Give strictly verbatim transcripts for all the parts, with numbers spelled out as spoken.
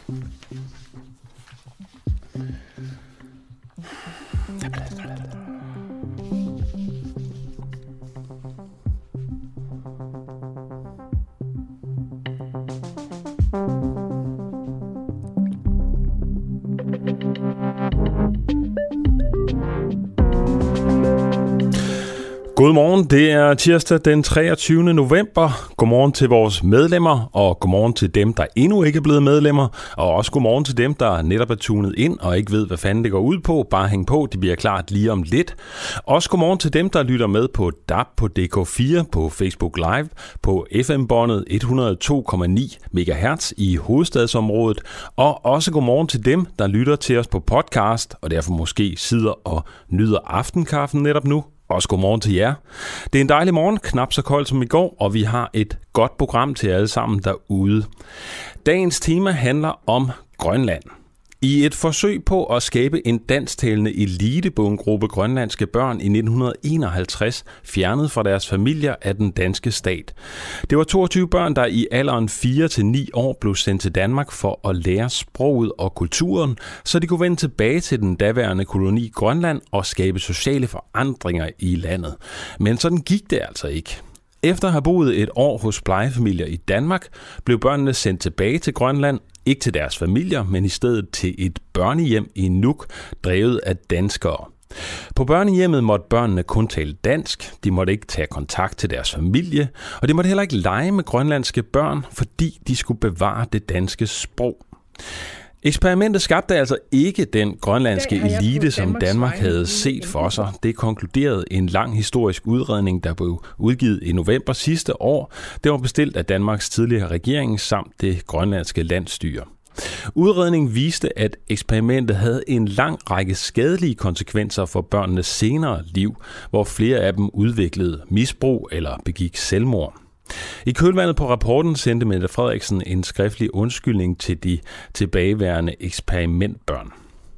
Godmorgen, det er tirsdag den treogtyvende november. Godmorgen til vores medlemmer, og godmorgen til dem, der endnu ikke er blevet medlemmer. Og også godmorgen til dem, der netop er tunet ind og ikke ved, hvad fanden det går ud på. Bare hæng på, det bliver klart lige om lidt. Også godmorgen til dem, der lytter med på D A B, på D K fire, på Facebook Live, på F M-båndet et hundrede og to komma ni megahertz i hovedstadsområdet. Og også godmorgen til dem, der lytter til os på podcast, og derfor måske sidder og nyder aftenkaffen netop nu. Også godmorgen til jer. Det er en dejlig morgen, knap så koldt som i går, og vi har et godt program til alle sammen derude. Dagens tema handler om Grønland. I et forsøg på at skabe en dansktalende elitebogengruppe grønlandske børn i nitten enoghalvtreds fjernet fra deres familier af den danske stat. Det var toogtyve børn, der i alderen fire til ni år blev sendt til Danmark for at lære sproget og kulturen, så de kunne vende tilbage til den daværende koloni Grønland og skabe sociale forandringer i landet. Men sådan gik det altså ikke. Efter at have boet et år hos plejefamilier i Danmark, blev børnene sendt tilbage til Grønland, ikke til deres familier, men i stedet til et børnehjem i Nuuk, drevet af danskere. På børnehjemmet måtte børnene kun tale dansk, de måtte ikke tage kontakt til deres familie, og de måtte heller ikke lege med grønlandske børn, fordi de skulle bevare det danske sprog. Eksperimentet skabte altså ikke den grønlandske elite, som Danmark havde set for sig. Det konkluderede en lang historisk udredning, der blev udgivet i november sidste år. Det var bestilt af Danmarks tidligere regering samt det grønlandske landsstyre. Udredningen viste, at eksperimentet havde en lang række skadelige konsekvenser for børnenes senere liv, hvor flere af dem udviklede misbrug eller begik selvmord. I kølvandet på rapporten sendte Mette Frederiksen en skriftlig undskyldning til de tilbageværende eksperimentbørn.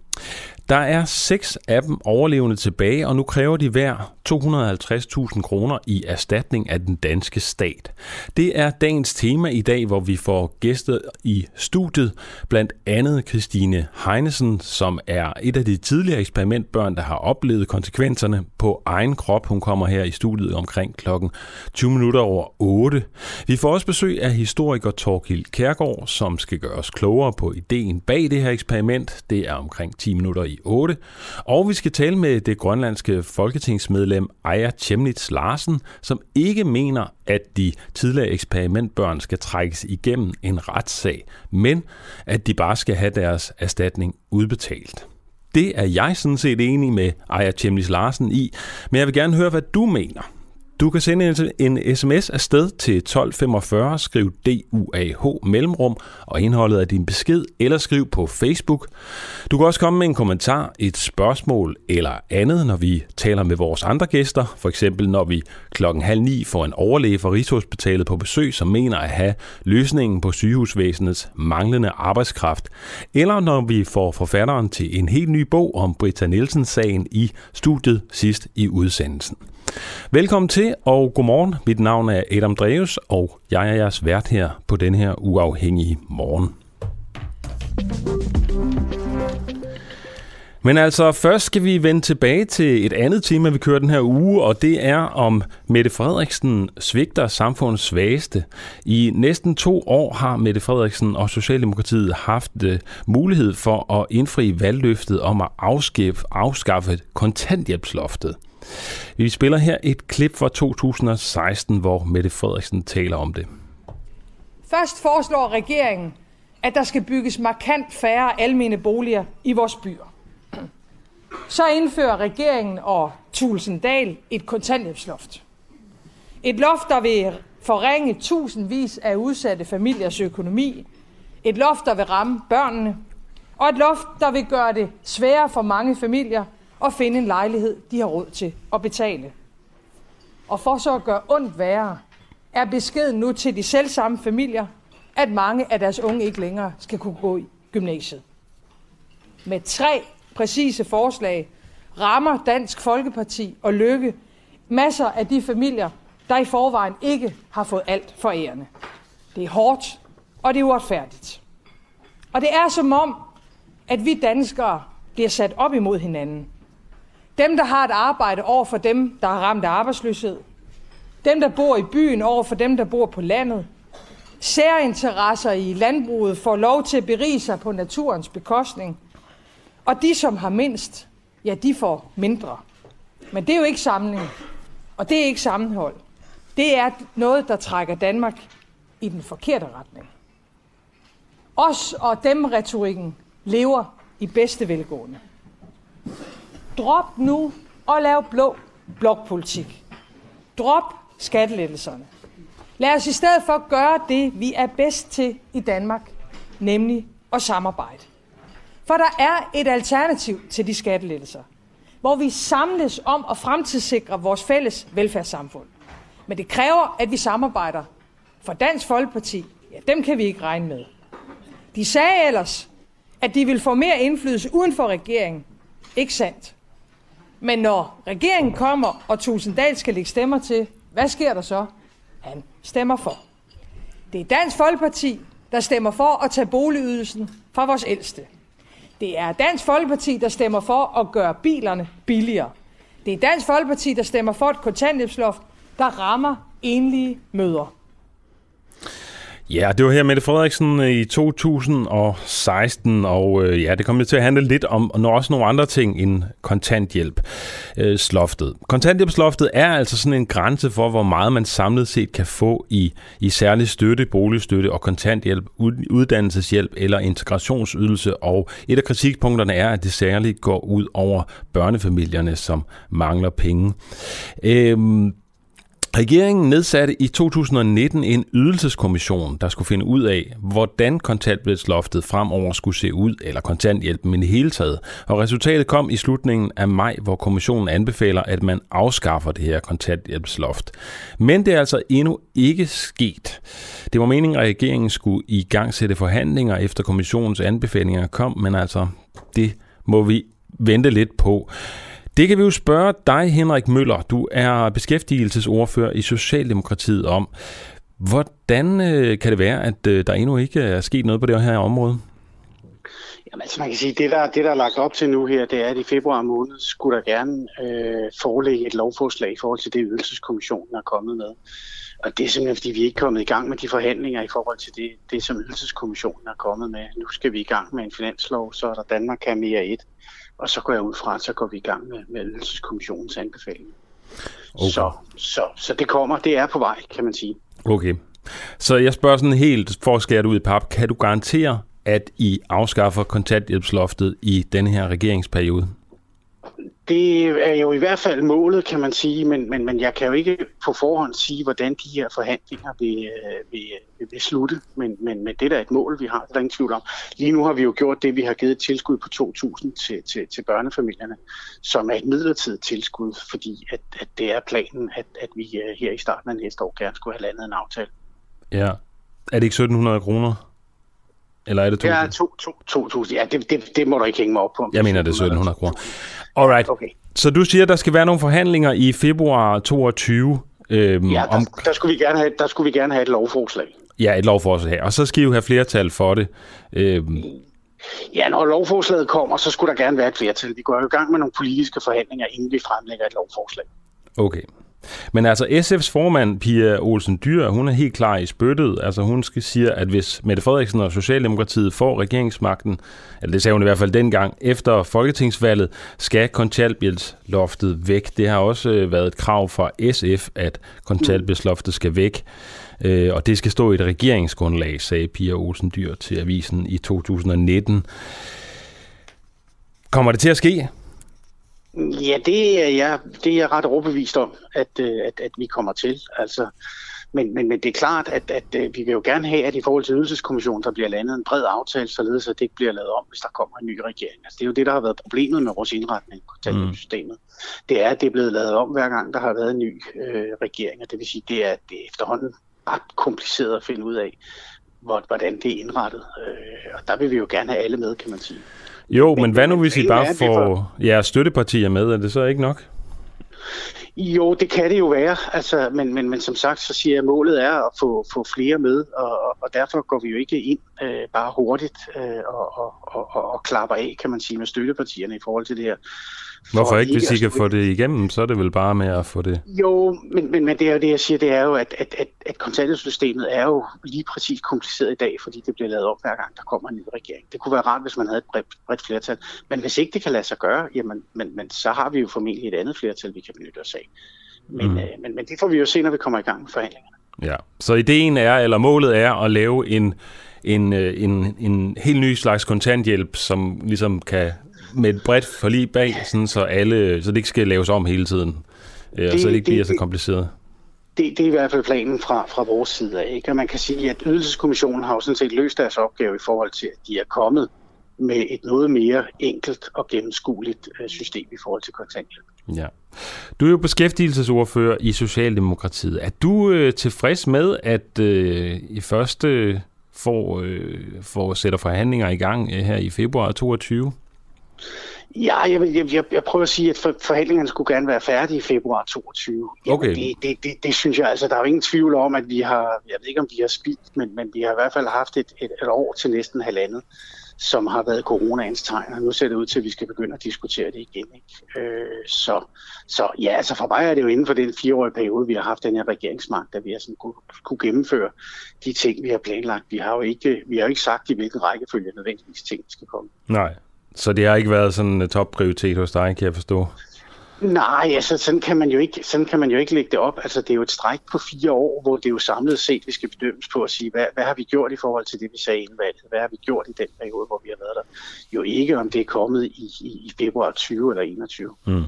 Der er seks af dem overlevende tilbage, og nu kræver de hver to hundrede og halvtreds tusind kroner i erstatning af den danske stat. Det er dagens tema i dag, hvor vi får gæster i studiet, blandt andet Christine Heinesen, som er et af de tidligere eksperimentbørn, der har oplevet konsekvenserne på egen krop. Hun kommer her i studiet omkring klokken tyve minutter over otte. Vi får også besøg af historiker Thorkild Kjærgaard, som skal gøre os klogere på ideen bag det her eksperiment. Det er omkring ti minutter i otte. Og vi skal tale med det grønlandske folketingsmedlem Aaja Chemnitz Larsen, som ikke mener, at de tidligere eksperimentbørn skal trækkes igennem en retssag, men at de bare skal have deres erstatning udbetalt. Det er jeg sådan set enig med Aaja Chemnitz Larsen i, men jeg vil gerne høre, hvad du mener. Du kan sende en sms afsted til tolv femogfyrre, skriv D U A H mellemrum og indholdet af din besked, eller skriv på Facebook. Du kan også komme med en kommentar, et spørgsmål eller andet, når vi taler med vores andre gæster. For eksempel når vi klokken halv ni får en overlæge fra Rigshospitalet på besøg, som mener at have løsningen på sygehusvæsenets manglende arbejdskraft. Eller når vi får forfatteren til en helt ny bog om Britta Nielsen-sagen i studiet sidst i udsendelsen. Velkommen til, og godmorgen. Mit navn er Adam Dreves, og jeg er jeres vært her på den her uafhængige morgen. Men altså, først skal vi vende tilbage til et andet tema, vi kører den her uge, og det er om Mette Frederiksen svigter samfundets svageste. I næsten to år har Mette Frederiksen og Socialdemokratiet haft uh, mulighed for at indfri valgløftet om at afskaffe, afskaffe kontanthjælpsloftet. Vi spiller her et klip fra to tusind og seksten, hvor Mette Frederiksen taler om det. Først foreslår regeringen, at der skal bygges markant færre almene boliger i vores byer. Så indfører regeringen og Thulesen Dahl et kontanthjælpsloft. Et loft, der vil forringe tusindvis af udsatte familiers økonomi. Et loft, der vil ramme børnene. Og et loft, der vil gøre det sværere for mange familier at finde en lejlighed, de har råd til at betale. Og for så at gøre ondt værre, er beskeden nu til de selvsamme familier, at mange af deres unge ikke længere skal kunne gå i gymnasiet. Med tre præcise forslag rammer Dansk Folkeparti og Løkke masser af de familier, der i forvejen ikke har fået alt for ærende. Det er hårdt, og det er uretfærdigt. Og det er som om, at vi danskere bliver sat op imod hinanden. Dem, der har et arbejde over for dem, der har ramt af arbejdsløshed. Dem, der bor i byen over for dem, der bor på landet. Særinteresser i landbruget får lov til at berige sig på naturens bekostning. Og de, som har mindst, ja, de får mindre. Men det er jo ikke samling, og det er ikke sammenhold. Det er noget, der trækker Danmark i den forkerte retning. Os og dem-retorikken lever i bedste velgående. Drop nu og lav blå blokpolitik. Drop skattelettelserne. Lad os i stedet for gøre det, vi er bedst til i Danmark, nemlig at samarbejde. For der er et alternativ til de skattelettelser, hvor vi samles om at fremtidssikre vores fælles velfærdssamfund. Men det kræver, at vi samarbejder. For Dansk Folkeparti, ja, dem kan vi ikke regne med. De sagde ellers, at de vil få mere indflydelse uden for regeringen. Ikke sandt. Men når regeringen kommer, og Thulesen Dahl skal lægge stemmer til, hvad sker der så? Han stemmer for. Det er Dansk Folkeparti, der stemmer for at tage boligydelsen fra vores ældste. Det er Dansk Folkeparti, der stemmer for at gøre bilerne billigere. Det er Dansk Folkeparti, der stemmer for et kontanthjælpsloft, der rammer enlige mødre. Ja, det var her Mette Frederiksen i to tusind og seksten, og øh, ja, det kom til at handle lidt om og også nogle andre ting end kontanthjælpsloftet. Kontanthjælpsloftet er altså sådan en grænse for, hvor meget man samlet set kan få i, i særlig støtte, boligstøtte og kontanthjælp, uddannelseshjælp eller integrationsydelse, og et af kritikpunkterne er, at det særligt går ud over børnefamilierne, som mangler penge. Øhm, Regeringen nedsatte i to tusind og nitten en ydelseskommission, der skulle finde ud af, hvordan kontanthjælpsloftet fremover skulle se ud, eller kontanthjælpen i det hele taget. Og resultatet kom i slutningen af maj, hvor kommissionen anbefaler, at man afskaffer det her kontanthjælpsloft. Men det er altså endnu ikke sket. Det var meningen, at regeringen skulle i gang sætte forhandlinger efter kommissionens anbefalinger kom, men altså, det må vi vente lidt på. Det kan vi jo spørge dig, Henrik Møller. Du er beskæftigelsesordfører i Socialdemokratiet om. Hvordan øh, kan det være, at øh, der endnu ikke er sket noget på det her område? Jamen, altså man kan sige, det der, det der er lagt op til nu her, det er, at i februar måned skulle der gerne øh, forelægge et lovforslag i forhold til det, ydelseskommissionen er kommet med. Og det er simpelthen, fordi vi ikke er kommet i gang med de forhandlinger i forhold til det, det som ydelseskommissionen er kommet med. Nu skal vi i gang med en finanslov, så er der Danmark kan mere et. Og så går jeg ud fra, at så går vi i gang med, med ydelseskommissionens anbefaling. Okay. Så, så, så det kommer, det er på vej, kan man sige. Okay. Så jeg spørger sådan helt for at skære det ud i pap. Kan du garantere, at I afskaffer kontanthjælpsloftet i denne her regeringsperiode? Det er jo i hvert fald målet, kan man sige, men, men, men jeg kan jo ikke på forhånd sige, hvordan de her forhandlinger vil, vil, vil, vil slutte. Men, men, men det der er et mål, vi har, det er der ingen tvivl om. Lige nu har vi jo gjort det, vi har givet et tilskud på to tusind til, til, til børnefamilierne, som er et midlertidigt tilskud, fordi at, at det er planen, at, at vi her i starten af næste år gerne skulle have landet en aftale. Ja. Er det ikke sytten hundrede kroner? Eller er det to tusind? Ja, to, to, to tusind. Ja, det, det, det må du ikke hænge mig op på. Jeg mener, det er sytten hundrede kroner. Alright. Okay. Så du siger, at der skal være nogle forhandlinger i februar toogtyve. Øhm, ja, der, om... der, skulle vi gerne have, der skulle vi gerne have et lovforslag. Ja, et lovforslag her. Og så skal I jo have flertal for det. Øhm... Ja, når lovforslaget kommer, så skulle der gerne være et flertal. Vi går jo i gang med nogle politiske forhandlinger, inden vi fremlægger et lovforslag. Okay. Men altså S F's formand, Pia Olsen Dyhr, hun er helt klar i spyttet. Altså hun skal sige, at hvis Mette Frederiksen og Socialdemokratiet får regeringsmagten, eller det sagde hun i hvert fald dengang, efter folketingsvalget, skal kontanthjælpsloftet væk. Det har også været et krav fra S F, at kontanthjælpsloftet skal væk. Og det skal stå i et regeringsgrundlag, sagde Pia Olsen Dyhr til avisen i to tusind og nitten. Kommer det til at ske? Ja, det er jeg, det er jeg ret overbevist om, at, at, at vi kommer til. Altså, men, men, men det er klart, at, at vi vil jo gerne have, at i forhold til ydelseskommissionen, der bliver landet en bred aftale, således at det ikke bliver lavet om, hvis der kommer en ny regering. Altså, det er jo det, der har været problemet med vores indretning på kontanthjælpssystemet. Mm. Det er, at det er blevet lavet om hver gang, der har været en ny øh, regering, og det vil sige, det er, det er efterhånden ret kompliceret at finde ud af, hvordan det er indrettet. Øh, og der vil vi jo gerne have alle med, kan man sige. Jo, men, men hvad nu, hvis I bare får jeres støttepartier med? Er det så ikke nok? Jo, det kan det jo være. Altså, men, men, men som sagt, så siger jeg, at målet er at få, få flere med, og, og derfor går vi jo ikke ind øh, bare hurtigt øh, og, og, og, og klapper af, kan man sige, med støttepartierne i forhold til det her. Hvorfor ikke, hvis I kan få det igennem, så er det vel bare med at få det? Jo, men, men, men det er jo det, jeg siger, det er jo, at, at, at, at kontanthjælpssystemet er jo lige præcis kompliceret i dag, fordi det bliver lavet op hver gang, der kommer en ny regering. Det kunne være rart, hvis man havde et bredt, bredt flertal, men hvis ikke det kan lade sig gøre, jamen, men, men så har vi jo formentlig et andet flertal, vi kan benytte os af. Men, mm. øh, men, men det får vi jo se, når vi kommer i gang med forhandlingerne. Ja, så ideen er, eller målet er at lave en, en, en, en helt ny slags kontanthjælp, som ligesom kan med et bredt forlig bag, sådan, så, alle, så det ikke skal laves om hele tiden, det, så det ikke bliver så kompliceret. Det, det er i hvert fald planen fra, fra vores side af. Ikke? Og man kan sige, at Ydelseskommissionen har jo sådan set løst deres opgave i forhold til, at de er kommet med et noget mere enkelt og gennemskueligt system i forhold til kontanthjælp. Ja. Du er jo beskæftigelsesordfører i Socialdemokratiet. Er du øh, tilfreds med, at øh, i første får, øh, får sætter forhandlinger i gang øh, her i februar toogtyve? Ja, jeg, jeg, jeg, jeg prøver at sige, at for, forhandlingerne skulle gerne være færdige i februar toogtyve. Okay. Det, det, det, det synes jeg, altså der er jo ingen tvivl om, at vi har, jeg ved ikke om de har spildt, men, men vi har i hvert fald haft et, et, et år til næsten halvandet, som har været coronaens tegn, og nu ser det ud til, at vi skal begynde at diskutere det igen. Ikke? Øh, så, så ja, altså for mig er det jo inden for den fireårige periode, vi har haft den her regeringsmagt, at vi har sådan kunne, kunne gennemføre de ting, vi har planlagt. Vi har jo ikke, vi har jo ikke sagt, i hvilken rækkefølge nødvendigvis ting skal komme. Nej, så det har ikke været sådan en topprioritet hos dig, kan jeg forstå? Nej, altså sådan kan man jo ikke, sådan kan man jo ikke lægge det op. Altså det er jo et stræk på fire år, hvor det er jo samlet set, vi skal bedømmes på at sige, hvad, hvad har vi gjort i forhold til det, vi sagde inden valget? Hvad har vi gjort i den periode, hvor vi har været der? Jo ikke, om det er kommet i, i, i februar tyve eller enogtyve. Mm.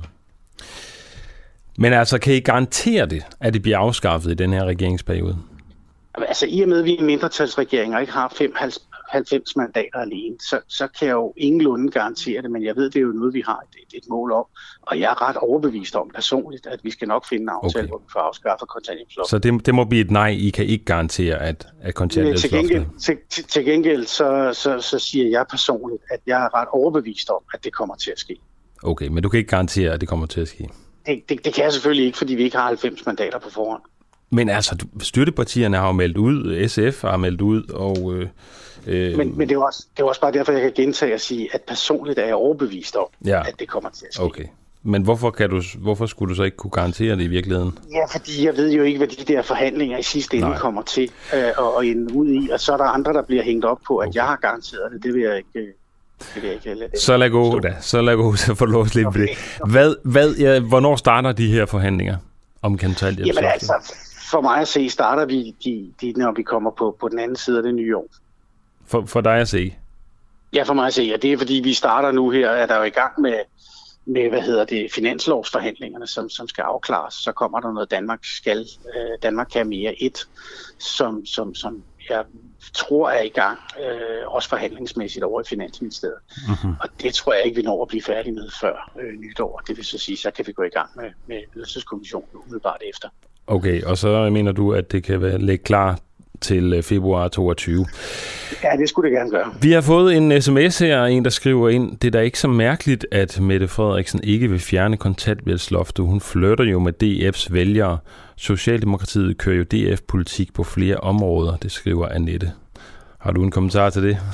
Men altså, kan I garantere det, at det bliver afskaffet i den her regeringsperiode? Altså i og med, at vi er mindretalsregering og ikke har halvfems mandater alene, så, så kan jeg jo ingenlunde garantere det, men jeg ved, det er jo noget, vi har et, et mål om. Og jeg er ret overbevist om personligt, at vi skal nok finde en aftale, okay, hvor vi får afskaffet kontanthjælpsloftet. Så det, det må blive et nej, I kan ikke garantere, at, at kontanthjælpsloftet... Til gengæld, til, til, til gengæld så, så, så siger jeg personligt, at jeg er ret overbevist om, at det kommer til at ske. Okay, men du kan ikke garantere, at det kommer til at ske? Det, det, det kan jeg selvfølgelig ikke, fordi vi ikke har halvfems mandater på forhånd. Men altså, støttepartierne har jo meldt ud, S F har meldt ud, og... Øh, øh... Men, men det, er også, det er også bare derfor, jeg kan gentage og sige, at personligt er jeg overbevist om, ja, at det kommer til at ske. Okay. Men hvorfor, kan du, hvorfor skulle du så ikke kunne garantere det i virkeligheden? Ja, fordi jeg ved jo ikke, hvad de der forhandlinger i sidste ende Nej. kommer til øh, og ende ud i, og så er der andre, der bliver hængt op på, at okay. jeg har garanteret det. Det vil jeg ikke... Det vil jeg ikke lade så lad gå da. Så lad gå, så får lov at slippe okay. det. Hvad, hvad, ja, hvornår starter de her forhandlinger om kontanthjælp? Jamen altså... For mig at se, starter vi, de, de, når vi kommer på, på den anden side af det nye år. For, for dig at se? Ja, for mig at se. Og det er fordi, vi starter nu her, er der jo i gang med, med hvad hedder det, finanslovsforhandlingerne, som, som skal afklares. Så kommer der noget, Danmark skal, øh, Danmark kan mere et, som, som, som jeg tror er i gang, øh, også forhandlingsmæssigt over i Finansministeriet. Mm-hmm. Og det tror jeg ikke, vi når at blive færdige med før øh, nytår. Det vil så sige, så kan vi gå i gang med, med Ydelseskommissionen umiddelbart efter. Okay, og så mener du, at det kan være lægge klar til februar toogtyve. Ja, det skulle det gerne gøre. Vi har fået en sms her, en der skriver ind, det er da ikke så mærkeligt, at Mette Frederiksen ikke vil fjerne kontanthjælpsloftet. Hun flytter jo med D F's vælgere. Socialdemokratiet kører jo D F-politik på flere områder, det skriver Annette. Har du en kommentar til det?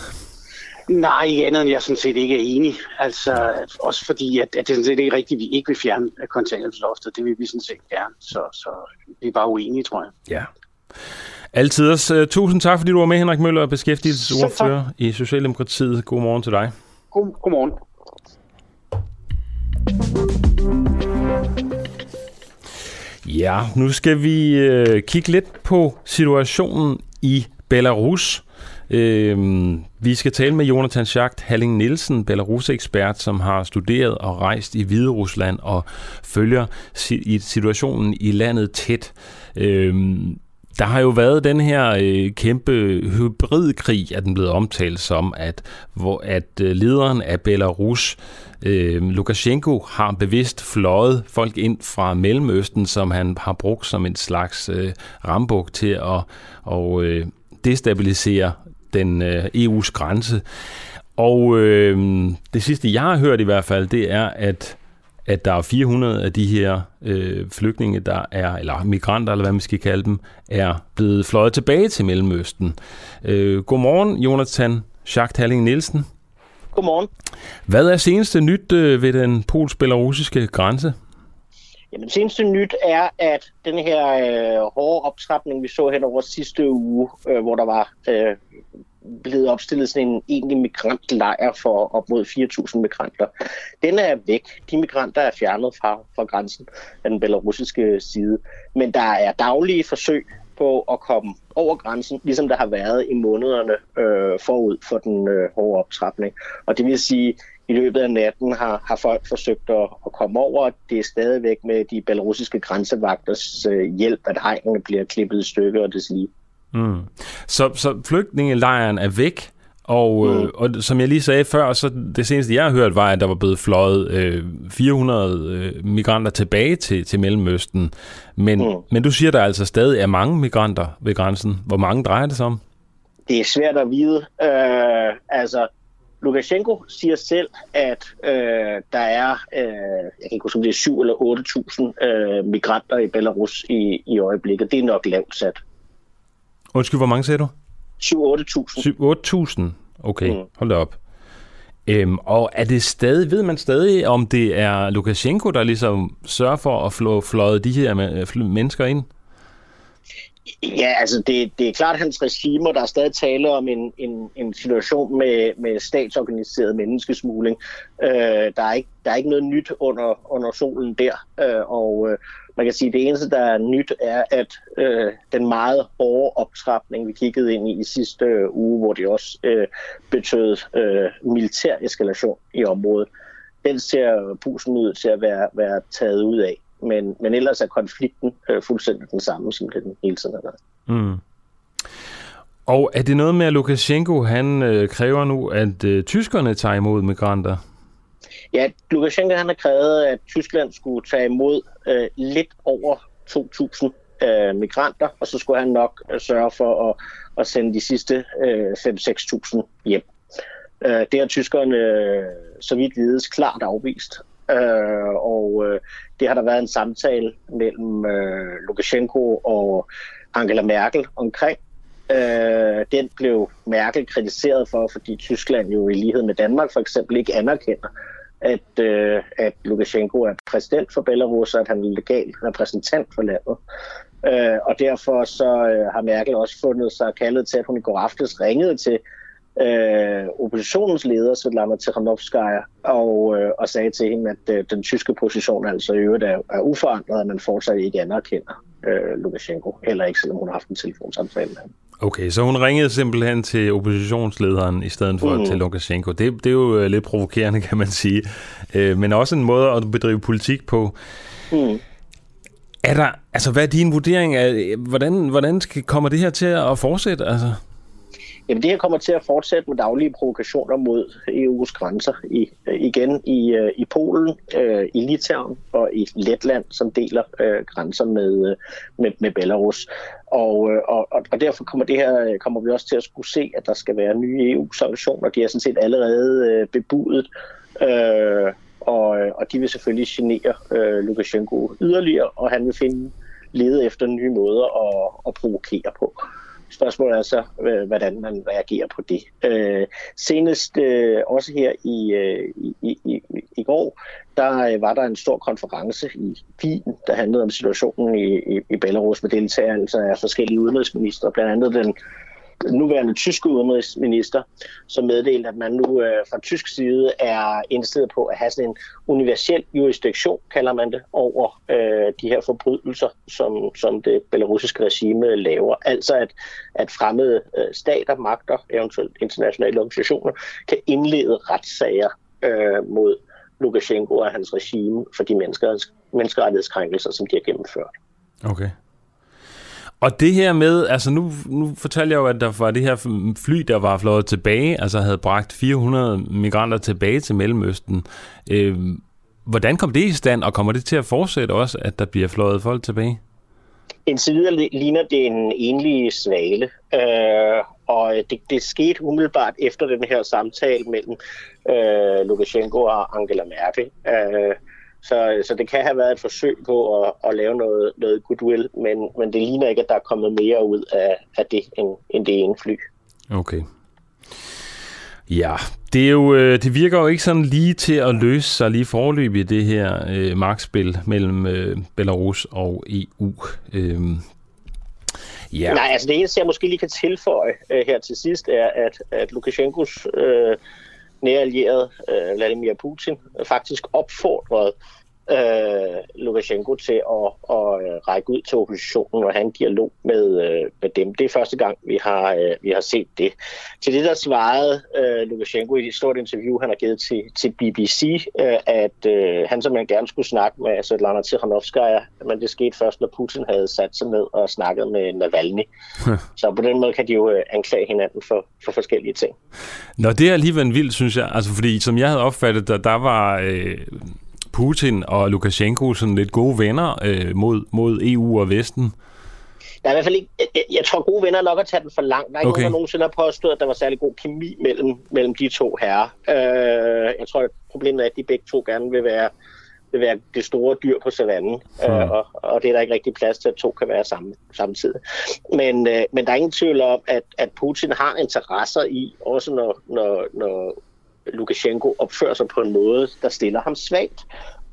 Nej, ikke andet end jeg sådan set ikke er enig. Altså også fordi, at, at det sådan set ikke er rigtigt, at vi ikke vil fjerne kontanthjælpsloftet. Det vil vi sådan set gerne. Så, så vi er bare uenige, tror jeg. Ja. Altid også. Tusind tak, fordi du var med, Henrik Møller, beskæftigelsesordfører i Socialdemokratiet. God morgen til dig. God, god morgen. Ja, nu skal vi øh, kigge lidt på situationen i Belarus. Øhm, vi skal tale med Jonathan Schacht Halling Nielsen, Belarus-ekspert, som har studeret og rejst i Hviderusland og følger situationen i landet tæt. Øhm, der har jo været den her øh, kæmpe hybridkrig, er den blevet omtalt som, at, hvor, at øh, lederen af Belarus, øh, Lukashenko, har bevidst fløjet folk ind fra Mellemøsten, som han har brugt som en slags øh, rambuk til at og, øh, destabilisere den øh, E U's grænse. Og øh, det sidste, jeg har hørt i hvert fald, det er, at at der er fire hundrede af de her øh, flygtninge, der er, eller migranter, eller hvad man skal kalde dem, er blevet fløjet tilbage til Mellemøsten. Øh, godmorgen, Jonathan Schacht Halling Nielsen. Godmorgen. Hvad er seneste nyt øh, ved den polsk-belarusiske grænse? Jamen, det seneste nyt er, at den her øh, hårde optrapning, vi så hen over sidste uge, øh, hvor der var øh, blevet opstillet sådan en egentlig migrantlejr for op mod fire tusind migranter, den er væk. De migranter er fjernet fra, fra grænsen af den belarusiske side. Men der er daglige forsøg på at komme over grænsen, ligesom der har været i månederne øh, forud for den øh, hårde optrapning. Og det vil sige, i løbet af natten har, har folk forsøgt at, at komme over. Det er stadigvæk med de belarusiske grænsevagters øh, hjælp, at hegnene bliver klippet i stykker og deslige. Mm. Så, så flygtningelejren er væk, og, mm. øh, og som jeg lige sagde før, så det seneste jeg har hørt var, at der var blevet fløjet øh, fire hundrede øh, migranter tilbage til, til Mellemøsten. Men, mm. men du siger, der altså stadig er mange migranter ved grænsen. Hvor mange drejer det sig om? Det er svært at vide. Øh, altså, Lukashenko siger selv, at øh, der er, øh, jeg kan ikke huske, om det er syv eller otte tusind øh, migranter i Belarus i, i øjeblikket. Det er nok lavt sat. Undskyld, hvor mange sagde du? syv otte tusind. syv otte tusind? Okay, mm. hold da op. Øhm, og er det stadig, ved man stadig, om det er Lukashenko, der ligesom sørger for at flå fløjet de her mennesker ind? Ja, altså det, det er klart hans regimer, der er stadig tale om en, en, en situation med, med statsorganiseret menneskesmugling. Øh, der, er ikke, der er ikke noget nyt under, under solen der, øh, og øh, man kan sige, at det eneste, der er nyt, er, at øh, den meget hårde optrapning, vi kiggede ind i i sidste øh, uge, hvor det også øh, betød øh, militær eskalation i området, den ser pusen ud til at være, være taget ud af. Men, men ellers er konflikten øh, fuldstændig den samme, som det den hele tiden er. Mm. Og er det noget med, at Lukashenko han øh, kræver nu, at øh, tyskerne tager imod migranter? Ja, Lukashenko han har krævet, at Tyskland skulle tage imod øh, lidt over to tusind øh, migranter, og så skulle han nok øh, sørge for at, at sende de sidste øh, fem til seks tusind hjem. Øh, det har tyskerne, øh, så vidt vides, klart afvist. Øh, og øh, det har der været en samtale mellem øh, Lukashenko og Angela Merkel omkring. Øh, den blev Merkel kritiseret for, fordi Tyskland jo i lighed med Danmark for eksempel ikke anerkender, at, øh, at Lukashenko er præsident for Belarus, og at han er legal repræsentant for landet. Øh, og derfor så øh, har Merkel også fundet sig kaldet til, at hun i går aftes ringede til Øh, oppositionens leder, Svetlana Tikhanovskaya, og, øh, og sagde til hende, at øh, den tyske position altså i øvrigt er, er uforandret, at man fortsat ikke anerkender øh, Lukashenko, heller ikke selvom hun har haft en telefonsamtale med ham. Okay, så hun ringede simpelthen til oppositionslederen i stedet for mm. til Lukashenko. Det, det er jo lidt provokerende, kan man sige, øh, men også en måde at bedrive politik på. Mm. Er der, altså, hvad er din vurdering af, hvordan, hvordan skal, kommer det her til at fortsætte, altså? Jamen, det her kommer til at fortsætte med daglige provokationer mod E U's grænser. I, igen i, i Polen, øh, i Litauen og i Letland, som deler øh, grænser med, med, med Belarus. Og, og, og derfor kommer, det her, kommer vi også til at skulle se, at der skal være nye E U-sanktioner. De er sådan set allerede øh, bebudet, øh, og, og de vil selvfølgelig genere øh, Lukashenko yderligere, og han vil finde lede efter nye måder at, at provokere på. Spørgsmålet er så, hvordan man reagerer på det. Øh, senest øh, også her i, øh, i, i, i går, der øh, var der en stor konference i Wien, der handlede om situationen i, i, i Belarus med deltagelse af forskellige udenrigsministre, blandt andet den nuværende tyske udenrigsminister, som meddelte, at man nu øh, fra tysk side er indstillet på at have sådan en universel jurisdiktion, kalder man det, over øh, de her forbrydelser, som, som det belarusiske regime laver. Altså at, at fremmede øh, stater, magter, eventuelt internationale organisationer, kan indlede retssager øh, mod Lukashenko og hans regime for de menneskerettighedskrænkelser, som de har gennemført. Okay. Og det her med, altså nu, nu fortalte jeg jo, at der var det her fly, der var fløjet tilbage, altså havde bragt fire hundrede migranter tilbage til Mellemøsten. Øh, hvordan kom det i stand, og kommer det til at fortsætte også, at der bliver fløjet folk tilbage? Indtil videre ligner det en enlig svale, øh, og det, det skete umiddelbart efter den her samtale mellem øh, Lukashenko og Angela Merkel. Øh, Så, så det kan have været et forsøg på at, at lave noget, noget goodwill, men, men det ligner ikke, at der er kommet mere ud af, af det, end, end det ene fly. Okay. Ja, det, er jo, det virker jo ikke sådan lige til at løse sig lige foreløbig, det her øh, magtspil mellem øh, Belarus og E U. Øhm, ja. Nej, altså det eneste, jeg måske lige kan tilføje øh, her til sidst, er, at, at Lukasjenkos øh, nære allierede, øh, Vladimir Putin, faktisk opfordrede øh, Lukasjenko til at, at række ud til oppositionen og have en dialog med, øh, med dem. Det er første gang, vi har, øh, vi har set det. Til det, der svarede øh, Lukasjenko i et stort interview, han har givet til, til B B C, øh, at øh, han simpelthen gerne skulle snakke med Svetlana Tikhanovskaya, men det skete først, når Putin havde sat sig ned og snakket med Navalny. Så på den måde kan de jo øh, anklage hinanden for, for forskellige ting. Nå, det er alligevel vildt, synes jeg. Altså, fordi som jeg havde opfattet, der, der var Øh Putin og Lukasjenko sådan lidt gode venner øh, mod, mod E U og Vesten? Der er i hvert fald ikke, jeg, jeg tror, gode venner er nok at tage den for langt. Der er ikke okay. nogen, der nogensinde har påstået, at der var særlig god kemi mellem, mellem de to herrer. Øh, jeg tror, at problemet er, at de begge to gerne vil være, vil være det store dyr på savannen, hmm. øh, og, og det er der ikke rigtig plads til, at to kan være sammen, samtidig. Men, øh, men der er ingen tvivl om, at, at Putin har interesser i, også når, når, når Lukasjenko opfører sig på en måde, der stiller ham svagt.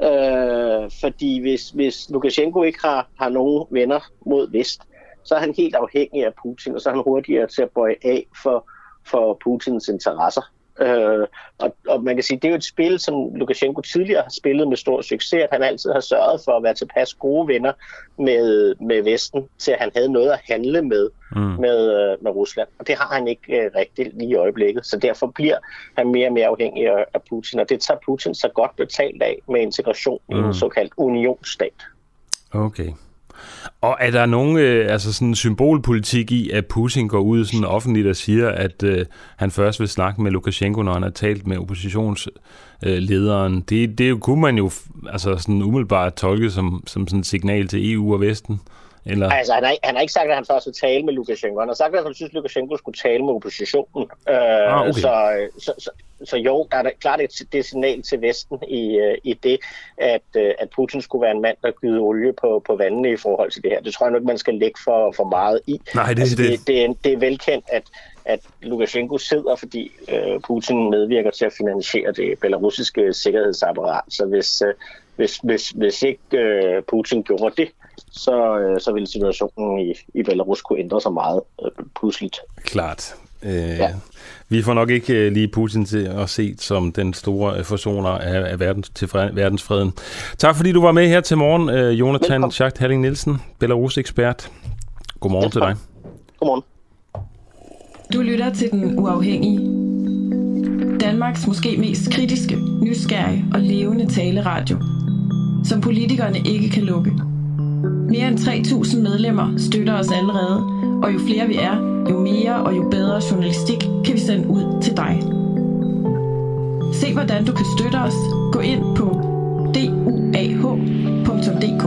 Øh, fordi hvis, hvis Lukasjenko ikke har, har nogen venner mod vest, så er han helt afhængig af Putin, og så er han hurtigere til at bøje af for, for Putins interesser. Øh, og, og man kan sige, det er jo et spil, som Lukasjenko tidligere har spillet med stor succes, at han altid har sørget for at være tilpas gode venner med, med Vesten, til at han havde noget at handle med, mm. med, med Rusland. Og det har han ikke øh, rigtig lige i øjeblikket, så derfor bliver han mere og mere afhængig af, af Putin, og det tager Putin så godt betalt af med integration mm. i en såkaldt unionsstat. Okay. Og er der nogen øh, altså sådan symbolpolitik i, at Putin går ud sådan offentligt og siger, at øh, han først vil snakke med Lukasjenko, når han har talt med oppositionslederen? Øh, det, det kunne man jo altså sådan umiddelbart tolke som, som sådan et signal til E U og Vesten. Eller? Altså, han har, han har ikke sagt, at han først vil tale med Lukasjenko. Han har sagt, at han synes, at Lukasjenko skulle tale med oppositionen. Øh, ah, okay. så, så, så, så jo, der er klart et, det signal til Vesten i, i det, at, at Putin skulle være en mand, der gyder olie på, på vandene i forhold til det her. Det tror jeg nok, man skal lægge for, for meget i. Nej, det, altså, det. Det, det, er, det er velkendt, at, at Lukasjenko sidder, fordi øh, Putin medvirker til at finansiere det belarusiske sikkerhedsapparat. Så hvis, øh, hvis, hvis, hvis ikke øh, Putin gjorde det, så, øh, så ville situationen i, i Belarus kunne ændre sig meget øh, pludseligt. Klart. Øh, ja. Vi får nok ikke øh, lige Putin til at se som den store øh, forsoner af, af verdens, til fred, verdensfreden. Tak fordi du var med her til morgen, øh, Jonathan Schacht Halling Nielsen, Belarus-ekspert. Godmorgen til dig. Godmorgen. Du lytter til Den Uafhængige. Danmarks måske mest kritiske, nysgerrige og levende taleradio, som politikerne ikke kan lukke. Mere end tre tusind medlemmer støtter os allerede, og jo flere vi er, jo mere og jo bedre journalistik kan vi sende ud til dig. Se hvordan du kan støtte os. Gå ind på d u a h punktum d k.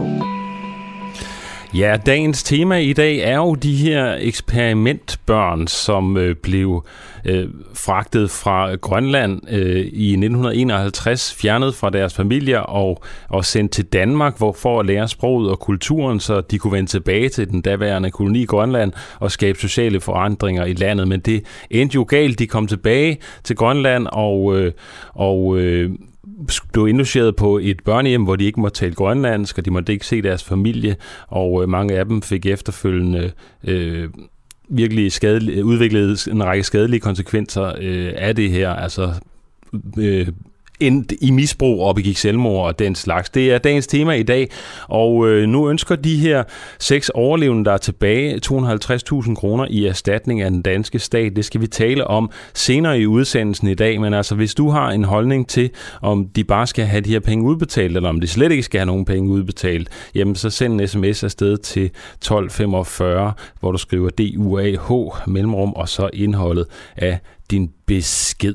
Ja, dagens tema i dag er jo de her eksperimentbørn, som øh, blev øh, fragtet fra Grønland øh, i nitten enoghalvtreds, fjernet fra deres familier og, og sendt til Danmark hvor, for at lære sproget og kulturen, så de kunne vende tilbage til den daværende koloni Grønland og skabe sociale forandringer i landet. Men det endte jo galt. De kom tilbage til Grønland og, øh, og øh, blev indlogeret på et børnehjem, hvor de ikke måtte tale grønlandsk, og de måtte ikke se deres familie, og mange af dem fik efterfølgende øh, virkelig skadelig, udviklet en række skadelige konsekvenser øh, af det her, altså øh, endte i misbrug og begik selvmord og den slags. Det er dagens tema i dag, og øh, nu ønsker de her seks overlevende, der er tilbage, to hundrede og halvtreds tusind kroner i erstatning af den danske stat. Det skal vi tale om senere i udsendelsen i dag, men altså hvis du har en holdning til, om de bare skal have de her penge udbetalt, eller om de slet ikke skal have nogen penge udbetalt, jamen så send en sms afsted til tolv femogfyrre, hvor du skriver D U A H mellemrum, og så indholdet af din besked.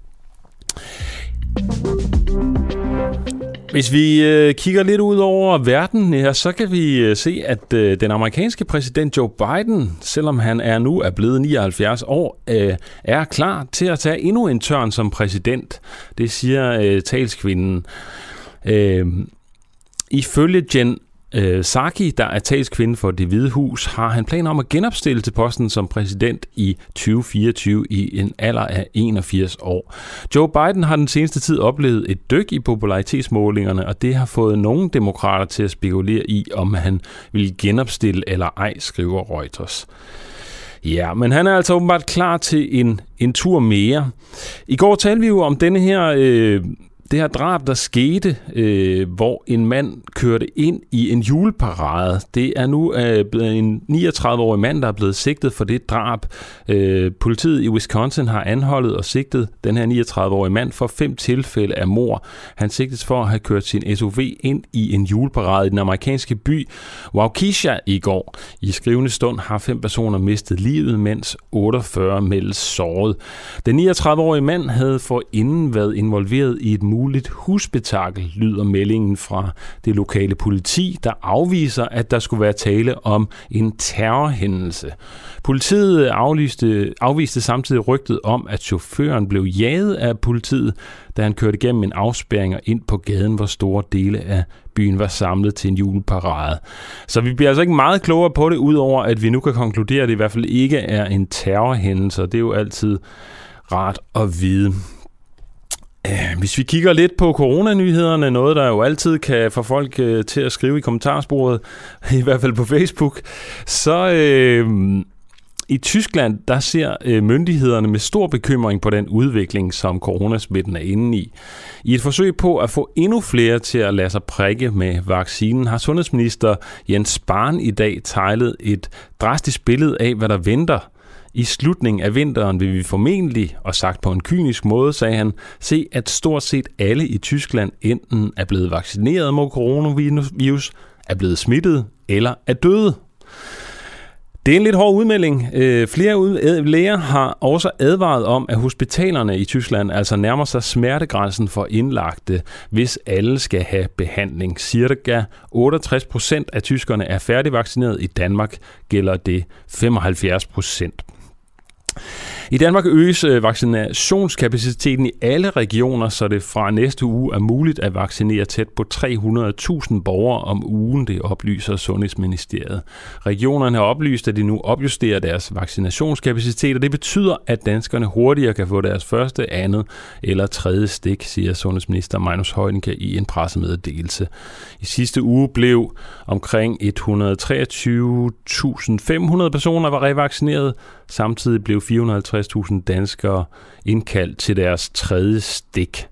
Hvis vi øh, kigger lidt ud over verden her, så kan vi øh, se, at øh, den amerikanske præsident Joe Biden, selvom han er nu er blevet nioghalvfjerds år, øh, er klar til at tage endnu en tørn som præsident. Det siger øh, talskvinden Øh, ifølge Jen Psaki, der er talskvinde for Det Hvide Hus, har han planer om at genopstille til posten som præsident i tyve fireogtyve i en alder af enogfirs år. Joe Biden har den seneste tid oplevet et dyk i popularitetsmålingerne, og det har fået nogle demokrater til at spekulere i, om han vil genopstille eller ej, skriver Reuters. Ja, men han er altså åbenbart klar til en, en tur mere. I går talte vi jo om denne her... Øh, Det her drab, der skete, øh, hvor en mand kørte ind i en juleparade. Det er nu øh, en niogtredive-årig mand, der er blevet sigtet for det drab. Øh, politiet i Wisconsin har anholdet og sigtet den her niogtredive-årige mand for fem tilfælde af mord. Han sigtes for at have kørt sin S U V ind i en juleparade i den amerikanske by Waukesha i går. I skrivende stund har fem personer mistet livet, mens otteogfyrre meldes såret. Den niogtredive-årige mand havde forinden været involveret i et muligt husspektakel, lyder meldingen fra det lokale politi, der afviser, at der skulle være tale om en terrorhændelse. Politiet afviste, afviste samtidig rygtet om, at chaufføren blev jaget af politiet, da han kørte igennem en afspærring og ind på gaden, hvor store dele af byen var samlet til en juleparade. Så vi bliver altså ikke meget klogere på det, udover at vi nu kan konkludere, at det i hvert fald ikke er en terrorhændelse, og det er jo altid rart at vide. Hvis vi kigger lidt på coronanyhederne, noget der jo altid kan få folk til at skrive i kommentarsporet, i hvert fald på Facebook, så øh, i Tyskland, der ser øh, myndighederne med stor bekymring på den udvikling, som coronasmitten er inde i. I et forsøg på at få endnu flere til at lade sig prikke med vaccinen, har sundhedsminister Jens Spahn i dag tegnet et drastisk billede af, hvad der venter. I slutningen af vinteren vil vi formentlig, og sagt på en kynisk måde, sagde han, se, at stort set alle i Tyskland enten er blevet vaccineret mod coronavirus, er blevet smittet eller er døde. Det er en lidt hård udmelding. Flere læger har også advaret om, at hospitalerne i Tyskland altså nærmer sig smertegrænsen for indlagte, hvis alle skal have behandling. Cirka otteogtres procent af tyskerne er færdigvaccineret. I Danmark gælder det femoghalvfjerds procent. I Danmark øges vaccinationskapaciteten i alle regioner, så det fra næste uge er muligt at vaccinere tæt på tre hundrede tusind borgere om ugen, det oplyser Sundhedsministeriet. Regionerne har oplyst, at de nu opjusterer deres vaccinationskapacitet, og det betyder, at danskerne hurtigere kan få deres første, andet eller tredje stik, siger sundhedsminister Magnus Heunicke i en pressemeddelelse. I sidste uge blev omkring et hundrede og treogtyve tusind fem hundrede personer var revaccineret. Samtidig blev fire hundrede og halvtreds tusind danskere indkaldt til deres tredje stik.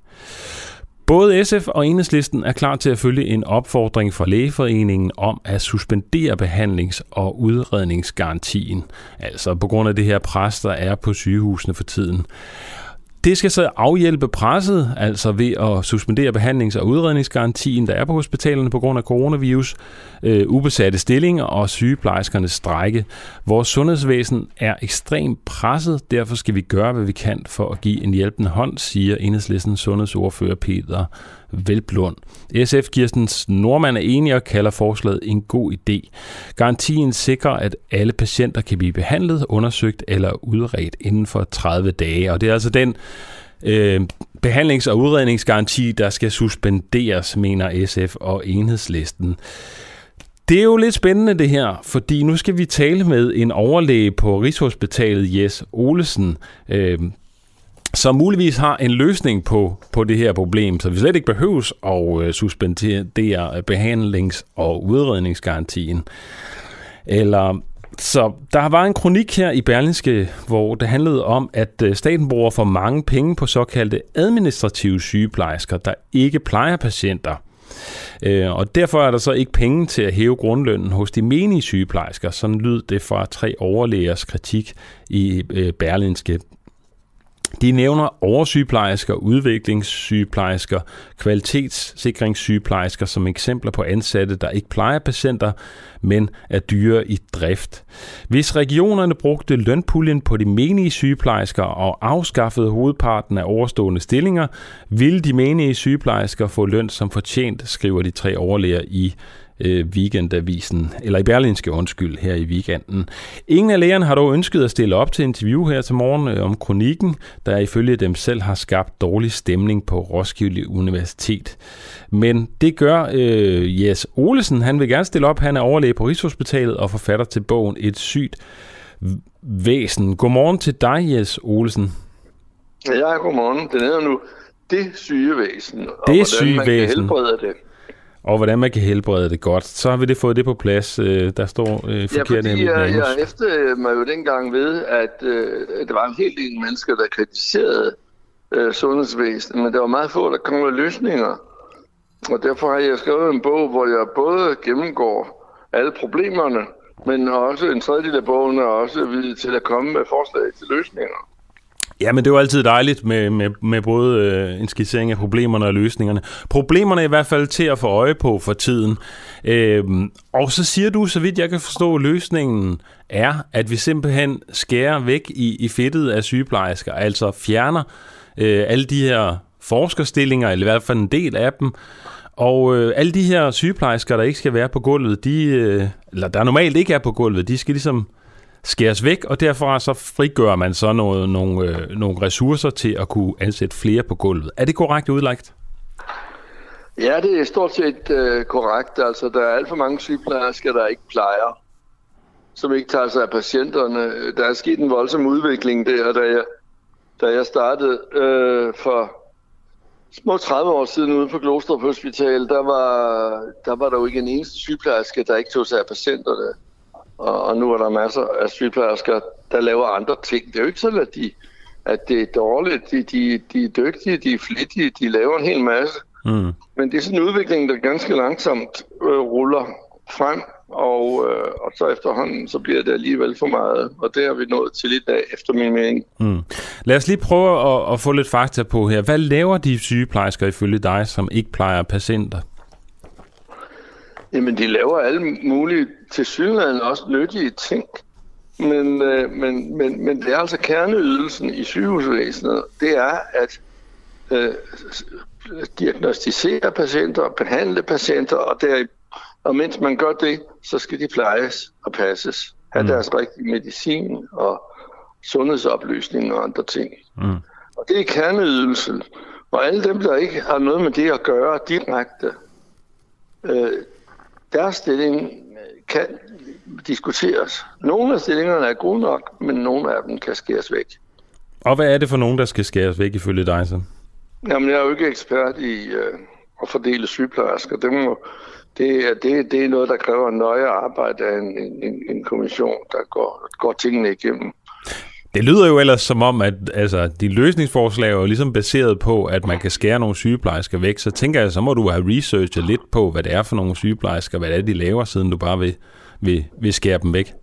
Både S F og Enhedslisten er klar til at følge en opfordring fra Lægeforeningen om at suspendere behandlings- og udredningsgarantien. Altså på grund af det her pres, der er på sygehusene for tiden. Det skal så afhjælpe presset, altså ved at suspendere behandlings- og udredningsgarantien, der er på hospitalerne på grund af coronavirus, øh, ubesatte stillinger og sygeplejerskernes strejke. Vores sundhedsvæsen er ekstremt presset, derfor skal vi gøre, hvad vi kan for at give en hjælpende hånd, siger Enhedslistens sundhedsordfører Peter Velblund. S F Kirsten Normann er enig og kalder forslaget en god idé. Garantien sikrer, at alle patienter kan blive behandlet, undersøgt eller udredt inden for tredive dage. Og det er altså den øh, behandlings- og udredningsgaranti, der skal suspenderes, mener S F og Enhedslisten. Det er jo lidt spændende det her, fordi nu skal vi tale med en overlæge på Rigshospitalet, Jes Olesen, øh, som muligvis har en løsning på, på det her problem, så vi slet ikke behøves at suspendere behandlings- og udredningsgarantien. Eller, så der var en kronik her i Berlingske, hvor det handlede om, at staten bruger for mange penge på såkaldte administrative sygeplejersker, der ikke plejer patienter. Og derfor er der så ikke penge til at hæve grundlønnen hos de menige sygeplejersker. Sådan lød det fra tre overlægers kritik i Berlingske. De nævner oversygeplejersker, udviklingssygeplejersker, kvalitetssikringssygeplejersker som eksempler på ansatte, der ikke plejer patienter, men er dyre i drift. Hvis regionerne brugte lønpuljen på de menige sygeplejersker og afskaffede hovedparten af overstående stillinger, ville de menige sygeplejersker få løn som fortjent, skriver de tre overlæger i øh, Weekendavisen, eller i Berlingske, undskyld, her i weekenden. Ingen af lægerne har dog ønsket at stille op til interview her til morgen øh, om kronikken, der ifølge dem selv har skabt dårlig stemning på Roskilde Universitet. Men det gør øh, Jes Olesen. Han vil gerne stille op. Han er overlæge på Rigshospitalet og forfatter til bogen Et sygt væsen. Godmorgen til dig, Jes Olesen. Ja, godmorgen. Den hedder nu Det syge væsen, og det hvordan syge man væsen. kan helbrede det. Og hvordan man kan helbrede det godt. Så har vi det fået det på plads. Der står øh, forkert. Ja, fordi jeg, jeg hæftede mig jo dengang ved, at øh, der var en hel del mennesker, der kritiserede øh, sundhedsvæsenet, men der var meget få, der kom med løsninger. Og derfor har jeg skrevet en bog, hvor jeg både gennemgår alle problemerne, men også en tredjedel af bogen er også villig til at komme med forslag til løsninger. Ja, men det er jo altid dejligt med, med, med både øh, en skitsering af problemerne og løsningerne. Problemerne er i hvert fald til at få øje på for tiden. Øh, og så siger du, så vidt jeg kan forstå, løsningen er, at vi simpelthen skærer væk i, i fedtet af sygeplejersker, altså fjerner øh, alle de her forskerstillinger, eller i hvert fald en del af dem. Og øh, alle de her sygeplejersker, der ikke skal være på gulvet, de, øh, eller der normalt ikke er på gulvet, de skal ligesom skæres væk, og derfor så frigør man så noget, nogle, øh, nogle ressourcer til at kunne ansætte flere på gulvet. Er det korrekt udlagt? Ja, det er stort set øh, korrekt. Altså, der er alt for mange sygeplejersker, der ikke plejer, som ikke tager sig af patienterne. Der er sket en voldsom udvikling der, da jeg, da jeg startede øh, for små tredive år siden ude på Glostrup Hospital. Der var, der var der jo ikke en eneste sygeplejerske, der ikke tog sig af patienterne. Og nu er der masser af sygeplejersker, der laver andre ting. Det er jo ikke sådan, at, de, at det er dårligt. De, de, de er dygtige, de er flittige, de laver en hel masse. Mm. Men det er sådan en udvikling, der ganske langsomt øh, ruller frem, og, øh, og så efterhånden, så bliver det alligevel for meget. Og det er vi nået til i dag, efter min mening. Mm. Lad os lige prøve at, at få lidt fakta på her. Hvad laver de sygeplejersker ifølge dig, som ikke plejer patienter? Jamen, de laver alle mulige tilsyneladende også nyttige ting, men, øh, men, men, men det er altså kerneydelsen i sygehusvæsenet, det er at øh, diagnostisere patienter, behandle patienter, og, der, og mens man gør det, så skal de plejes og passes, have mm. deres rigtige medicin og sundhedsoplysning og andre ting. Mm. Og det er kerneydelsen, og alle dem, der ikke har noget med det at gøre direkte, øh, deres stilling kan diskuteres. Nogle af stillingerne er gode nok, men nogle af dem kan skæres væk. Og hvad er det for nogen, der skal skæres væk ifølge dig så? Jamen, jeg er jo ikke ekspert i øh, at fordele sygeplejersker. Det, må, det, er, det, det er noget, der kræver nøje arbejde af en, en, en kommission, der går, går tingene igennem. Det lyder jo ellers som om, at altså, de løsningsforslag er jo ligesom baseret på, at man kan skære nogle sygeplejersker væk. Så tænker jeg, så må du have researchet lidt på, hvad det er for nogle sygeplejersker, hvad det er, de laver, siden du bare vil, vil, vil skære dem væk.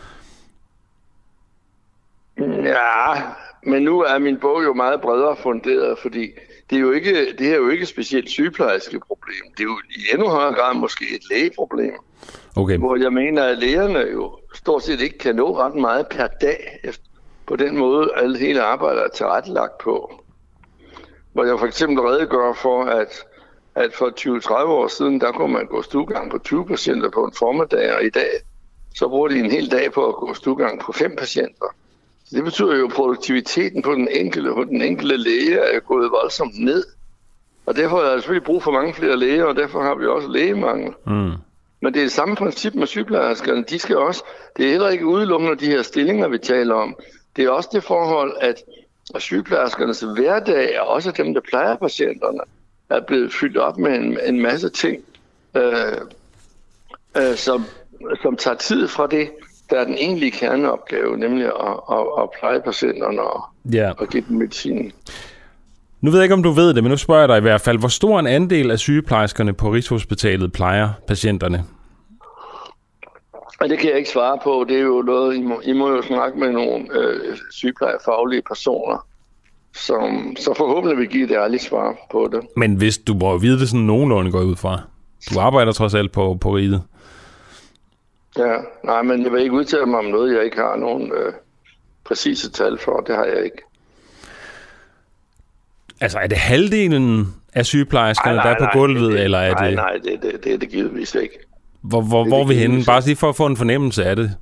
Ja, men nu er min bog jo meget bredere funderet, fordi det er jo ikke, det er jo ikke et specielt sygeplejerskeproblem. Det er jo i endnu højere grad måske et lægeproblem. Okay. Hvor jeg mener, at lægerne jo stort set ikke kan nå ret meget per dag efter på den måde, alle hele arbejdet er tilrettelagt på. Hvor jeg for eksempel redegør for, at, at for tyve til tredive år siden, der kunne man gå stuegang på tyve patienter på en formiddag, og i dag, så bruger de en hel dag på at gå stuegang på fem patienter. Så det betyder jo, at produktiviteten på den enkelte, på den enkelte læge er gået voldsomt ned. Og derfor er der selvfølgelig brug for mange flere læger, og derfor har vi også lægemangel. Mm. Men det er det samme princip med sygeplejerskerne. De skal også, det er heller ikke udelukkende de her stillinger, vi taler om. Det er også det forhold, at sygeplejerskernes hverdag, og også dem, der plejer patienterne, er blevet fyldt op med en, en masse ting, øh, øh, som, som tager tid fra det, der er den egentlige kerneopgave, nemlig at, at, at pleje patienterne og, ja. og give dem medicin. Nu ved jeg ikke, om du ved det, men nu spørger jeg dig i hvert fald, hvor stor en andel af sygeplejerskerne på Rigshospitalet plejer patienterne? Og det kan jeg ikke svare på. Det er jo noget, I må, I må jo snakke med nogle øh, sygeplejefaglige personer, som så forhåbentlig vil give et ærligt svar på det. Men hvis du må vide det sådan nogenlunde går ud fra. Du arbejder trods alt på, på riget. Ja, nej, men jeg vil ikke udtale mig om noget, jeg ikke har nogen øh, præcise tal for. Det har jeg ikke. Altså, er det halvdelen af sygeplejerskerne, nej, nej, der er på gulvet, nej, det, eller er nej, det... Nej, det, det, det er det givetvis ikke. Hvor, hvor, hvor er vi henne? Bare lige for at få en fornemmelse af det.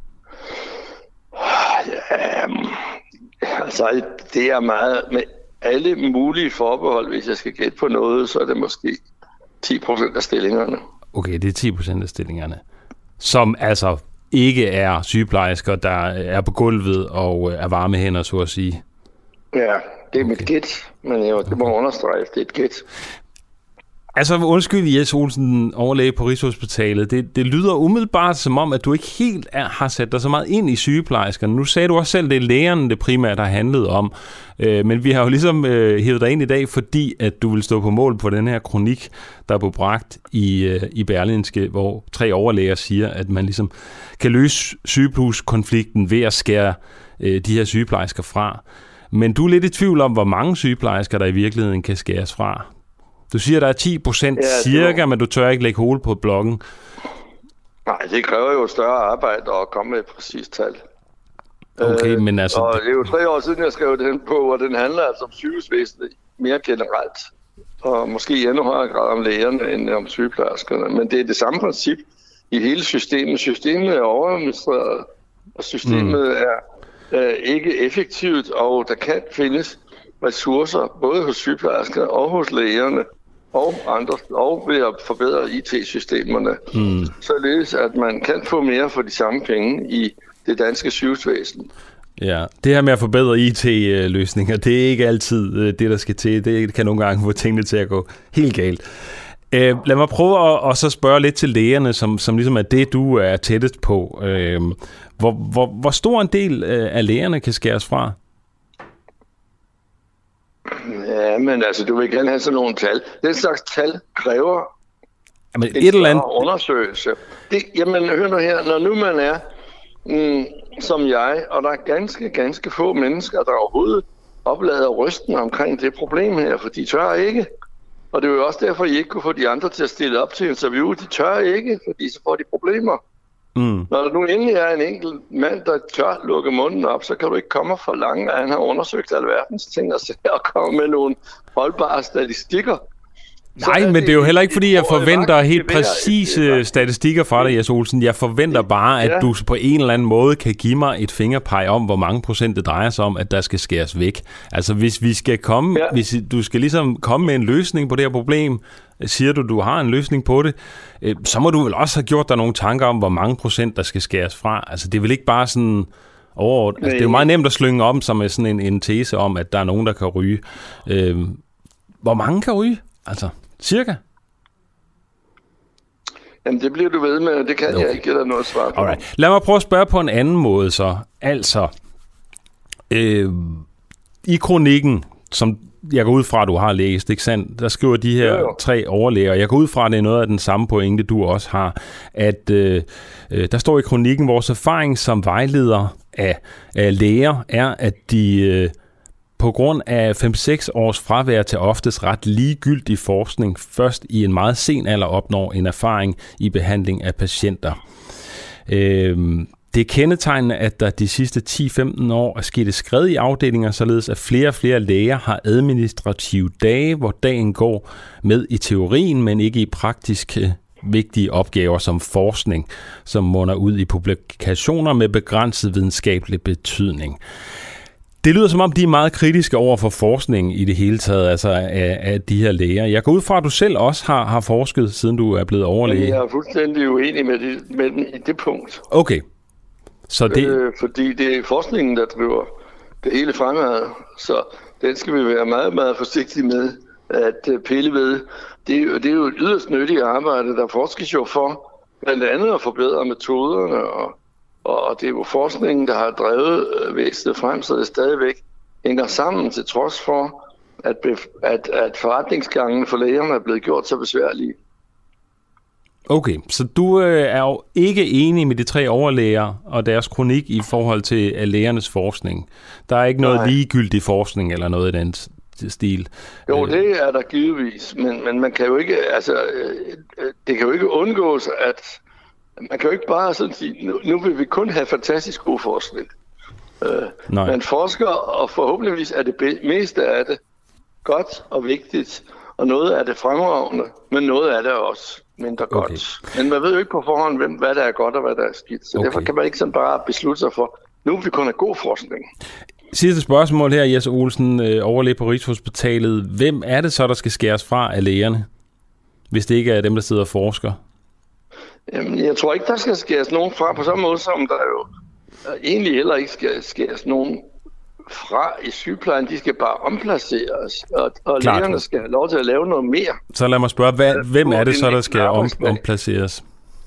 Ja, altså, det er meget med alle mulige forbehold. Hvis jeg skal gætte på noget, så er det måske ti procent af stillingerne. Okay, det er ti procent af stillingerne. Som altså ikke er sygeplejersker, der er på gulvet og er varme hænder, så at sige. Ja, det er okay. Mit gæt, men jo, det må okay. understreges, det er et gæt. Altså, undskyld, Jes Olsen, overlæge på Rigshospitalet. Det, det lyder umiddelbart som om, at du ikke helt er, har sat dig så meget ind i sygeplejerskerne. Nu sagde du også selv, at det er lægerne, det primært har handlet om. Øh, men vi har jo ligesom øh, hævet dig ind i dag, fordi at du vil stå på mål på den her kronik, der er på bragt i, øh, i Berlingske, hvor tre overlæger siger, at man ligesom kan løse sygehuskonflikten ved at skære øh, de her sygeplejersker fra. Men du er lidt i tvivl om, hvor mange sygeplejersker, der i virkeligheden kan skæres fra. Du siger, der er ti procent ja, cirka, var... men du tør ikke lægge hoved på bloggen. Nej, det kræver jo større arbejde at komme med et præcist tal. Okay, øh, men altså... Og det er jo tre år siden, jeg skrev den på, og den handler altså om sygehusvæsenet mere generelt. Og måske i endnu højere grad om lægerne end om sygeplejerskerne. Men det er det samme princip i hele systemet. Systemet er overadministreret, og systemet mm. er øh, ikke effektivt, og der kan findes ressourcer, både hos sygeplejerskerne og hos lægerne og andre, og ved at forbedre I T-systemerne, mm. således at man kan få mere for de samme penge i det danske sygehusvæsen. Ja, det her med at forbedre I T-løsninger, det er ikke altid det, der skal til. Det kan nogle gange få tingene til at gå helt galt. Øh, lad mig prøve at, at så spørge lidt til lægerne, som, som ligesom er det, du er tættest på. Øh, hvor, hvor, hvor stor en del af lægerne kan skæres fra? Ja, men altså, du vil gerne have sådan nogle tal. Den slags tal kræver jamen, et, et eller andet undersøgelse. Det, jamen, hør nu her. Når nu man er, mm, som jeg, og der er ganske, ganske få mennesker, der overhovedet oplader rysten omkring det problem her, for de tør ikke. Og det er jo også derfor, I ikke kunne få de andre til at stille op til interview. De tør ikke, fordi så får de problemer. Mm. Når der nu endelig er en enkelt mand, der tør lukke munden op, så kan du ikke komme for langt, at han har undersøgt alverdens ting og komme med nogle holdbare statistikker. Nej, men det er jo heller ikke, fordi jeg forventer helt præcise statistikker fra dig, Jes Olsen. Jeg forventer bare, at du på en eller anden måde kan give mig et fingerpeg om, hvor mange procent det drejer sig om, at der skal skæres væk. Altså, hvis vi skal komme, ja. hvis du skal ligesom komme med en løsning på det her problem, siger du, du har en løsning på det, så må du vel også have gjort dig nogle tanker om, hvor mange procent der skal skæres fra. Altså, det er vel ikke bare sådan over. Altså, det er jo meget nemt at slynge om som sådan en, en tese om, at der er nogen, der kan ryge. Øh, hvor mange kan ryge? Altså, cirka? Jamen, det bliver du ved med, det kan okay. jeg ikke give dig noget svar på. Alright. Lad mig prøve at spørge på en anden måde så. Altså, øh, i kronikken, som jeg går ud fra, at du har læst, ikke sandt? Der skriver de her jo, jo. tre overlæger. Jeg går ud fra, at det er noget af den samme pointe, du også har. At øh, der står i kronikken, vores erfaring som vejleder af, af læger er, at de øh, på grund af fem seks års fravær til oftest ret ligegyldig forskning først i en meget sen alder opnår en erfaring i behandling af patienter. Øh, Det er kendetegnende, at der de sidste ti til femten år er sket et skred i afdelinger, således at flere og flere læger har administrative dage, hvor dagen går med i teorien, men ikke i praktiske vigtige opgaver som forskning, som munder ud i publikationer med begrænset videnskabelig betydning. Det lyder som om, de er meget kritiske over for forskning i det hele taget, altså af, af de her læger. Jeg går ud fra, at du selv også har, har forsket, siden du er blevet overlæge. Jeg er fuldstændig uenig med, det, med den i det punkt. Okay. Så det... øh, fordi det er forskningen, der driver det hele fremad, så den skal vi være meget, meget forsigtige med at pille ved. Det er jo, det er jo et yderst nyttigt arbejde, der forskes jo for blandt andet at forbedre metoderne, og, og det er jo forskningen, der har drevet væsenet frem, så det stadigvæk hænger sammen til trods for, at, at, at forretningsgangen for lægerne er blevet gjort så besværlige. Okay, så du øh, er jo ikke enig med de tre overlæger og deres kronik i forhold til uh, lægernes forskning. Der er ikke noget Nej. ligegyldig forskning eller noget i den stil. Jo, det er der givetvis, men, men man kan jo ikke, altså, øh, det kan jo ikke undgås, at man kan jo ikke bare sådan sige, nu, nu vil vi kun have fantastisk god forskning. Øh, man forsker, og forhåbentligvis er det be- meste af det godt og vigtigt. Og noget er det fremragende, men noget er det også mindre okay. godt. Men man ved jo ikke på forhånd, hvem, hvad der er godt og hvad der er skidt. Så okay. derfor kan man ikke sådan bare beslutte sig for, nu vil vi kun have god forskning. Sidste spørgsmål her, Jes Olsen, overlæge på Rigshospitalet. Hvem er det så, der skal skæres fra af lægerne, hvis det ikke er dem, der sidder og forsker? Jamen, jeg tror ikke, der skal skæres nogen fra, på samme måde som der jo egentlig heller ikke skal skæres nogen fra i sygeplejen. De skal bare omplaceres, og, og lægerne skal have lov til at lave noget mere. Så lad mig spørge, hvad, hvem er det så, der skal om, omplaceres?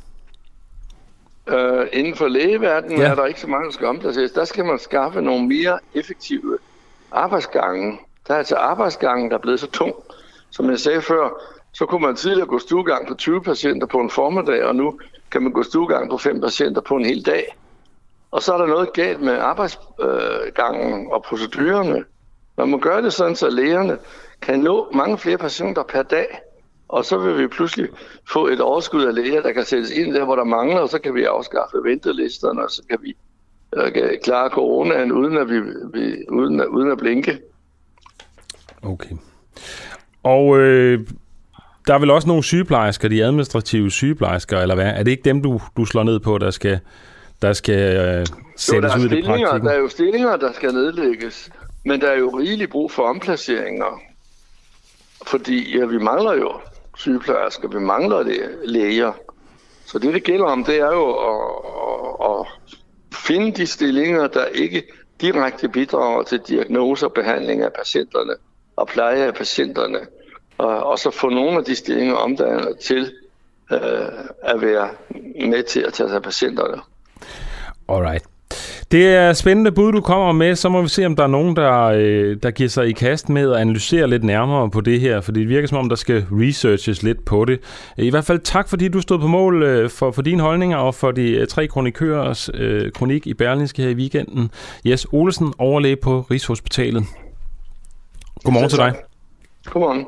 Uh, inden for lægeverdenen ja. er der ikke så mange, der skal omplaceres. Der skal man skaffe nogle mere effektive arbejdsgange. Der er altså arbejdsgangen, der er blevet så tung. Som jeg sagde før, så kunne man tidligere gå stuegang på tyve patienter på en formiddag, og nu kan man gå stuegang på fem patienter på en hel dag. Og så er der noget galt med arbejdsgangen og procedurerne. Man må gøre det sådan, så lægerne kan nå mange flere patienter per dag. Og så vil vi pludselig få et overskud af læger, der kan sættes ind der, hvor der mangler, og så kan vi afskaffe ventelisterne, og så kan vi øh, klare coronaen uden at, vi, vi, uden, at, uden at blinke. Okay. Og øh, der er vel også nogle sygeplejersker, de administrative sygeplejersker, eller hvad? Er det ikke dem, du, du slår ned på, der skal, der skal øh, sættes jo, ud i det praktikken? Der er jo stillinger, der skal nedlægges, men der er jo rigeligt brug for omplaceringer. Fordi ja, vi mangler jo sygeplejersker, vi mangler det, læger. Så det, det gælder om, det er jo at, at, at finde de stillinger, der ikke direkte bidrager til diagnose og behandling af patienterne og pleje af patienterne. Og, og så få nogle af de stillinger omdannet til øh, at være med til at tage sig af patienterne. Alright. Det er spændende bud, du kommer med. Så må vi se, om der er nogen, der, øh, der giver sig i kast med at analysere lidt nærmere på det her, fordi det virker som om, der skal researches lidt på det. I hvert fald tak, fordi du stod på mål øh, for, for dine holdninger og for de øh, tre kronikørers øh, kronik i Berlingske her i weekenden. Jes Olsen, overlæge på Rigshospitalet. Godmorgen til dig. Godmorgen.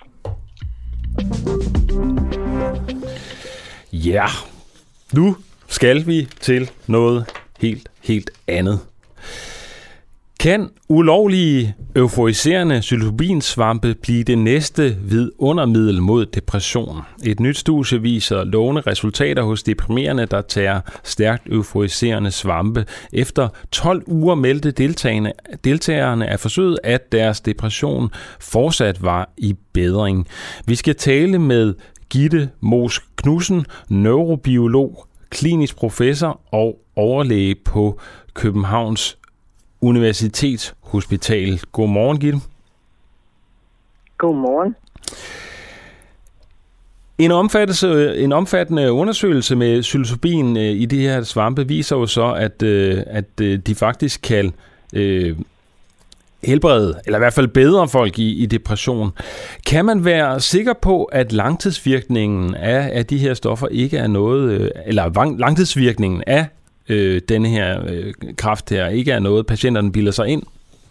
Ja, nu skal vi til noget helt, helt andet. Kan ulovlige euforiserende psilocybinsvampe blive det næste vidundermiddel mod depression? Et nyt studie viser lovende resultater hos deprimerende, der tager stærkt euforiserende svampe. Efter tolv uger meldte deltagerne, deltagerne af forsøget, at deres depression fortsat var i bedring. Vi skal tale med Gitte Moos Knudsen, neurobiolog, klinisk professor og overlæge på Københavns Universitetshospital. Godmorgen, Gitte. Godmorgen. En, en omfattende undersøgelse med psilocybin i de her svampe viser jo så, at, at de faktisk kan øh, helbrede, eller i hvert fald bedre folk i, i depression. Kan man være sikker på, at langtidsvirkningen af, af de her stoffer ikke er noget, eller langtidsvirkningen af øh, denne her øh, kræft her ikke er noget, patienterne bilder sig ind?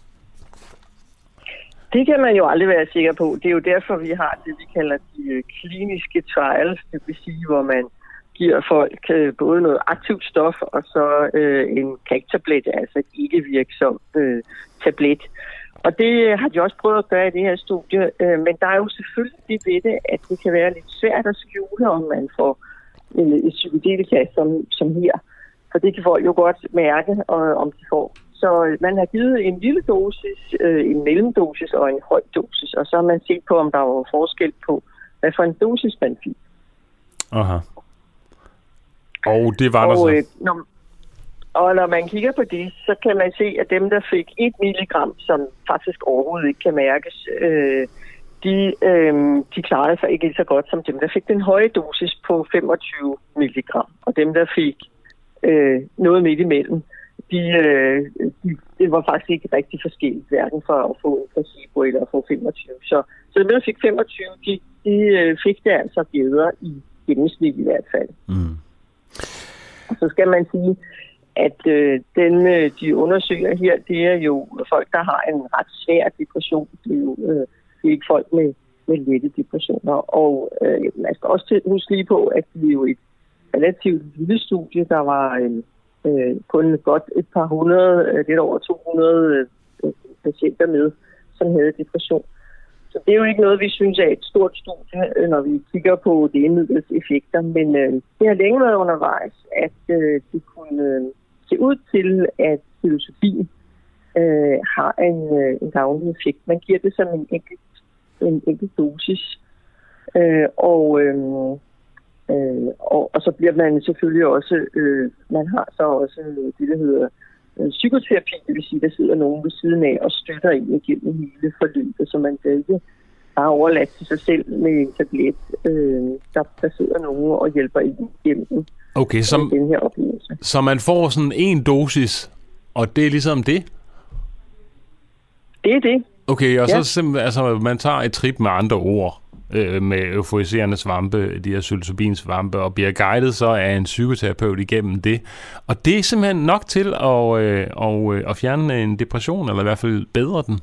Det kan man jo aldrig være sikker på. Det er jo derfor, vi har det, vi kalder de kliniske trials, det vil sige, hvor man giver folk øh, både noget aktivt stof og så øh, en kagtablet, altså et ikke-virksom øh, tablet. Og det har de også prøvet at gøre i det her studie, øh, men der er jo selvfølgelig det ved det, at det kan være lidt svært at skjule, om man får en, et psykedelika som, som her. For det kan folk jo godt mærke, og, om de får. Så man har givet en lille dosis, øh, en mellemdosis og en høj dosis, og så har man set på, om der var forskel på, hvad for en dosis man fik. Aha. Og det var og, der så? Øh, når, og når man kigger på det, så kan man se, at dem, der fik et milligram, som faktisk overhovedet ikke kan mærkes, øh, de, øh, de klarede sig ikke så godt som dem, der fik den høje dosis på femogtyve milligram. Og dem, der fik øh, noget midt imellem, de, øh, de, det var faktisk ikke rigtig forskelligt, hverken for at få en placebo eller at få femogtyve. Så, så dem, der fik femogtyve, de, de øh, fik det altså bedre i gennemsnit i hvert fald. Mm. Og så skal man sige, at øh, den, øh, de undersøger her, det er jo folk, der har en ret svær depression. Det er jo øh, det er ikke folk med, med lette depressioner. Og øh, man skal også huske lige på, at det er jo et relativt lille studie. Der var øh, kun godt et par hundrede, øh, lidt over to hundrede øh, patienter med, som havde depression. Så det er jo ikke noget, vi synes er et stort studie, når vi kigger på lægemidlets effekter, men øh, det har længe været undervejs, at øh, det kunne øh, se ud til, at psilocybin øh, har en, øh, en gavnlig effekt. Man giver det som en enkelt, en enkelt dosis, øh, og, øh, øh, og, og så bliver man selvfølgelig også, øh, man har så også det, der hedder psykoterapi, det vil sige, der sidder nogen ved siden af og støtter en igennem hele forløbet, så man ikke bare overladt til sig selv med en tablet. Øh, der, der sidder nogen og hjælper en igennem okay, som, den her oplevelse. Så man får sådan en dosis, og det er ligesom det? Det er det. Okay, og ja. så simpelthen, altså, man tager et trip med andre ord, øh, med euforiserende svampe, de her psilocybinsvampe, og bliver guidet så af en psykoterapeut igennem det. Og det er simpelthen nok til at, øh, og, øh, at fjerne en depression, eller i hvert fald bedre den?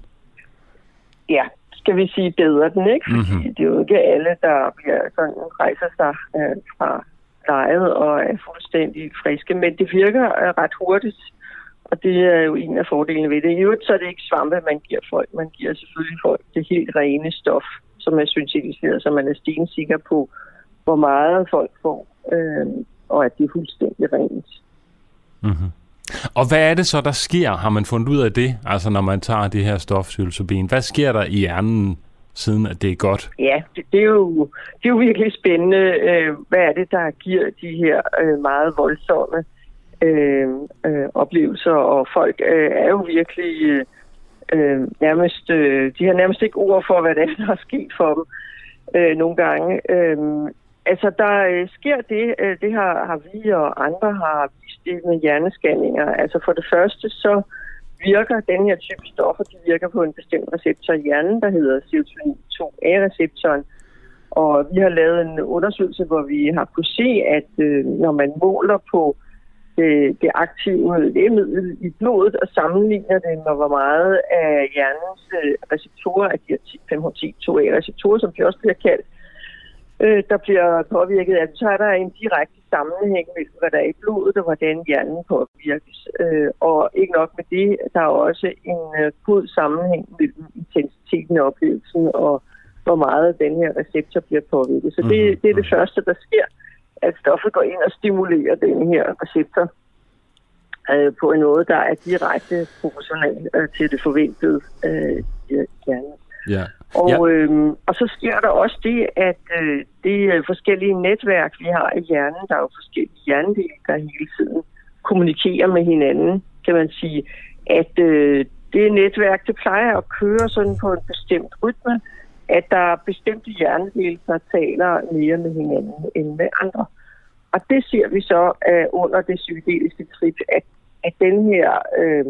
Ja, skal vi sige bedre den, ikke? Fordi mm-hmm. det er jo ikke alle, der bliver sådan, rejser sig øh, fra lejet og er fuldstændig friske, men det virker øh, ret hurtigt. Og det er jo en af fordelene ved det. I øvrigt så er det ikke svampe, man giver folk. Man giver selvfølgelig folk det helt rene stof, som er syntetiseret, så man er stensikker på, hvor meget folk får, øh, og at det er fuldstændig rent. Mm-hmm. Og hvad er det så, der sker? Har man fundet ud af det, altså når man tager det her stof, psilocybin? Hvad sker der i hjernen, siden at det er godt? Ja, det, det, er, jo, det er jo virkelig spændende. Øh, hvad er det, der giver de her øh, meget voldsomme Øh, øh, oplevelser, og folk øh, er jo virkelig øh, nærmest, øh, de har nærmest ikke ord for, hvad det er, der er sket for dem øh, nogle gange. Øh, altså, der øh, sker det, øh, det har, har vi og andre har vist det med hjerneskanninger. Altså, for det første, så virker den her type stoffer, de virker på en bestemt receptor i hjernen, der hedder serotonin to A-receptoren. Og vi har lavet en undersøgelse, hvor vi har kunnet se, at øh, når man måler på Det, det aktive lægemiddel i blodet og sammenligner det med, hvor meget af hjernens øh, receptorer, af de her fem H T to A-receptorer, som de også bliver kaldt, øh, der bliver påvirket af det, så er der en direkte sammenhæng mellem, hvad der er i blodet og hvordan hjernen påvirkes. Øh, og ikke nok med det, der er også en øh, god sammenhæng mellem intensiteten af oplevelsen og hvor meget den her receptor bliver påvirket. Så det, det er det første, der sker, at stoffet går ind og stimulerer den her receptor øh, på en måde, der er direkte proportional øh, til det forventede øh, hjerne. Yeah. Og, yeah. øh, og så sker der også det, at øh, det forskellige netværk, vi har i hjernen, der er jo forskellige hjernedele, der hele tiden kommunikerer med hinanden, kan man sige, at øh, det netværk, det plejer at køre sådan på en bestemt rytme, at der er bestemte hjernedele, der taler mere med hinanden end med andre. Og det ser vi så uh, under det psykedeliske trip, at, at den her uh,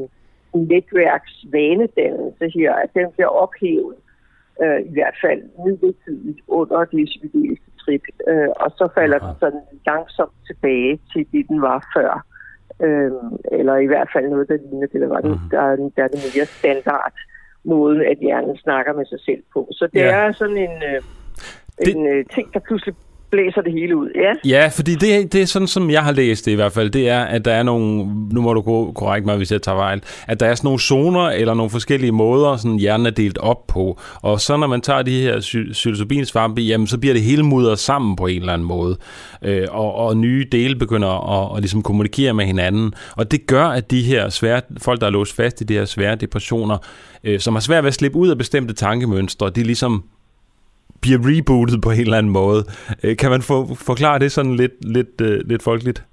netværksvanedannelse her, at den bliver ophævet, uh, i hvert fald midlertidigt under det psykedeliske trip, uh, og så falder den sådan langsomt tilbage til det, den var før. Uh, eller i hvert fald noget, der ligner det, der var den, der, der er det mere standard måden, at hjernen snakker med sig selv på. Så det ja. er sådan en, øh, en det... ting, der pludselig blæser det hele ud. Ja, ja, fordi det, det er sådan, som jeg har læst det i hvert fald, det er, at der er nogle, nu må du gå korrekt mig, hvis jeg tager fejl, at der er sådan nogle zoner eller nogle forskellige måder, sådan hjernen er delt op på. Og så når man tager de her psilocybinsvampe, jamen så bliver det hele mudret sammen på en eller anden måde. Øh, og, og nye dele begynder at, at ligesom kommunikere med hinanden. Og det gør, at de her svære, folk, der er låst fast i de her svære depressioner, øh, som har svært ved at slippe ud af bestemte tankemønstre, de ligesom bliver rebootet på en eller anden måde. Kan man få, forklare det sådan lidt, lidt, uh, lidt folkeligt?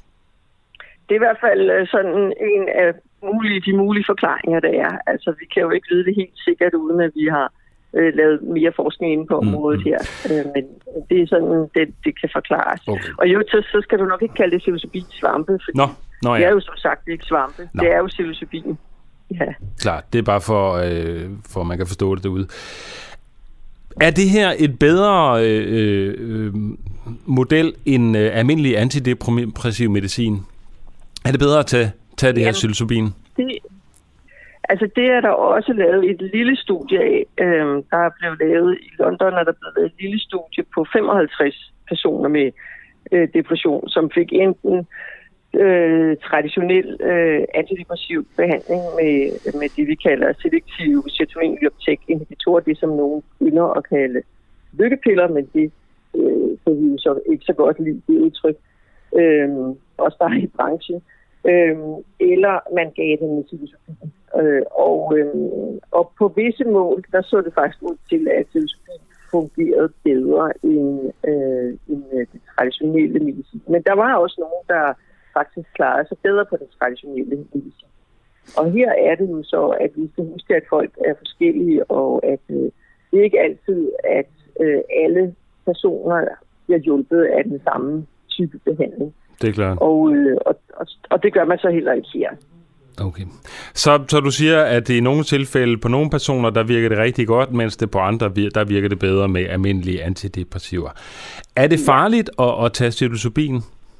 Det er i hvert fald sådan en af mulige, de mulige forklaringer, der er. Altså, vi kan jo ikke vide det helt sikkert, uden at vi har øh, lavet mere forskning inde på området mm-hmm. her. Øh, men det er sådan, det, det kan forklares. Okay. Og jo, så, så skal du nok ikke kalde det psilocybin-svampe, fordi Nå. Nå, ja. det er jo som sagt ikke svampe. Nå. Det er jo psilocybin. Ja. Klart, det er bare for, øh, for at man kan forstå det derude. Er det her et bedre øh, øh, model end øh, almindelig antidepressiv medicin? Er det bedre at tage, tage det Jamen, her psilocybin? Det, altså det er der også lavet et lille studie af. Øhm, der er blevet lavet i London, og der er blevet lavet et lille studie på femoghalvtreds personer med øh, depression, som fik enten øh, traditionel øh, antidepressiv behandling med, med det, vi kalder selektive serotonin-reuptake-inhibitorer, det som nogen ynder at kalde lykkepiller, men det øh, får vi jo så ikke så godt lide, det udtryk, øh, også bare i branchen. Øh, eller man gav det med psilocybin. Øh, og, øh, og på visse mål, der så det faktisk ud til, at psilocybin fungerede bedre end, øh, end det traditionelle medicin. Men der var også nogen, der faktisk klarede sig bedre på den traditionelle medicin. Og her er det jo så, at vi skal huske, at folk er forskellige, og at øh, det er ikke altid, at øh, alle personer bliver hjulpet af den samme type behandling. Det er klart. Og, øh, og, og, og det gør man så heller ikke her. Okay. Så, så du siger, at i nogle tilfælde, på nogle personer, der virker det rigtig godt, mens det på andre, der virker det bedre med almindelige antidepressiver. Er det farligt at, at tage psilocybin?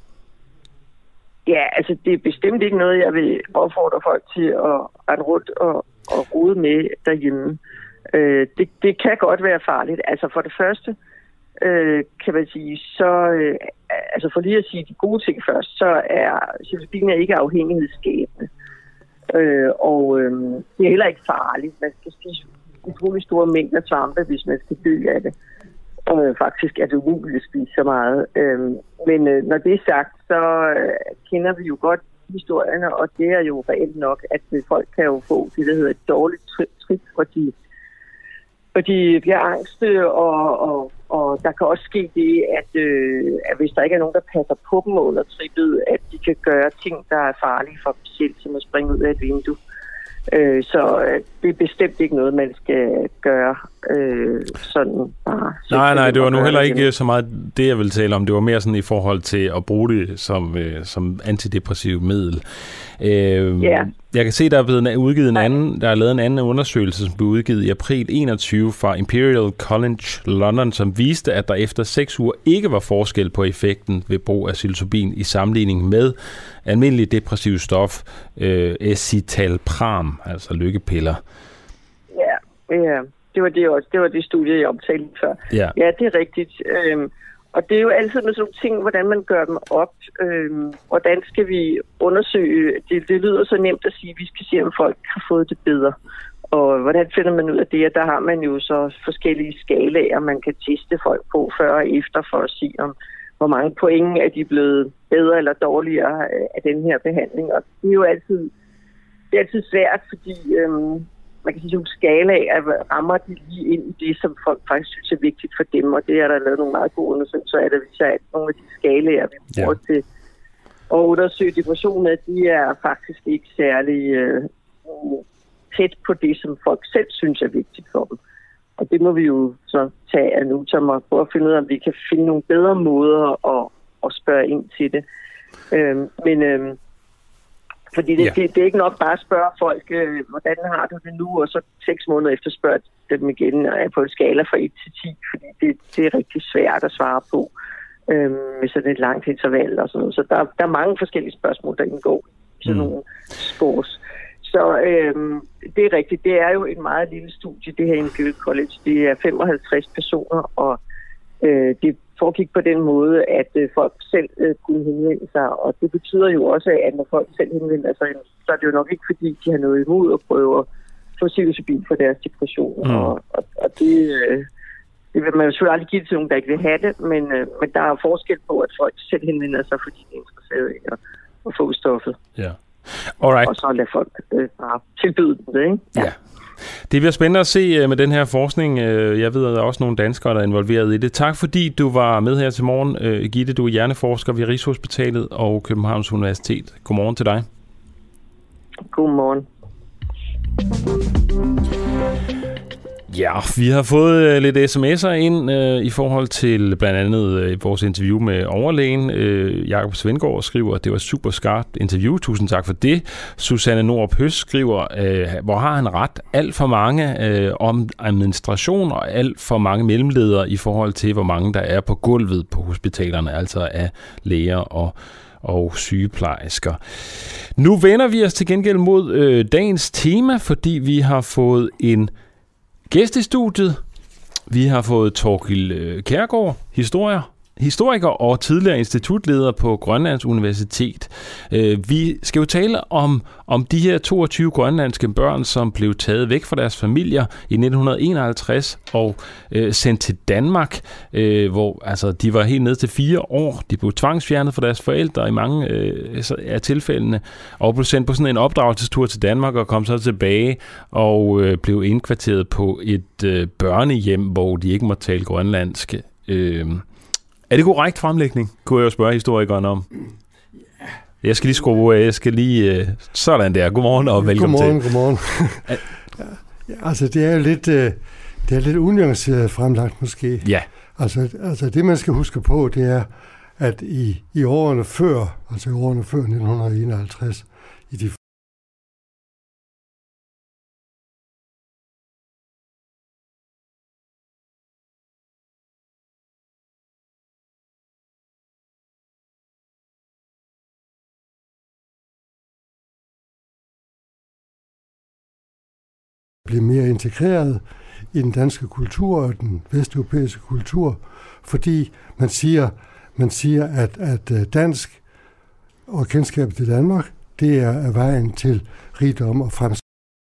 Ja, altså det er bestemt ikke noget, jeg vil opfordre folk til at rende rundt og, og rode med derhjemme. Øh, det, det kan godt være farligt. Altså for det første, øh, kan man sige, så, øh, altså for lige at sige de gode ting først, så er psilocybin ikke afhængighedsskabende. Øh, og øh, det er heller ikke farligt. Man skal spise utrolig store mængder svampe, hvis man skal dø af det. Og øh, faktisk er det umuligt at spise så meget. Øh, men øh, når det er sagt, så øh, kender vi jo godt historierne, og det er jo reelt nok, at øh, folk kan jo få det, der hedder et dårligt trip, hvor de, hvor de bliver angste, og, og, og der kan også ske det, at, øh, at hvis der ikke er nogen, der passer på dem under trippet, at de kan gøre ting, der er farlige for dem selv, som at springe ud af et vindue. Øh, så øh, det er bestemt ikke noget, man skal gøre øh, sådan bare. Nej, nej, det var nu heller ikke så meget det, jeg ville tale om. Det var mere sådan i forhold til at bruge det som, øh, som antidepressiv middel. Øh, yeah. Jeg kan se, der er blevet udgivet en anden, der er lavet en anden undersøgelse, som blev udgivet i april enogtyve fra Imperial College London, som viste, at der efter seks uger ikke var forskel på effekten ved brug af psilocybin i sammenligning med almindelig depressiv stof, øh, escitalopram, altså lykkepiller. Ja, ja, det var det også. Det var det studie, jeg omtalte før. Ja, ja det er rigtigt. Øhm, Og det er jo altid med sådan nogle ting, hvordan man gør dem op. Øhm, hvordan skal vi undersøge? Det, det lyder så nemt at sige, at vi skal se, om folk har fået det bedre. Og hvordan finder man ud af det? Og der har man jo så forskellige skalaer, man kan teste folk på før og efter, for at sige, om hvor mange point er de blevet bedre eller dårligere af den her behandling. Og det er jo altid, det er altid svært, fordi øhm, man kan sige, at skalaer rammer de lige ind i det, som folk faktisk synes er vigtigt for dem, og det er der lavet nogle meget gode undersøgelser, så er der vist, at nogle af de skalaer, vi bruger ja. til at undersøge depression, at de er faktisk ikke særlig øh, tæt på det, som folk selv synes er vigtigt for dem. Og det må vi jo så tage af nu, som at prøve at finde ud af, om vi kan finde nogle bedre måder at, at spørge ind til det. Øhm, men øhm, Fordi det, ja. det, det er ikke nok bare at spørge folk, øh, hvordan har du det nu, og så seks måneder efter spørge dem igen, og er på en skala fra et til ti, fordi det, det er rigtig svært at svare på øh, med sådan et langt interval og sådan noget. Så der, der er mange forskellige spørgsmål, der indgår i sådan mm. nogle scores. Så øh, det er rigtigt. Det er jo et meget lille studie, det her i Imperial College. Det er femoghalvtreds personer, og øh, det foregik på den måde, at øh, folk selv øh, kunne henvende sig, og det betyder jo også, at når folk selv henvender sig, så er det jo nok ikke, fordi de har noget imod at prøve at få psilocybin for deres depression, mm. og, og, og det, øh, det vil man jo selvfølgelig aldrig give til nogen, der ikke vil have det, men, øh, men der er forskel på, at folk selv henvender sig, fordi de er interesserede i at, at få stoffet. Ja. Alright. Og så lader folk øh, bare tilbyde dem det, ikke? Ja. Det bliver spændende at se med den her forskning. Jeg ved, at der er også nogle danskere, der er involveret i det. Tak fordi du var med her til morgen, Gitte. Du er hjerneforsker ved Rigshospitalet og Københavns Universitet. Godmorgen til dig. Godmorgen. Ja, vi har fået lidt sms'er ind øh, i forhold til blandt andet øh, vores interview med overlægen. Øh, Jakob Svendgaard skriver, at det var super skarpt interview. Tusind tak for det. Susanne Norup Høs skriver, øh, hvor har han ret? Alt for mange øh, om administration og alt for mange mellemledere i forhold til, hvor mange der er på gulvet på hospitalerne, altså af læger og og sygeplejersker. Nu vender vi os til gengæld mod øh, dagens tema, fordi vi har fået en gæst i studiet. Vi har fået Thorkild Kjærgaard, historier, historiker og tidligere institutleder på Grønlands Universitet. Vi skal jo tale om, om de her toogtyve grønlandske børn, som blev taget væk fra deres familier i nitten enoghalvtreds og øh, sendt til Danmark, øh, hvor altså, de var helt ned til fire år. De blev tvangsfjernet fra deres forældre i mange øh, af tilfældene, og blev sendt på sådan en opdragelsestur til Danmark og kom så tilbage og øh, blev indkvarteret på et øh, børnehjem, hvor de ikke måtte tale grønlandsk. Øh, er det korrekt fremlægning, kunne jeg jo spørge historikeren om? Jeg skal lige skrue, jeg skal lige, sådan der. Godmorgen og velkommen godmorgen, til. Godmorgen, godmorgen. Ja, altså, det er jo lidt, det er lidt unuanceret fremlagt måske. Ja. Altså, altså, det man skal huske på, det er, at i, i årene før, altså i årene før nitten enoghalvtreds, i de blive mere integreret i den danske kultur og den vesteuropæiske kultur, fordi man siger, man siger at, at dansk og kendskab til Danmark, det er, er vejen til rigdom og fremskridt.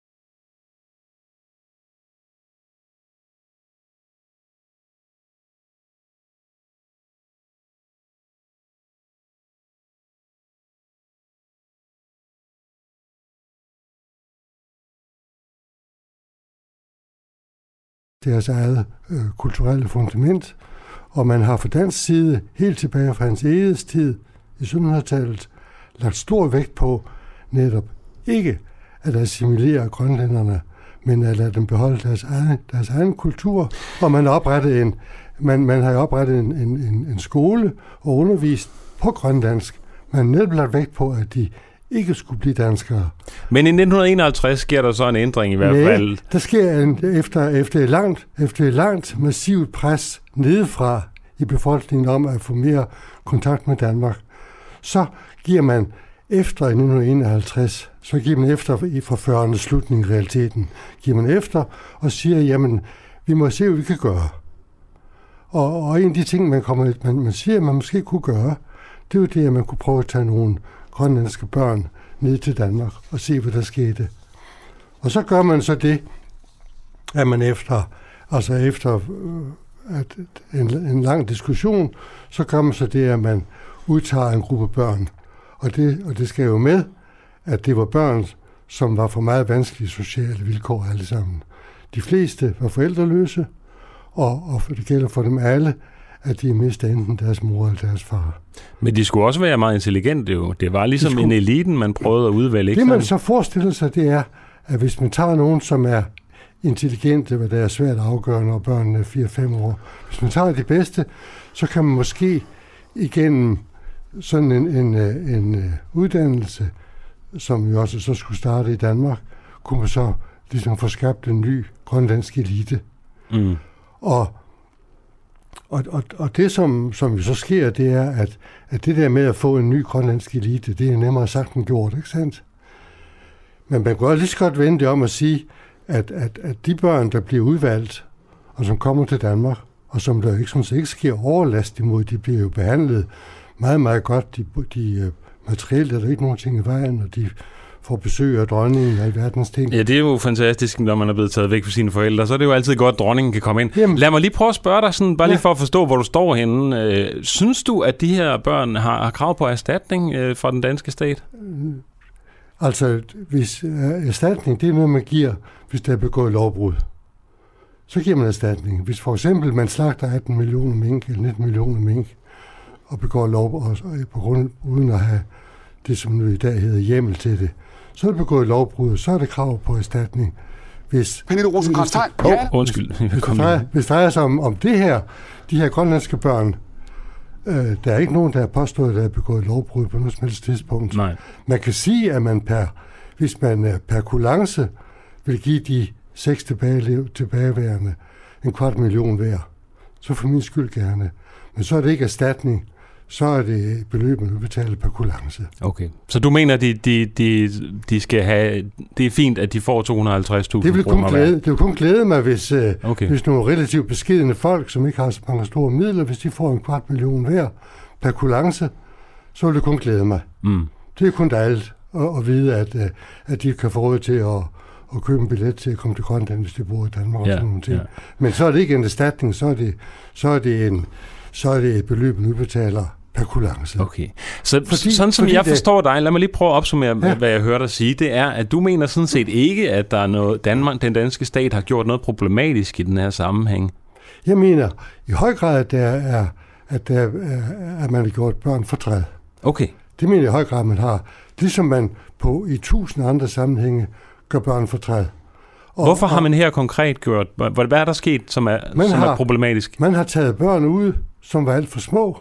Deres eget øh, kulturelle fundament, og man har fra dansk side helt tilbage fra hans eget tid i syttenhundredetallet lagt stor vægt på netop ikke at assimilere grønlænderne, men at lade dem beholde deres egen, deres egen kultur, og man har oprettet en, man, man har oprettet en, en, en, en skole og undervist på grønlandsk. Man har netop lagt vægt på, at de ikke skulle blive danskere. Men i nitten enoghalvtreds sker der så en ændring i hvert Nej, fald. Der sker en, efter, efter, et langt, efter et langt massivt pres nedefra i befolkningen om at få mere kontakt med Danmark. Så giver man efter i nitten enoghalvtreds, så giver man efter i fra fyrreernes slutning i realiteten, giver man efter og siger, jamen, vi må se, hvad vi kan gøre. Og, og en af de ting, man, kommer, man, man siger, man måske kunne gøre, det er jo det, at man kunne prøve at tage nogle grønlandske børn ned til Danmark og se, hvad der skete. Og så gør man så det, at man efter, altså efter at en, en lang diskussion, så gør man så det, at man udtager en gruppe børn. Og det, og det skal jo med, at det var børn, som var for meget vanskelige sociale vilkår alle sammen. De fleste var forældreløse, og, og det gælder for dem alle, at de mistede enten deres mor eller deres far. Men de skulle også være meget intelligente jo. Det var ligesom skulle... en eliten, man prøvede at udvælge. Det man så forestiller sig, det er, at hvis man tager nogen, som er intelligente, hvad det er svært at afgøre, når børnene er fire fem år. Hvis man tager de bedste, så kan man måske igennem sådan en, en, en, en uddannelse, som jo også så skulle starte i Danmark, kunne man så ligesom få skabt en ny grønlandsk elite. Mm. Og Og, og, og det, som, som jo så sker, det er, at, at det der med at få en ny grønlandsk elite, det er nemmere sagt end gjort, ikke sandt? Men man kan også lige så godt vende det om at sige, at, at, at de børn, der bliver udvalgt, og som kommer til Danmark, og som der ikke, sådan, ikke sker overlast imod, de bliver jo behandlet meget, meget godt. De, de materielt er der ikke nogen ting i vejen, og de får besøg af dronningen og alverdens ting. Ja, det er jo fantastisk, når man er blevet taget væk fra sine forældre. Så er det jo altid godt, at dronningen kan komme ind. Jamen, lad mig lige prøve at spørge dig, sådan, bare ja. lige for at forstå, hvor du står henne. Øh, synes du, at de her børn har, har krav på erstatning øh, fra den danske stat? Altså, hvis øh, erstatning, det er noget, man giver, hvis der er begået lovbrud. Så giver man erstatning. Hvis for eksempel man slagter atten millioner mink, eller nitten millioner mink, og begår lovbrud, og, og på grund, uden at have det, som nu i dag hedder hjemmel til det, så er det begået lovbrud, så er det krav på erstatning. Hvis, Pernille Rosenkrantz-Theil. Åh, oh, undskyld. Hvis det drejer, hvis det drejer sig om, om det her, de her grønlandske børn, øh, der er ikke nogen, der har påstået, at der er begået lovbrud på noget som helst tidspunkt. Nej. Man kan sige, at man per, hvis man per kulance vil give de seks tilbage, tilbageværende en kvart million hver, så for min skyld gerne. Men så er det ikke erstatning, så er det beløb, man udbetaler per kulance. Okay. Så du mener, de, de, de, de skal have, det er fint, at de får to hundrede og halvtreds tusind kroner hver? Det vil kun glæde mig, hvis, okay. hvis nogle relativt beskedne folk, som ikke har så mange store midler, hvis de får en kvart million hver per kulance, så vil det kun glæde mig. Mm. Det er kun dejligt at, at vide, at, at de kan få råd til at, at købe en billet til at komme til Grønland, hvis de bor i Danmark. Ja, og sådan nogle ting. Ja. Men så er det ikke en erstatning, så er det, så er det, en, så er det et beløb, man udbetaler per kulance. Okay. Så fordi, sådan som jeg forstår dig, lad mig lige prøve at opsummere, ja. hvad jeg hørte dig sige, det er, at du mener sådan set ikke, at der er noget, Danmark, den danske stat har gjort noget problematisk i den her sammenhæng. Jeg mener i høj grad, at, der er, at, der er, at man har gjort børn fortræd. Okay. Det mener jeg i høj grad, man har. Ligesom man på i tusind andre sammenhænge gør børn fortræd. Og, Hvorfor har man her konkret gjort? Hvad er der sket, som er, som har, er problematisk? Man har taget børn ud, som var alt for små,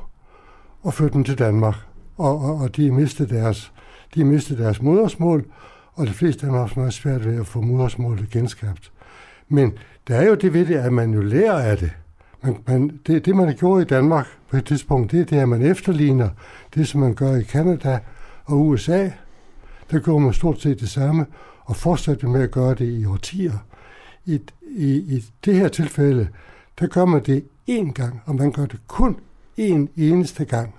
og ført dem til Danmark. Og, og, og de har mistet deres, de har mistet deres modersmål, og de fleste af dem har haft meget svært ved at få modersmålet genskabt. Men der er jo det ved det, at man jo lærer af det. Man, man, det, det, man har gjort i Danmark på et tidspunkt, det er det, at man efterligner det, som man gør i Canada og U S A. Der gør man stort set det samme, og fortsætter med at gøre det i årtier. I, i, i det her tilfælde, der gør man det én gang, og man gør det kun én eneste gang.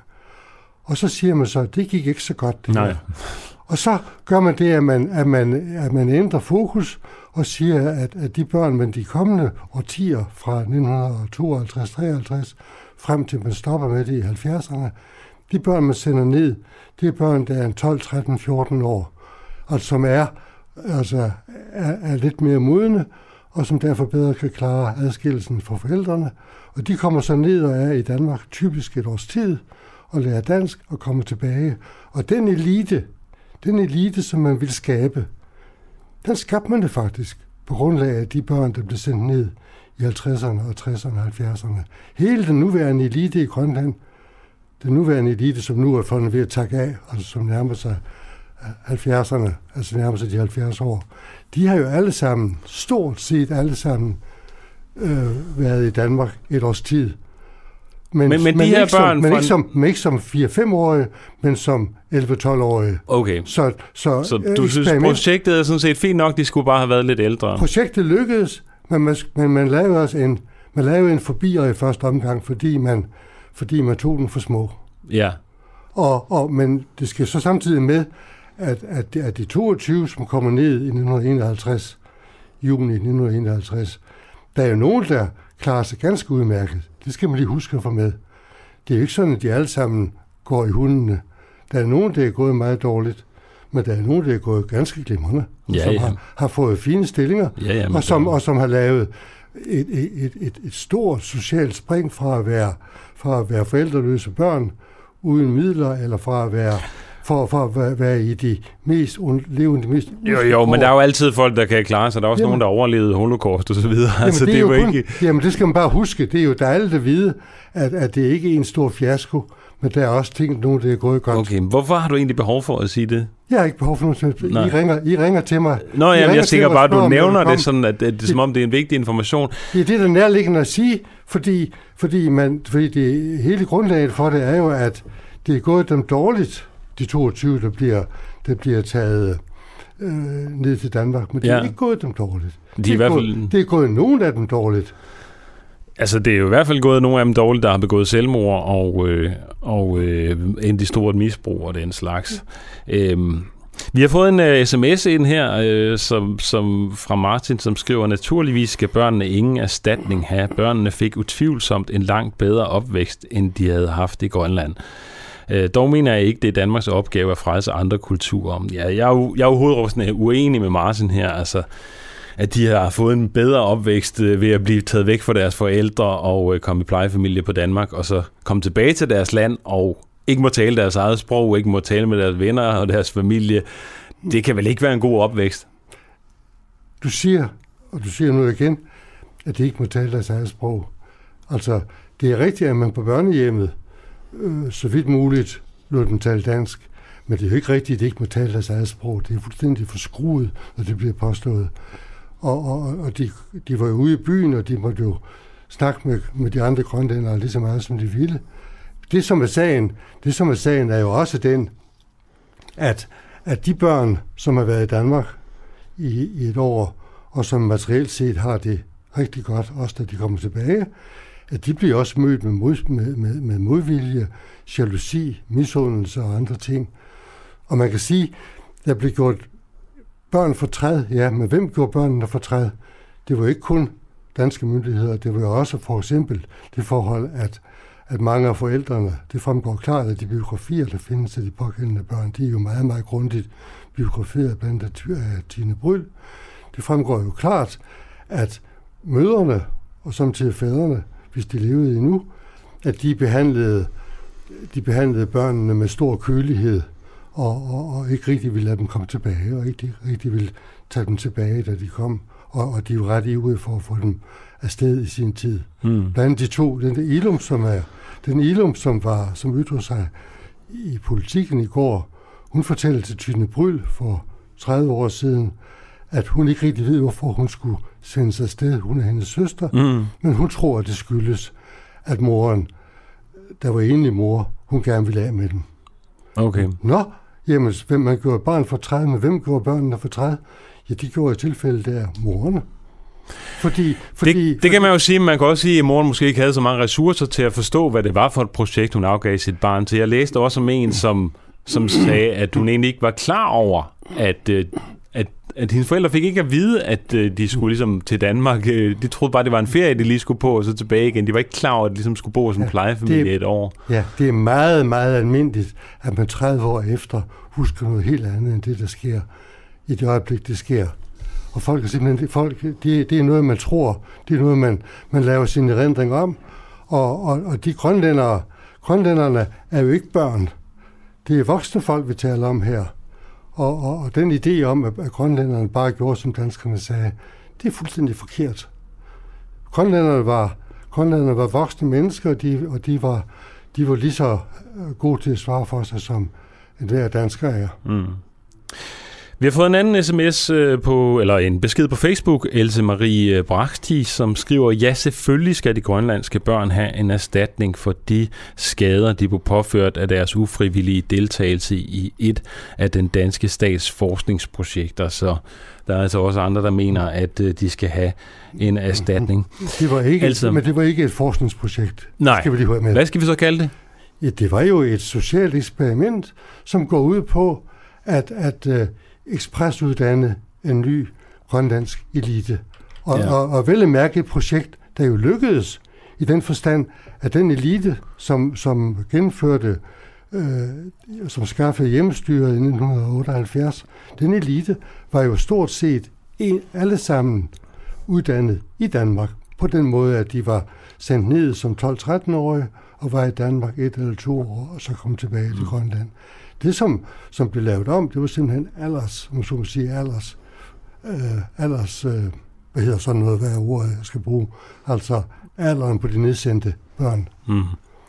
Og så siger man så, at det gik ikke så godt. Det Nej. Her. Og så gør man det, at man, at man, at man ændrer fokus og siger, at, at de børn, men de kommende årtier fra nitten tooghalvtreds til treoghalvtreds, frem til man stopper med det i halvfjerdserne, de børn, man sender ned, det er børn, der er tolv, tretten, fjorten år, og som er, altså, er, er lidt mere modne, og som derfor bedre kan klare adskillelsen fra forældrene. Og de kommer så ned og er i Danmark typisk et års tid, og lærer dansk og kommer tilbage. Og den elite, den elite, som man vil skabe, den skabte man det faktisk på grundlag af de børn, der blev sendt ned i halvtredserne og tresserne og halvfjerdserne. Hele den nuværende elite i Grønland, den nuværende elite, som nu er fundet ved at takke af, altså som nærmer sig halvfjerdserne, altså nærmer sig de halvfjerds år, de har jo alle sammen, stort set alle sammen, øh, været i Danmark et års tid. Men, men, men de her ikke børn... Som, men, ikke som, men ikke som fire-fem-årige, men som elleve-tolv-årige. Okay. Så, så, så du synes, projektet er sådan set fint nok, de skulle bare have været lidt ældre? Projektet lykkedes, men man, men man lavede også en, man lavede en forbier i første omgang, fordi man, fordi man tog den for små. Ja. Og, og, men det skal så samtidig med, at, at, at de toogtyve, som kommer ned i nitten enoghalvtreds, juni nitten enoghalvtreds, der er jo nogen, der klarer sig ganske udmærket. Det skal man lige huske at få med. Det er jo ikke sådan, at de alle sammen går i hundene. Der er nogen, der er gået meget dårligt, men der er nogen, der er gået ganske glimrende, ja, som ja. Har, har fået fine stillinger, ja, ja, og, som, og som har lavet et, et, et, et stort socialt spring fra at være, fra at være forældreløse børn uden midler, eller fra at være... For, for at være i de mest levende, mest... Jo, jo, men der er jo altid folk, der kan klare sig. Der er også jamen, nogen, der overlevede holocaust og så videre. Jamen, altså, det, det er jo kun, ikke... Jamen, det skal man bare huske. Det er jo dejligt at vide, at, at det ikke er en stor fiasko, men der er også ting, nogen, der er gået godt. Okay, hvorfor har du egentlig behov for at sige det? Jeg har ikke behov for noget. I ringer, I ringer til mig. Nå, jamen, jeg tænker bare, at du nævner det sådan, at det, det er som om, det er en vigtig information. Det er det, der er nærliggende at sige, fordi, fordi, man, fordi det hele grundlaget for det er jo, at det er gået dem dårligt, de toogtyve, der bliver, der bliver taget øh, ned til Danmark. Men det ja. er ikke gået dem dårligt. De det, er i hvert fald... gået, det er gået nogen af dem dårligt. Altså, det er jo i hvert fald gået nogle af dem dårligt, der har begået selvmord og, øh, og øh, endt i stort misbrug og den slags. Ja. Øhm, vi har fået en uh, sms ind her øh, som, som fra Martin, som skriver, naturligvis skal børnene ingen erstatning have. Børnene fik utvivlsomt en langt bedre opvækst, end de havde haft i Grønland. Øh, dog mener jeg ikke, det er Danmarks opgave at frelse andre kulturer. Ja, jeg er jo, jeg er jo hovedråsende uenig med Martin her, altså, at de har fået en bedre opvækst øh, ved at blive taget væk fra deres forældre og øh, komme i plejefamilie på Danmark, og så komme tilbage til deres land og ikke må tale deres eget sprog, ikke må tale med deres venner og deres familie. Det kan vel ikke være en god opvækst? Du siger, og du siger nu igen, at de ikke må tale deres eget sprog. Altså, det er rigtigt, at man på børnehjemmet øh, så vidt muligt lod dem tale dansk, men det er jo ikke rigtigt, at de ikke må tale deres eget sprog. Det er fuldstændig forskruet, når det bliver påstået. Og, og, og de, de var jo ude i byen, og de måtte jo snakke med, med de andre grønlændere lige så meget, som de ville. det, som er sagen, det, som er sagen, er jo også den, at, at de børn, som har været i Danmark i, i et år, og som materielt set har det rigtig godt, også da de kommer tilbage, at de bliver også mødt med, mod, med, med, med modvilje, jalousi, misundelse og andre ting. Og man kan sige, der blev gjort børn fortræd, ja, men hvem gjorde børnene fortræd? Det var ikke kun danske myndigheder, det var jo også for eksempel det forhold, at, at mange af forældrene, det fremgår klart, at de biografier, der findes af de pågældende børn, de er jo meget, meget grundigt biograferet blandt af Tine Bryld. Det fremgår jo klart, at mødrene, og samtidig fædrene, hvis de levede endnu, at de behandlede, de behandlede børnene med stor kølighed, og, og, og ikke rigtig ville lade dem komme tilbage, og ikke rigtig ville tage dem tilbage, da de kom. Og, og de er jo ret ivrige for at få dem afsted i sin tid. Mm. Blandt de to, den der Ilum, som er, den Ilum, som var, som ytrede sig i Politikken i går, hun fortalte til Tine Bryld for tredive år siden, at hun ikke rigtig ved, hvorfor hun skulle sendes afsted. Hun er hendes søster, mm. men hun tror, at det skyldes, at moren, der var enlig mor, hun gerne ville af med dem. Okay. Nå, jamen, hvem man gjorde barn fortræd, men hvem gjorde børnene fortræd? Ja, de gjorde i tilfælde der morerne. Fordi, fordi, det, det fordi, kan man jo sige, man kan også sige, at moren måske ikke havde så mange ressourcer til at forstå, hvad det var for et projekt, hun afgav sit barn til. Jeg læste også om en, som, som sagde, at hun egentlig ikke var klar over, at, at, at hendes forældre fik ikke at vide, at de skulle ligesom til Danmark. De troede bare, det var en ferie, de lige skulle på, og så tilbage igen. De var ikke klar over, at de ligesom skulle bo som ja, plejefamilie det, et år. Ja, det er meget, meget almindeligt, at man tredive år efter husker noget helt andet, end det, der sker i det øjeblik, det sker. Og folk er simpelthen, folk, det, det er noget, man tror, det er noget, man, man laver sin erindring om, og, og, og de grønlændere, grønlænderne er jo ikke børn. Det er voksne folk, vi taler om her. Og, og, og den idé om, at, at grønlænderne bare gjorde, som danskerne sagde, det er fuldstændig forkert. Grønlænderne var, grønlænderne var voksne mennesker, og de, og de, var, de var lige så gode til at svare for sig, som enhver dansker er. Mm. Vi har fået en anden sms på, eller en besked på Facebook, Else Marie Brachti, som skriver, ja, selvfølgelig skal de grønlandske børn have en erstatning for de skader, de blev påført af deres ufrivillige deltagelse i et af den danske stats forskningsprojekter. Så der er altså også andre, der mener, at de skal have en erstatning. Det var ikke, altså, men det var ikke et forskningsprojekt. Nej, skal vi lige høre med. Hvad skal vi så kalde det? Ja, det var jo et socialt eksperiment, som går ud på, at, at uh, ekspresuddanne en ny grønlandsk elite. Og, ja. og, og vel at mærke et projekt, der jo lykkedes i den forstand, at den elite, som, som gennemførte, øh, som skaffede hjemmestyret i nitten otteoghalvfjerds, den elite var jo stort set en, alle sammen uddannet i Danmark, på den måde, at de var sendt ned som tolv-tretten-årige, og var i Danmark et eller to år, og så kom tilbage mm. til Grønland. Det, som, som blev lavet om, det var simpelthen alders, man så må sige, alders, øh, alders, øh, hvad hedder sådan noget, hvad er ordet, jeg skal bruge, altså alderen på de nedsendte børn. Mm.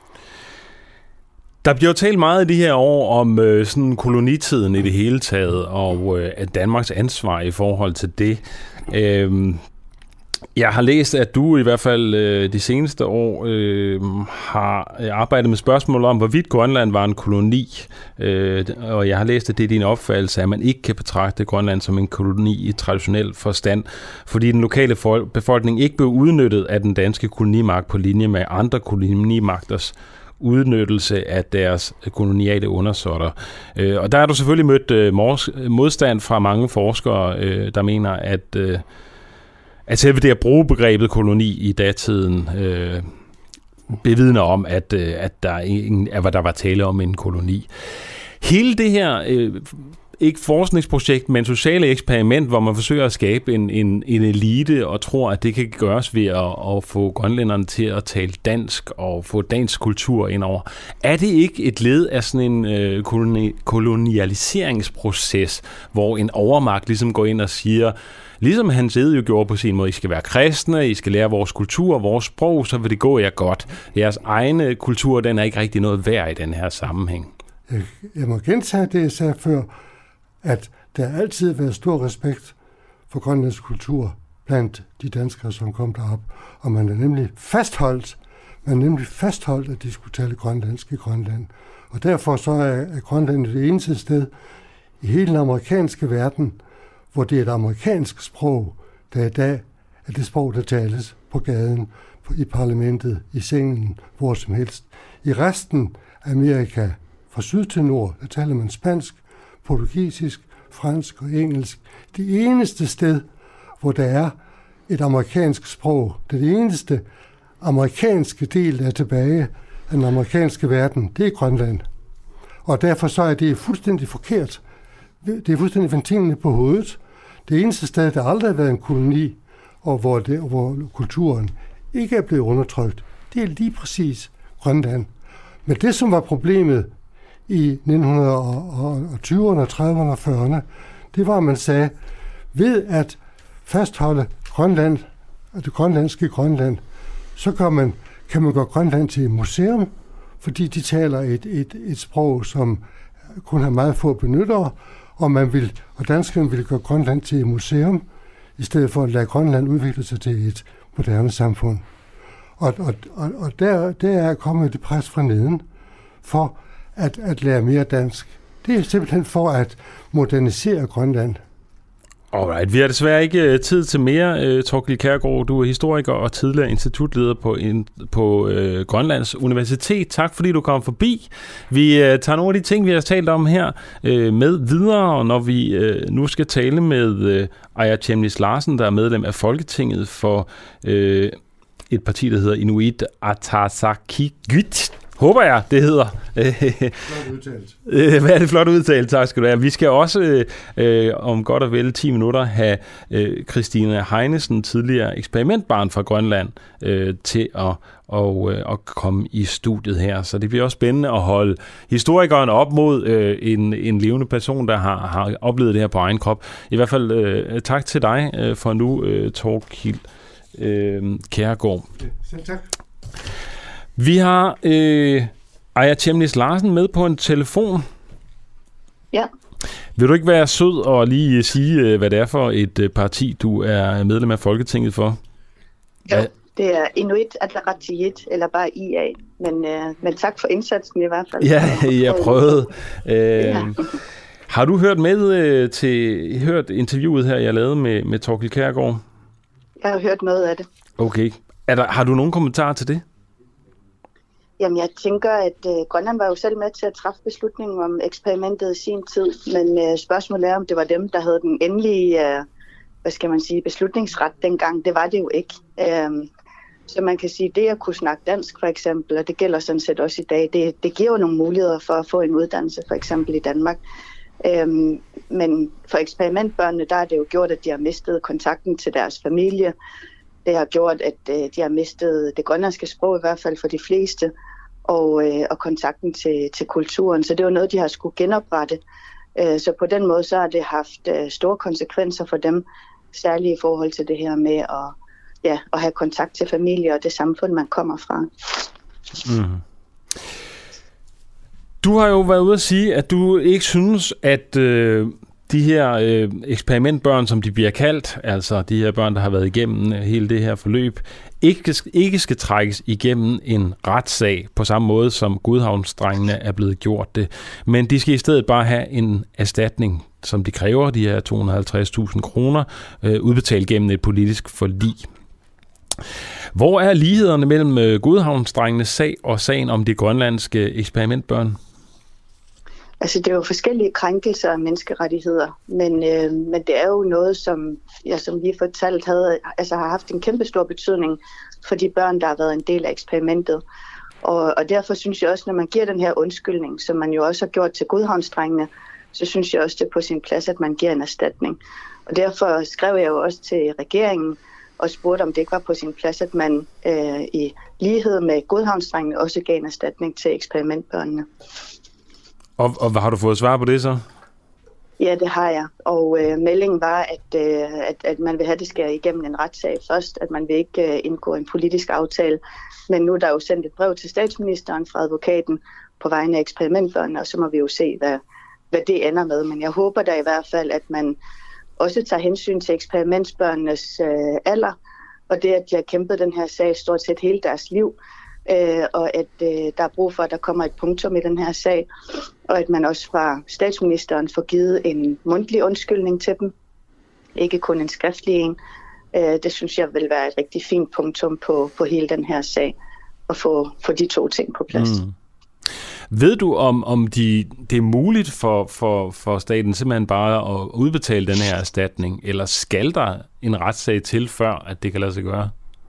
Der bliver jo talt meget i de her år om øh, sådan kolonitiden i det hele taget, og øh, at Danmarks ansvar i forhold til det. Øh, Jeg har læst, at du i hvert fald øh, de seneste år øh, har arbejdet med spørgsmål om, hvorvidt Grønland var en koloni. Øh, og jeg har læst, at det er din opfattelse, at man ikke kan betragte Grønland som en koloni i traditionel forstand, fordi den lokale befolkning ikke blev udnyttet af den danske kolonimagt på linje med andre kolonimagters udnyttelse af deres koloniale undersåtter. Øh, og der har du selvfølgelig mødt øh, modstand fra mange forskere, øh, der mener, at øh, at selve det at bruge begrebet koloni i datiden øh, bevidner om, at, øh, at, der ingen, at der var tale om en koloni. Hele det her, øh, ikke forskningsprojekt, men sociale eksperiment, hvor man forsøger at skabe en, en, en elite og tror, at det kan gøres ved at, at få grønlænderne til at tale dansk og få dansk kultur indover. Er det ikke et led af sådan en øh, koloni, kolonialiseringsproces, hvor en overmagt ligesom går ind og siger, ligesom Hans Egede jo gjorde på sin måde, I skal være kristne, I skal lære vores kultur og vores sprog, så vil det gå jer godt. Jeres egne kultur, den er ikke rigtig noget værd i den her sammenhæng. Jeg, jeg må gentage det, jeg sagde før, at der altid har været stor respekt for grønlandsk kultur blandt de danskere, som kom derop. Og man er nemlig fastholdt Man nemlig fastholdt, at de skulle tale grønlandsk i Grønland. Og derfor så er, er Grønland det eneste sted i hele den amerikanske verden, hvor det er et amerikansk sprog, der i dag er det sprog, der tales på gaden, på, i parlamentet, i sengen, hvor som helst. I resten af Amerika, fra syd til nord, der taler man spansk, portugisisk, fransk og engelsk. Det eneste sted, hvor der er et amerikansk sprog, det er det eneste amerikanske del, der er tilbage af den amerikanske verden, det er Grønland. Og derfor så er det fuldstændig forkert. Det er fuldstændig ventilene på hovedet. Det eneste sted, der aldrig har været en koloni, og hvor, det, hvor kulturen ikke er blevet undertrykt, det er lige præcis Grønland. Men det, som var problemet i nitten tyverne, trediverne og fyrrerne, det var, at man sagde, ved at fastholde Grønland, og det grønlandske Grønland, så kan man, kan man gøre Grønland til et museum, fordi de taler et, et, et sprog, som kun har meget få benyttere, og, man vil, og danskerne vil gøre Grønland til et museum, i stedet for at lade Grønland udvikle sig til et moderne samfund. Og, og, og, og der, der er kommet det pres fra neden for at, at lære mere dansk. Det er simpelthen for at modernisere Grønland. Alright, vi har desværre ikke tid til mere. Uh, Thorkild Kjærgaard, du er historiker og tidligere institutleder på, in, på uh, Grønlands Universitet. Tak fordi du kom forbi. Vi uh, tager nogle af de ting, vi har talt om her uh, med videre, og når vi uh, nu skal tale med uh, Aaja Chemnitz Larsen, der er medlem af Folketinget for uh, et parti, der hedder Inuit Ataqatigiit. Håber jeg, det hedder. Flot udtalt. Hvad er det flot udtalt? Tak skal du have. Vi skal også øh, om godt og vel ti minutter have øh, Christine Heinesen, tidligere eksperimentbarn fra Grønland, øh, til at, og, øh, at komme i studiet her. Så det bliver også spændende at holde historikeren op mod øh, en, en levende person, der har, har oplevet det her på egen krop. I hvert fald øh, tak til dig øh, for nu, øh, Thorkild øh, Kjærgaard. Selv tak. Vi har øh, Aaja Chemnitz Larsen med på en telefon. Ja. Vil du ikke være sød og lige sige, hvad det er for et parti, du er medlem af Folketinget for? Jo, det er Inuit Ataqatigiit, eller bare I A. Men, øh, men tak for indsatsen i hvert fald. Ja, jeg prøvede. Øh, ja. Har du hørt med øh, til hørt interviewet her, jeg lavede med, med Thorkild Kjærgaard? Jeg har hørt noget af det. Okay. Er der, har du nogen kommentarer til det? Jamen, jeg tænker, at øh, Grønland var jo selv med til at træffe beslutningen om eksperimentet i sin tid, men øh, spørgsmålet er, om det var dem, der havde den endelige, øh, hvad skal man sige, beslutningsret dengang. Det var det jo ikke. Øh, så man kan sige, det at kunne snakke dansk for eksempel, og det gælder sådan set også i dag, det, det giver jo nogle muligheder for at få en uddannelse for eksempel i Danmark. Øh, men for eksperimentbørnene, der er det jo gjort, at de har mistet kontakten til deres familie. Det har gjort, at øh, de har mistet det grønlandske sprog, i hvert fald for de fleste, og, øh, og kontakten til, til kulturen. Så det var noget, de har skulle genoprette. Øh, så på den måde så har det haft øh, store konsekvenser for dem, særligt i forhold til det her med at, ja, at have kontakt til familie og det samfund, man kommer fra. Mm. Du har jo været ude at sige, at du ikke synes, at øh, de her øh, eksperimentbørn, som de bliver kaldt, altså de her børn, der har været igennem hele det her forløb, ikke, ikke skal trækkes igennem en retssag på samme måde, som Godhavnsdrengene er blevet gjort det. Men de skal i stedet bare have en erstatning, som de kræver, de her to hundrede og halvtreds tusind kroner, øh, udbetalt gennem et politisk forlig. Hvor er lighederne mellem Godhavnsdrengenes sag og sagen om de grønlandske eksperimentbørn? Altså, det er jo forskellige krænkelser af menneskerettigheder, men, øh, men det er jo noget, som, ja, som vi fortalt havde, altså har haft en kæmpe stor betydning for de børn, der har været en del af eksperimentet. Og, og derfor synes jeg også, når man giver den her undskyldning, som man jo også har gjort til Godhavnsdrengene, så synes jeg også, det er på sin plads, at man giver en erstatning. Og derfor skrev jeg jo også til regeringen og spurgte, om det ikke var på sin plads, at man øh, i lighed med Godhavnsdrengene også gav en erstatning til eksperimentbørnene. Og, og har du fået svar på det så? Ja, det har jeg. Og øh, meldingen var, at, øh, at, at man vil have, det skal igennem en retssag først, at man vil ikke øh, indgå en politisk aftale. Men nu er der jo sendt et brev til statsministeren fra advokaten på vegne af eksperimentbørnene, og så må vi jo se, hvad, hvad det ender med. Men jeg håber da i hvert fald, at man også tager hensyn til eksperimentbørnenes øh, alder, og det, at de har kæmpet den her sag stort set hele deres liv. øh, og at øh, der er brug for, at der kommer et punktum i den her sag, og at man også fra statsministeren får givet en mundtlig undskyldning til dem, ikke kun en skriftlig en. Øh, det synes jeg vil være et rigtig fint punktum på, på hele den her sag, at få, få de to ting på plads. Mm. Ved du, om, om de, det er muligt for, for, for staten simpelthen bare at udbetale den her erstatning, eller skal der en retssag til, før at det kan lade sig gøre?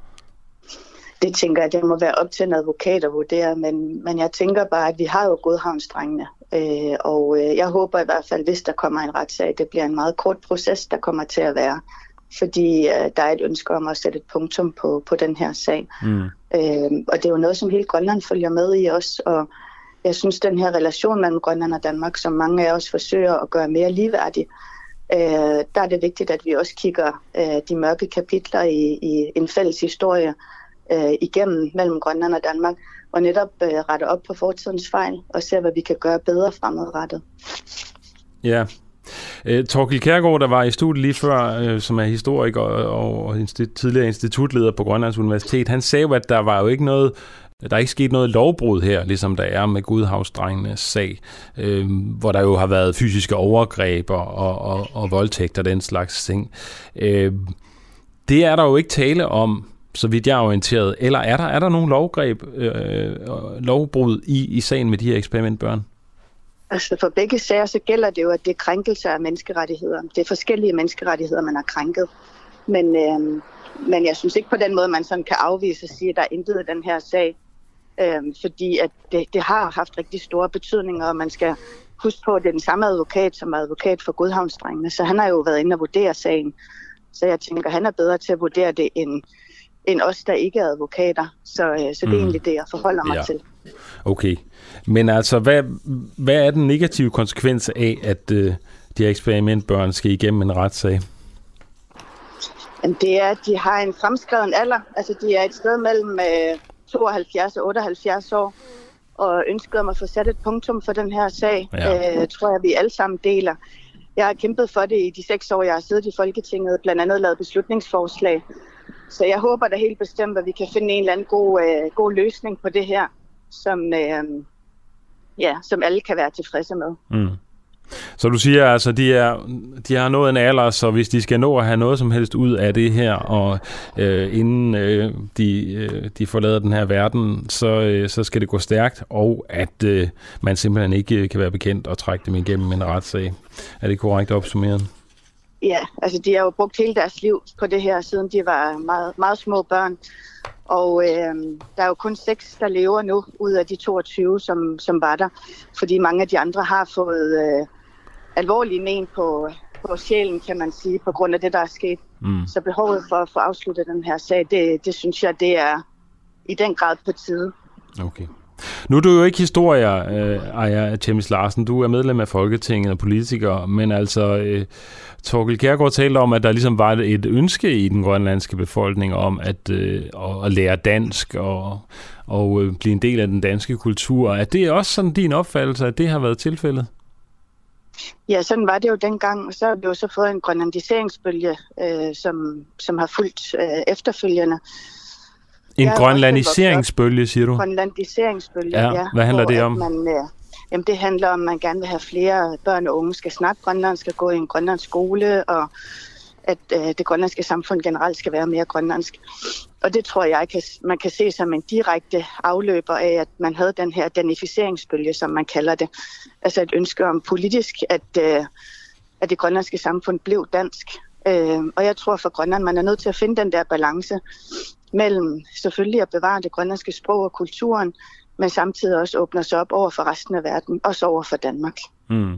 Det tænker jeg, det må være op til en advokat at vurdere, men, men jeg tænker bare, at vi har jo Godhavnsdrengene, øh, og øh, jeg håber i hvert fald, hvis der kommer en retssag, det bliver en meget kort proces, der kommer til at være, fordi øh, der er et ønske om at sætte et punktum på, på den her sag. Mm. Øh, og det er jo noget, som hele Grønland følger med i også, og jeg synes, den her relation mellem Grønland og Danmark, som mange af os forsøger at gøre mere ligeværdig, øh, der er det vigtigt, at vi også kigger øh, de mørke kapitler i, i en fælles historie øh, igennem mellem Grønland og Danmark, og netop øh, rette op på fortidens fejl og se, hvad vi kan gøre bedre fremadrettet. Ja. Uh, Thorkild Kjærgaard, der var i studiet lige før, uh, som er historiker og, og instit- tidligere institutleder på Grønlands Universitet, han sagde jo, at der var jo ikke noget, der er ikke sket noget lovbrud her, ligesom der er med Godhavnsdrengenes sag, øh, hvor der jo har været fysiske overgreb og, og, og, og voldtægt og den slags ting. Øh, det er der jo ikke tale om, så vidt jeg er orienteret. Eller er der, er der nogle lovgreb, øh, lovbrud i, i sagen med de her eksperimentbørn? Altså for begge sager, så gælder det jo, at det er krænkelser af menneskerettigheder. Det er forskellige menneskerettigheder, man har krænket. Men, øh, men jeg synes ikke på den måde, man sådan kan afvise og sige, at der er intet i den her sag. Øh, fordi at det, det har haft rigtig store betydninger, og man skal huske på, at det er den samme advokat, som er advokat for Godhavnsdrengene. Så han har jo været inde og vurdere sagen. Så jeg tænker, han er bedre til at vurdere det, end, end os, der ikke er advokater. Så, øh, så det er mm. egentlig det, jeg forholder mig ja. til. Okay. Men altså, hvad, hvad er den negative konsekvens af, at øh, de her eksperimentbørn skal igennem en retssag? Jamen, det er, at de har en fremskreden alder. Altså, de er et sted mellem øh, tooghalvfjerds og otteoghalvfjerds år. Og ønsket om at få sat et punktum for den her sag, ja. øh, tror jeg, vi alle sammen deler. Jeg har kæmpet for det i de seks år, jeg har siddet i Folketinget, blandt andet lavet beslutningsforslag. Så jeg håber da helt bestemt, at vi kan finde en eller anden god, øh, god løsning på det her, som, øh, ja, som alle kan være tilfredse med. Mm. Så du siger altså, de er de har nået en alder, så hvis de skal nå at have noget som helst ud af det her, og øh, inden øh, de, øh, de forlader den her verden, så, øh, så skal det gå stærkt, og at øh, man simpelthen ikke kan være bekendt og trække dem igennem en retssag. Er det korrekt opsummeret? Ja, altså de har jo brugt hele deres liv på det her, siden de var meget, meget små børn. Og øh, der er jo kun seks, der lever nu, ud af de toogtyve, som, som var der. Fordi mange af de andre har fået øh, alvorlige men på, på sjælen, kan man sige, på grund af det, der er sket. Mm. Så behovet for at få afsluttet den her sag, det, det synes jeg, det er i den grad på tide. Okay. Nu er du jo ikke historiker, øh, Aaja Chemnitz Larsen. Du er medlem af Folketinget og politiker, men altså øh, Thorkild Kjærgaard talte om, at der ligesom var et ønske i den grønlandske befolkning om at, øh, at lære dansk og, og øh, blive en del af den danske kultur. Er det også sådan din opfattelse, at det har været tilfældet? Ja, sådan var det jo dengang, og så har vi jo så fået en grønlandiseringsbølge, øh, som, som har fulgt øh, efterfølgende. En grønlandiseringsbølge, siger du? Grønlandiseringsbølge, ja. ja. Hvad handler det om? Man, øh, jamen, det handler om, at man gerne vil have flere børn og unge skal snakke grønlandsk, skal gå i en grønlandsk skole, og at øh, det grønlandske samfund generelt skal være mere grønlandsk. Og det tror jeg, kan, man kan se som en direkte afløber af, at man havde den her danificeringsbølge, som man kalder det. Altså et ønske om politisk, at, øh, at det grønlandske samfund blev dansk. Øh, og jeg tror for Grønland, man er nødt til at finde den der balance mellem selvfølgelig at bevare det grønlandske sprog og kulturen, men samtidig også åbner sig op over for resten af verden, også over for Danmark. Mm.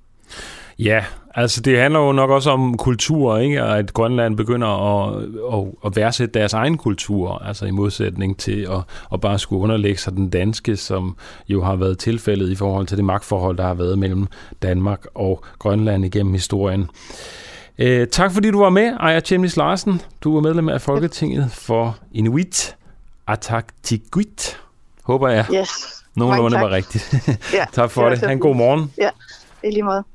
Ja, altså det handler jo nok også om kultur, ikke? At Grønland begynder at, at, at værdsætte deres egen kultur, altså i modsætning til at, at bare skulle underlægge sig den danske, som jo har været tilfældet i forhold til det magtforhold, der har været mellem Danmark og Grønland igennem historien. Eh, tak fordi du var med, Aaja Chemnitz Larsen. Du var medlem af Folketinget for Inuit Ataqatigiit. Håber jeg yes. nogenlunde var rigtigt. Ja, tak for det. Ha' en god morgen. Ja, i lige måde.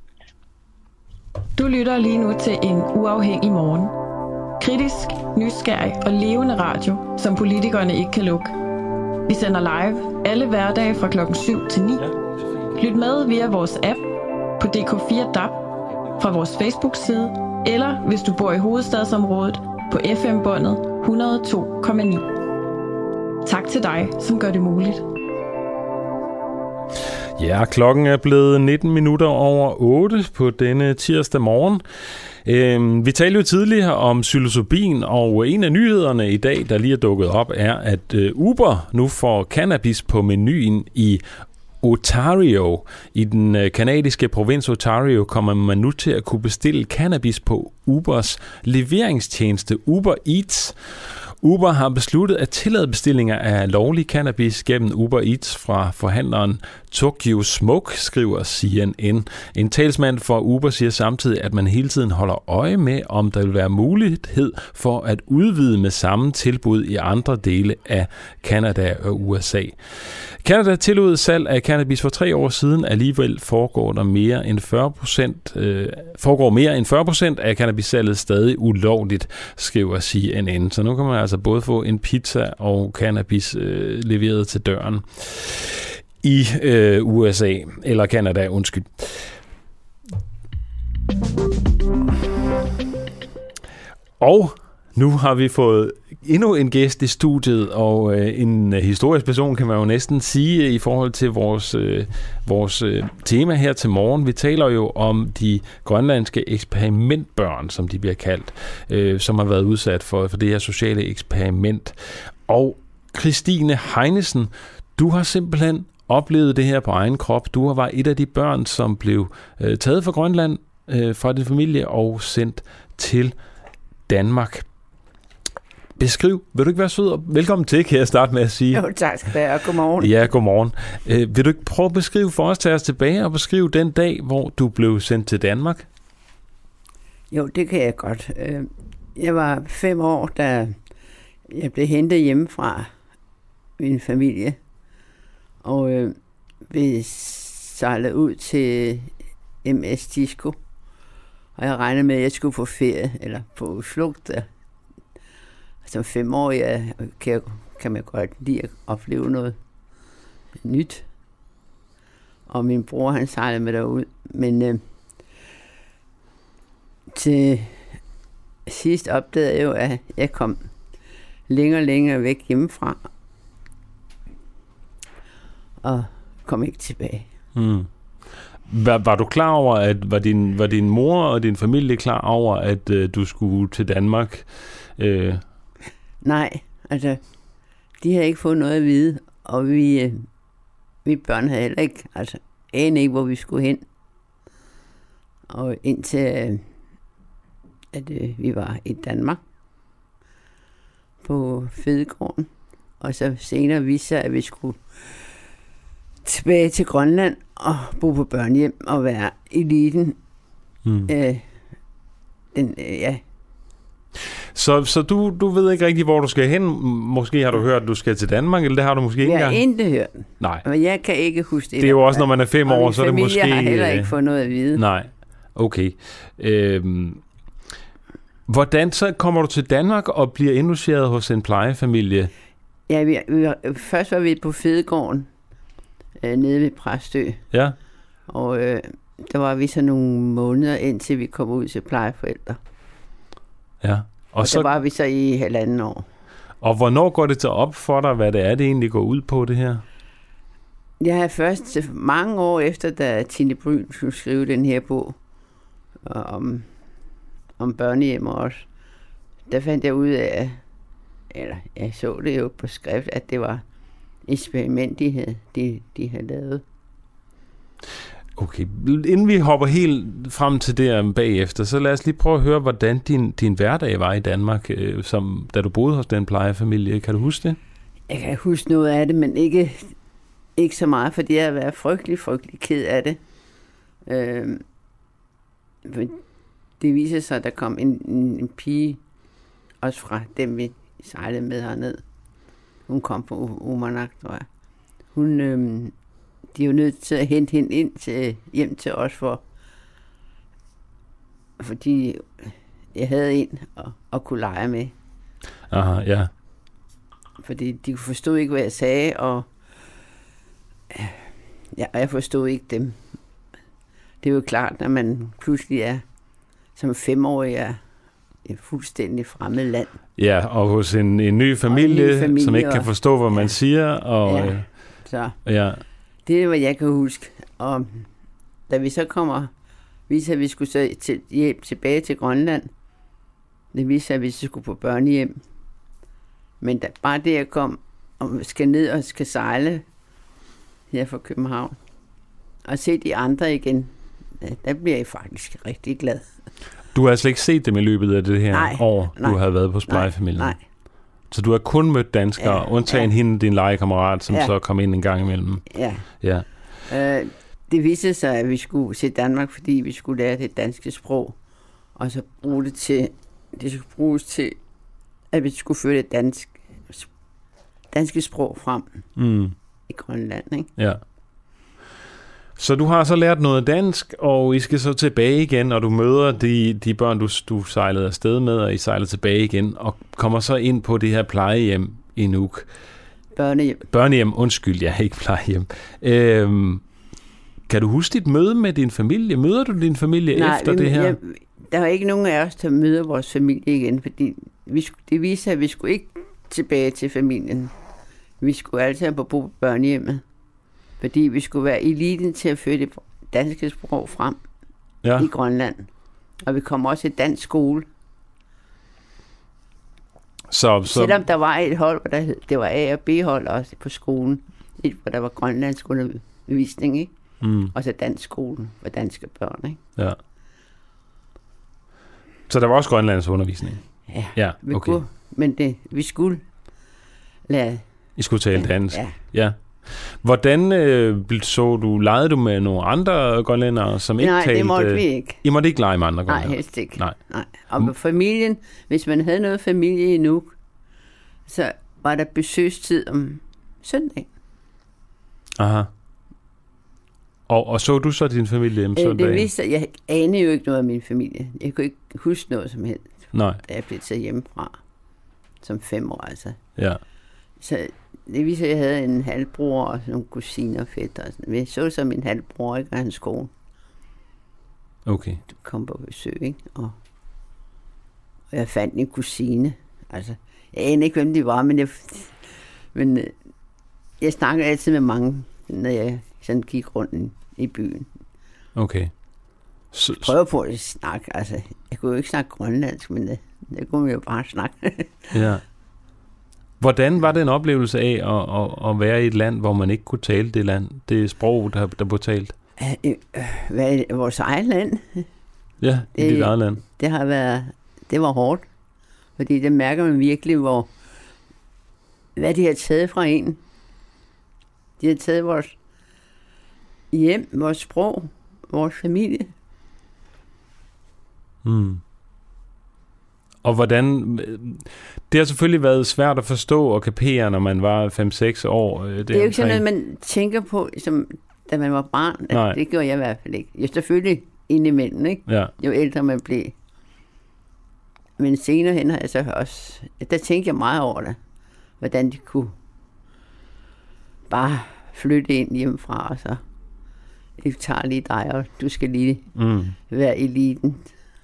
Du lytter lige nu til en uafhængig morgen. Kritisk, nysgerrig og levende radio, som politikerne ikke kan lukke. Vi sender live alle hverdage fra klokken syv til ni. Lyt med via vores app på D K fire D A B, fra vores Facebook-side, eller hvis du bor i hovedstadsområdet på F M-båndet et hundrede og to komma ni. Tak til dig, som gør det muligt. Ja, klokken er blevet nitten minutter over otte på denne tirsdag morgen. Øhm, vi talte jo tidligere om psilocybin, og en af nyhederne i dag, der lige er dukket op, er, at øh, Uber nu får cannabis på menuen i Ontario. I den øh, kanadiske provins Ontario kommer man nu til at kunne bestille cannabis på Ubers leveringstjeneste Uber Eats. Uber har besluttet at tillade bestillinger af lovlig cannabis gennem Uber Eats fra forhandleren Tokyo Smoke, skriver C N N. En talsmand for Uber siger samtidig, at man hele tiden holder øje med, om der vil være mulighed for at udvide med samme tilbud i andre dele af Canada og U S A. Canada tillod salg af cannabis for tre år siden. Alligevel foregår der mere end fyrre procent, øh, foregår mere end fyrre procent af cannabissalget stadig ulovligt, skriver C N N. Så nu kan man altså både få en pizza og cannabis øh, leveret til døren i øh, U S A, eller Canada, undskyld. Og nu har vi fået endnu en gæst i studiet, og øh, en historisk person, kan man jo næsten sige, i forhold til vores, øh, vores øh, tema her til morgen. Vi taler jo om de grønlandske eksperimentbørn, som de bliver kaldt, øh, som har været udsat for, for det her sociale eksperiment. Og Christine Heinesen, du har simpelthen oplevet det her på egen krop. Du var et af de børn, som blev øh, taget fra Grønland, øh, fra din familie og sendt til Danmark. Beskriv. Vil du ikke være sød og velkommen til, kan jeg starte med at sige. Jo, tak skal du have, og godmorgen. Ja, godmorgen. Øh, vil du ikke prøve at beskrive for os, tage os tilbage og beskrive den dag, hvor du blev sendt til Danmark? Jo, det kan jeg godt. Jeg var fem år, da jeg blev hentet hjemmefra min familie, og øh, blev sejlet ud til M S Disco. Og jeg regnede med, at jeg skulle på ferie, eller på udflugt. Som femårig jeg, kan, kan man godt lide at opleve noget nyt. Og min bror, han sejlede med derud. Men øh, til sidst opdagede jeg jo, at jeg kom længere og længere væk hjemmefra. Og kom ikke tilbage. Mm. Var, var du klar over, at var din, var din mor og din familie klar over, at øh, du skulle til Danmark? Øh... Nej, altså, de havde ikke fået noget at vide, og vi, øh, vi børn havde heller ikke, altså, anede ikke, hvor vi skulle hen. Og indtil, øh, at øh, vi var i Danmark, på Fedegården, og så senere viste sig, at vi skulle tilbage til Grønland og bo på børnehjem og være eliten. Mm. Øh, den, øh, ja. Så, så du, du ved ikke rigtig, hvor du skal hen? Måske har du hørt, at du skal til Danmark, eller det har du måske ikke engang? Jeg har ikke hørt. Nej. Men jeg kan ikke huske det. Det er jo også, når man er fem år, så er det måske... Og min familie har heller ikke fået noget at vide. Nej, okay. Øhm, hvordan så kommer du til Danmark og bliver indlogeret hos en plejefamilie? Ja, vi, vi var, først var vi på Fedegården, øh, nede ved Præstø. Ja. Og øh, der var vi så nogle måneder, indtil vi kom ud til plejeforældre. Ja. Og, og så der var vi så i halvanden år. Og hvornår går det så op for dig, hvad det er, det egentlig går ud på, det her? Jeg har først mange år efter, da Tine Bryn skulle skrive den her bog om, om børnehjem også, der fandt jeg ud af, eller jeg så det jo på skrift, at det var eksperiment, de havde, de, de havde lavet. Okay, inden vi hopper helt frem til det bagefter, så lad os lige prøve at høre, hvordan din, din hverdag var i Danmark, øh, som, da du boede hos den plejefamilie. Kan du huske det? Jeg kan huske noget af det, men ikke, ikke så meget, fordi jeg har været frygtelig, frygtelig ked af det. Øh, det viser sig, at der kom en, en, en pige, også fra dem, vi sejlede med herned. Hun kom fra Umanak, tror jeg. Hun... Øh, De er jo nødt til at hente hende ind til, hjem til os, for, fordi jeg havde en at, at kunne lege med. Aha, ja. Fordi de forstod ikke, hvad jeg sagde, og ja, jeg forstod ikke dem. Det er jo klart, når man pludselig er som femårig er et fuldstændig fremmed land. Ja, og hos en, en, ny familie, en ny familie, som ikke kan forstå, hvad ja. man siger. Og, ja, så ja. Det er, hvad jeg kan huske. Og da vi så kommer, viser at vi skulle så til, hjem tilbage til Grønland. Det viser at vi skulle på børnehjem. Men da, bare det, jeg kom og skal ned og skal sejle her fra København, og se de andre igen, der bliver jeg faktisk rigtig glad. Du har slet ikke set dem i løbet af det her nej, år, nej, du har været på plejefamilien? Nej, nej. Så du har kun mødt danskere, ja, undtagen ja. hende, din legekammerat, som ja. så kom ind en gang imellem? Ja. ja. Øh, det viste sig, at vi skulle til Danmark, fordi vi skulle lære det danske sprog, og så bruge det til, det skulle bruges til, at vi skulle føre det dansk, danske sprog frem mm. i Grønland, ikke? Ja. Så du har så lært noget dansk, og I skal så tilbage igen, og du møder de, de børn, du, du sejlede afsted med, og I sejler tilbage igen, og kommer så ind på det her plejehjem i Nuuk. Børnehjem. Børnehjem, undskyld, jeg ja, ikke plejehjem. Øhm, kan du huske dit møde med din familie? Møder du din familie Nej, efter vi, det her? Jeg, der var ikke nogen af os, der møder vores familie igen, fordi vi, det viser, at vi skulle ikke tilbage til familien. Vi skulle altid bo på børnehjemmet. Fordi vi skulle være eliten til at føre det danske sprog frem ja. i Grønland. Og vi kom også i dansk skole. Så, så... Selvom der var et hold, hvor der hed, det var A- og B-hold også på skolen, et, hvor der var grønlandsk undervisning, ikke? Mm. Og så dansk skole for danske børn, ikke? Ja. Så der var også grønlandsk undervisning? Ja, ja vi okay. kunne, men det, vi skulle lære... I skulle tale dansk? Ja. ja. Hvordan øh, så du, legede du med nogle andre grønlændere, som ikke Nej, talte... Nej, det måtte vi ikke. I måtte ikke lege med andre grønlændere? Nej, helst ikke. Nej. Nej. Og med familien, hvis man havde noget familie i Nuuk, så var der besøgstid om søndag. Aha. Og, og så du så din familie om søndag? Det viste, jeg anede jo ikke noget af min familie. Jeg kunne ikke huske noget som helst, Nej. da jeg blev taget hjemmefra som fem år, altså. Ja. Så det viser, at jeg havde en halvbror og nogle kusiner og fætter. Jeg så så min halvbror, ikke, og hans kone. Okay. Du kom på besøg, ikke? Og, og jeg fandt en kusine. Altså, jeg anede ikke, hvem de var, men jeg, men jeg snakkede altid med mange, når jeg sådan gik rundt i byen. Okay. Så, jeg prøver på at snakke, altså, jeg kunne jo ikke snakke grønlandsk, men det, det kunne jeg jo bare snakke. Ja. Hvordan var det en oplevelse af at, at, at være i et land, hvor man ikke kunne tale det land, det sprog, der, der blev talt? Hvad er vores eget land? Ja, i det, dit eget land. Det har været, det var hårdt, fordi det mærker man virkelig, hvor, hvad de har taget fra en. De har taget vores hjem, vores sprog, vores familie. Mm. Og hvordan... Det har selvfølgelig været svært at forstå og kapere, når man var fem seks år. Det, det er jo ikke sådan noget, man tænker på, som, da man var barn. Altså, det gjorde jeg i hvert fald ikke. Jo, selvfølgelig indimellem, ikke? Ja. Jo ældre man blev. Men senere hen har jeg så også... Der tænkte jeg meget over det. Hvordan de kunne bare flytte ind hjemmefra, og så... Jeg tager lige dig, og du skal lige mm. være eliten.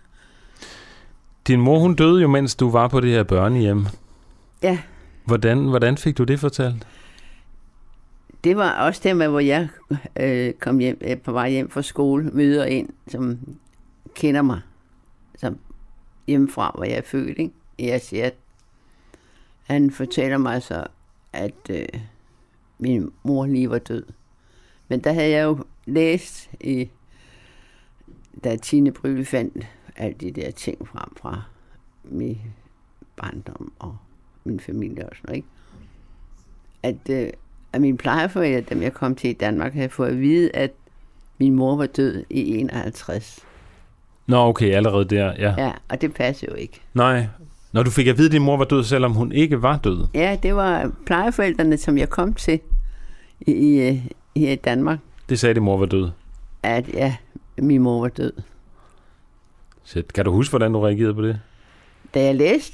Din mor, hun døde jo, mens du var på det her børnehjem. Ja. Hvordan, hvordan fik du det fortalt? Det var også der, hvor jeg øh, kom hjem, øh, på vej hjem fra skole, møder en, som kender mig, som hjemmefra, hvor jeg er født, ikke? Jeg siger, at han fortæller mig så, at øh, min mor lige var død. Men der havde jeg jo læst, i, da Tine Bryl fandt alle de der ting frem fra min barndom og min familie og sådan noget, ikke? At, øh, at mine plejeforældre, dem jeg kom til i Danmark, havde fået at vide, at min mor var død i enoghalvtreds. Nå, okay, allerede der, ja. Ja, og det passer jo ikke. Nej, når du fik at vide, at din mor var død, selvom hun ikke var død? Ja, det var plejeforældrene, som jeg kom til i, i, i Danmark. Det sagde, at din mor var død? At ja, min mor var død. Så kan du huske, hvordan du reagerede på det? Da jeg læste,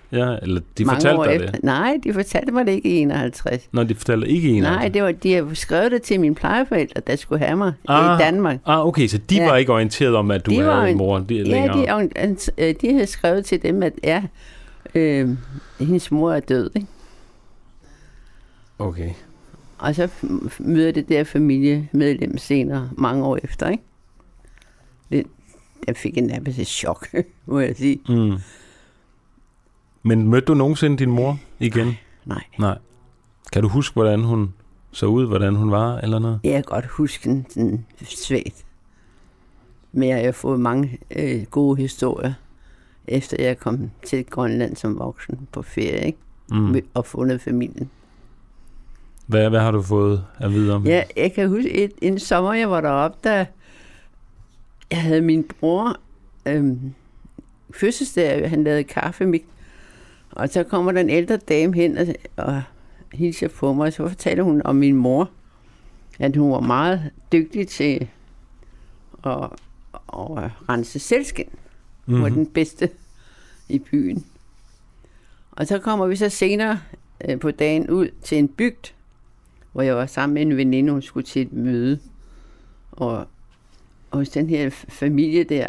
Ja, eller de mange fortalte år dig efter. det? Nej, de fortalte mig det ikke i enoghalvtreds. Nå, de fortalte ikke i enoghalvtreds? Nej, det var, de havde skrevet det til mine plejeforældre, der skulle have mig ah, i Danmark. Ah, okay, så de ja. var ikke orienteret om, at du de havde en en mor de, længere? Ja, de, de havde skrevet til dem, at ja, øh, hendes mor er død, ikke? Okay. Og så møder det der familiemedlem senere, mange år efter, ikke? Det, jeg fik en nærmest et chok, må jeg sige. Mm. Men mødte du nogensinde din mor igen? Nej, nej. Nej. Kan du huske, hvordan hun så ud, hvordan hun var, eller noget? Jeg kan godt huske den sådan svagt. Men jeg har fået mange øh, gode historier, efter jeg kom til Grønland som voksen på ferie, ikke? Mm. Og fundet familien. Hvad, hvad har du fået at vide om? Ja, jeg kan huske, et, en sommer, jeg var deroppe, da jeg havde min bror øhm, fødselsdag, han lavede kaffemik, og så kommer der en ældre dame hen og, og hilser på mig, og så fortæller hun om min mor, at hun var meget dygtig til at, at rense sælskind. Hun mm-hmm. var den bedste i byen. Og så kommer vi så senere øh, på dagen ud til en bygd, hvor jeg var sammen med en veninde, hun skulle til et møde. Og, og hos den her familie der,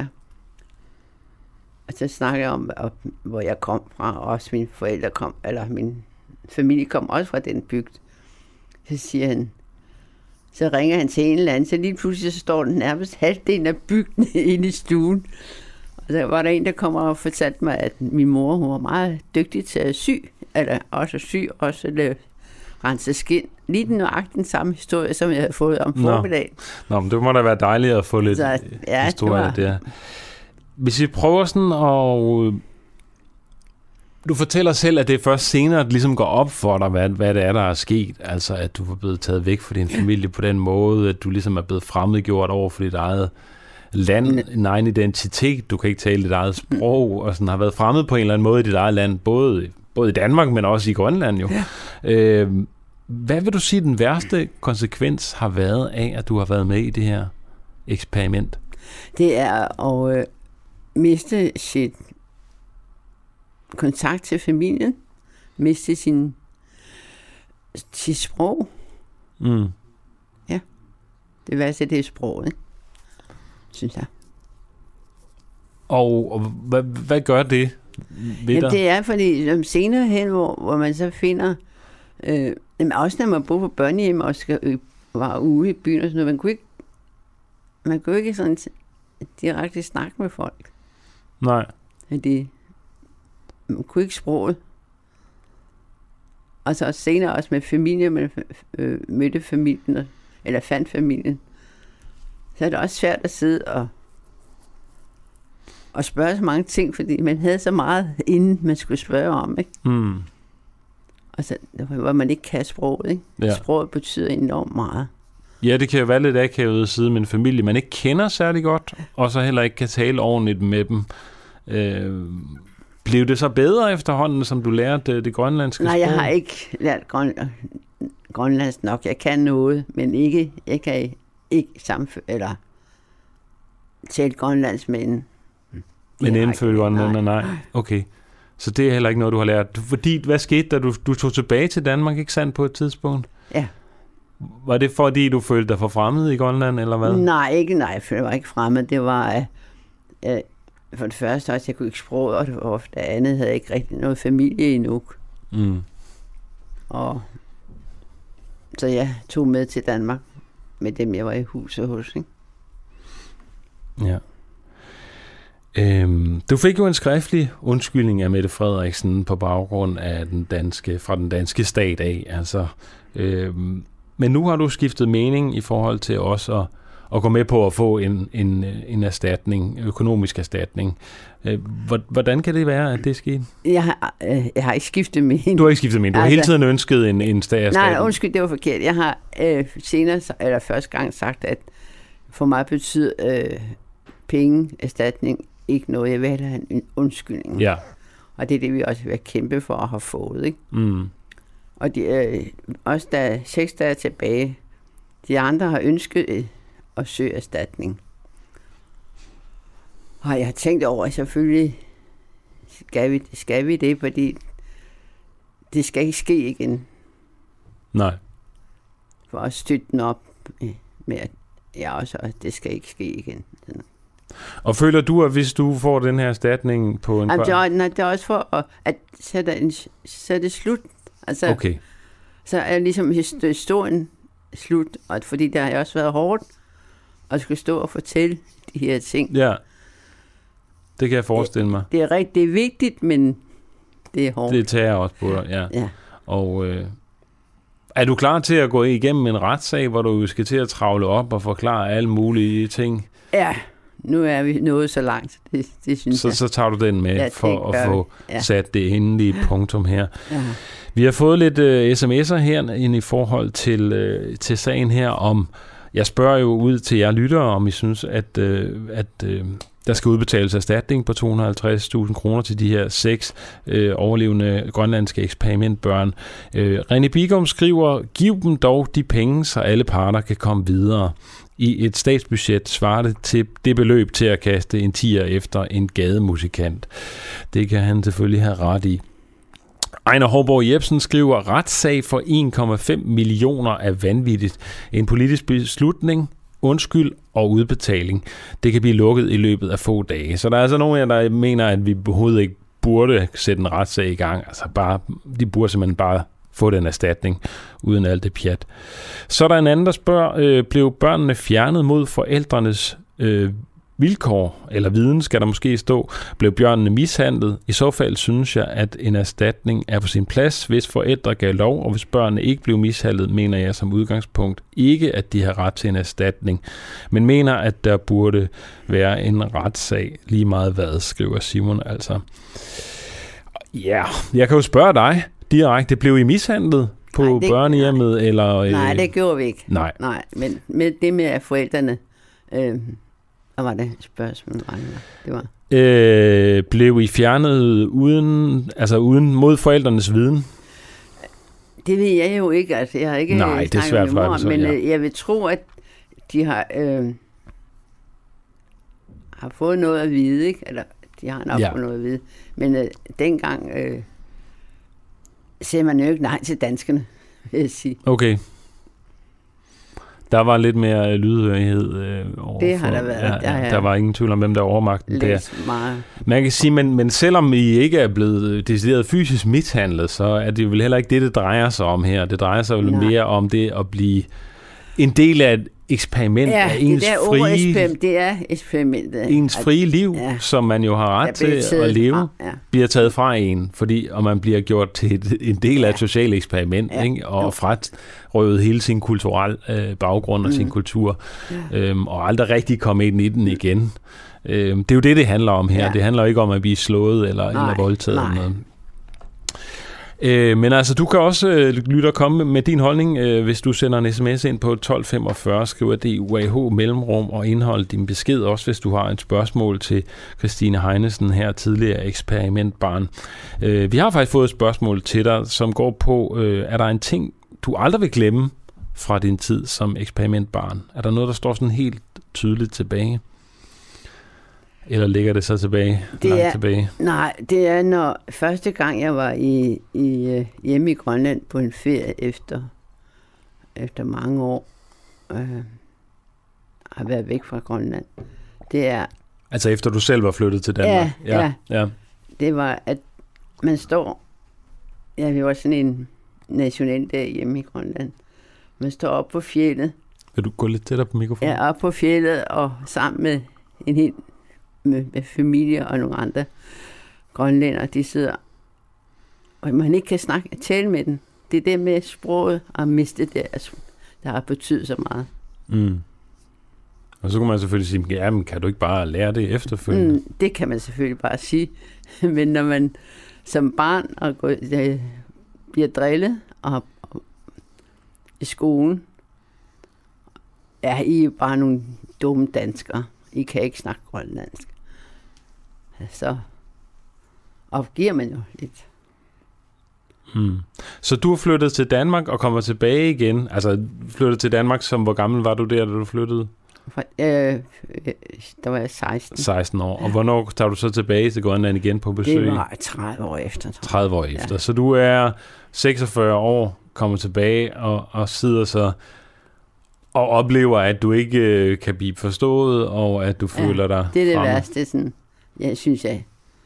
og så snakker jeg om, hvor jeg kom fra, og også mine forældre kom, eller min familie kom også fra den bygd. Så siger han, så ringer han til en eller anden, så lige pludselig så står den nærmest halvdelen af bygden inde i stuen. Og så var der en, der kommer og fortalte mig, at min mor, hun var meget dygtig til at sy, eller også at sy, også at rense skind. Lige den nøjagtigt den samme historie, som jeg havde fået om formiddagen. Nå. Nå, men det må da være dejligt at få lidt så, ja, historie var... der. Hvis vi prøver sådan at... Du fortæller selv, at det er først senere, at det ligesom går op for dig, hvad, hvad det er, der er sket. Altså, at du er blevet taget væk fra din familie på den måde, at du ligesom er blevet fremmedgjort over for dit eget land, en egen identitet. Du kan ikke tale dit eget sprog, og sådan har været fremmed på en eller anden måde i dit eget land, både, både i Danmark, men også i Grønland jo. Ja. Øh, hvad vil du sige, den værste konsekvens har været af, at du har været med i det her eksperiment? Det er at øh, miste sit kontakt til familien, miste sin, sit sprog. Mm. Ja, det værste, det er sproget, ikke? Synes jeg. Og, og hvad, hvad gør det ved Jamen, dig? det er, fordi senere hen, hvor, hvor man så finder, øh, også når man bor på børnehjem og skal øh, være ude i byen og sådan noget, man kunne ikke, man kunne ikke sådan direkte snakke med folk. Nej. Det, man kunne ikke sproget. Og så senere også med familie, man øh, mødte familien, eller fandt familien. Så er det også svært at sidde og, og spørge så mange ting, fordi man havde så meget, inden man skulle spørge om, ikke? Mm. Og så, hvor man ikke kan sproget, ikke? Ja. Sproget betyder enormt meget. Ja, det kan jo være lidt akavet at sidde med en familie, man ikke kender særlig godt, og så heller ikke kan tale ordentligt med dem. Øh, blev det så bedre efterhånden, som du lærte det, det grønlandske Nej, sprog? jeg har ikke lært grøn, grønlandsk nok. Jeg kan noget, men ikke, jeg kan ikke samføre, eller tale grønlandsk med en. Men indfødt grønlander, nej. Okay. Så det er heller ikke noget, du har lært. Fordi, hvad skete, da du, du tog tilbage til Danmark, ikke sandt, på et tidspunkt? Ja. Var det fordi, du følte dig for fremmed i Grønland, eller hvad? Nej, ikke, nej, jeg følte mig ikke fremmed. Det var, øh, for det første også, jeg kunne ikke sproget, og det, og det andet havde jeg ikke rigtig noget familie endnu. Mm. Og så jeg tog med til Danmark med dem, jeg var i huset hos, ikke? Ja. Øhm, du fik jo en skriftlig undskyldning af Mette Frederiksen på baggrund af den danske, fra den danske stat af. Altså, øhm, men nu har du skiftet mening i forhold til også at, at gå med på at få en, en, en erstatning, økonomisk erstatning. Hvordan kan det være, at det skete? Jeg har, øh, jeg har ikke skiftet mening. Du har ikke skiftet mening. Du har altså, hele tiden ønsket en, en erstatning. Nej, undskyld, det var forkert. Jeg har øh, senere, eller første gang sagt, at for mig betyder øh, penge, erstatning, ikke noget. Jeg vil have en undskyldning. Ja. Og det er det, vi også vil kæmpe for at have fået, ikke? Mm. Og de, øh, også da seks dage tilbage, de andre har ønsket øh, at søge erstatning. Og jeg har tænkt over, at selvfølgelig skal vi, skal vi det, fordi det skal ikke ske igen. Nej. For at støtte den op med, at ja, også, at det skal ikke ske igen. Og føler du, at hvis du får den her erstatning på en... Jamen, det, er, nej, det er også for at, at sætte, en, sætte slut. Altså, okay. Så er ligesom historien slut, og fordi det har også været hårdt at skulle stå og fortælle de her ting. Ja, det kan jeg forestille mig. Det, det er rigtig det er vigtigt, men det er hårdt. Det tager også på dig, ja. ja. Og øh, er du klar til at gå igennem en retssag, hvor du skal til at travle op og forklare alle mulige ting? Ja, nu er vi nået så langt, det, det synes så, jeg. Så tager du den med ja, for at få ja. sat det endelige punktum her. Ja. Vi har fået lidt uh, sms'er her ind i forhold til, uh, til sagen her om, jeg spørger jo ud til jer lyttere, om I synes, at, uh, at uh, der skal udbetales erstatning på to hundrede og halvtreds tusind kroner til de her seks uh, overlevende grønlandske eksperimentbørn. Uh, René Bigum skriver, giv dem dog de penge, så alle parter kan komme videre. I et statsbudget svarer det til det beløb til at kaste en tier efter en gademusikant. Det kan han selvfølgelig have ret i. Ejner Hårborg Jebsen skriver, retssag for en komma fem millioner er vanvittigt. En politisk beslutning, undskyld og udbetaling. Det kan blive lukket i løbet af få dage. Så der er altså nogen af jer, der mener, at vi overhovedet ikke burde sætte en retssag i gang. Altså bare, de burde simpelthen bare få den erstatning, uden alt det pjat. Så er der en anden, der spørger, øh, blev børnene fjernet mod forældrenes øh, vilkår, eller viden skal der måske stå, blev børnene mishandlet? I så fald synes jeg, at en erstatning er på sin plads, hvis forældre gav lov, og hvis børnene ikke blev mishandlet, mener jeg som udgangspunkt ikke, at de har ret til en erstatning, men mener, at der burde være en retssag lige meget hvad, skriver Simon altså. Ja, jeg kan jo spørge dig direkte, blev I mishandlet på nej, det, børnehjemmet? Nej. Eller, øh... nej, det gjorde vi ikke. Nej. nej men med det med at forældrene, øh, hvad var det spørgsmål? Det var. Øh, blev I fjernet uden, altså uden mod forældrenes viden? Det ved jeg jo ikke. Altså, jeg har ikke nej, det er svært for mor, men ja. Jeg vil tro, at de har, øh, har fået noget at vide, ikke? Eller de har nok ja. fået noget at vide. Men øh, dengang øh, ser man jo ikke nej til danskerne, vil jeg sige. Okay. Der var lidt mere lydhørighed øh, overfor. Det har der været. Ja, ja, der var ingen tvivl om, hvem der overmagten der. Meget. Man kan sige, men, men selvom I ikke er blevet decideret fysisk mishandlet, så er det vel heller ikke det, det drejer sig om her. Det drejer sig vel mere om det at blive en del af et eksperiment ja, af ens det frie, det er eksperimentet. Ens frie liv, ja. Som man jo har ret til at leve, fra, ja. bliver taget fra en, fordi og man bliver gjort til et, en del af et socialt eksperiment, ja. Ikke? Og frarøvet hele sin kulturelle øh, baggrund og mm. sin kultur, ja. øhm, og aldrig rigtig komme ind i den igen. Øhm, det er jo det, det handler om her. Ja. Det handler ikke om at blive slået eller, eller voldtaget. Eller noget. Øh, men altså, du kan også øh, lytte og komme med din holdning, øh, hvis du sender en sms ind på tolv femogfyrre, skriver det U A H mellemrum og indhold din besked, også hvis du har et spørgsmål til Christine Heinesen her, tidligere eksperimentbarn. Øh, vi har faktisk fået et spørgsmål til dig, som går på, øh, er der en ting, du aldrig vil glemme fra din tid som eksperimentbarn? Er der noget, der står sådan helt tydeligt tilbage? Eller ligger det så tilbage, det langt er, tilbage? Nej, det er når første gang jeg var i, i hjemme i Grønland på en ferie efter, efter mange år, øh, har været væk fra Grønland. Det er... Altså efter du selv var flyttet til Danmark? Ja, ja. ja. Det var, at man står... Ja, vi var sådan en nationaldag hjemme i Grønland. Man står op på fjeldet. Vil du gå lidt tættere på mikrofonen? Ja, op på fjeldet og sammen med en helt Med, med familie og nogle andre grønlændere, de sidder, og man ikke kan snakke, tale med dem. Det er det med sproget og miste det, altså, der har betydet så meget. Mm. Og så kunne man selvfølgelig sige, ja, men kan du ikke bare lære det efterfølgende? Mm, det kan man selvfølgelig bare sige, men når man som barn og går, øh, bliver drillet og, og i skolen, er I bare nogle dumme danskere. I kan ikke snakke grønlandsk. Så opgiver man jo lidt. Hmm. Så du er flyttet til Danmark og kommer tilbage igen? Altså flyttet til Danmark, som hvor gammel var du der, da du flyttede? Øh, der var jeg seksten. seksten år. Og hvornår tager du så tilbage til Grønland igen på besøg? Det var tredive år efter. tredive år efter. Ja. Så du er seksogfyrre år, kommer tilbage og, og sidder så og oplever, at du ikke øh, kan blive forstået, og at du ja, føler dig det er det fremme. værste. Sådan, jeg synes, jeg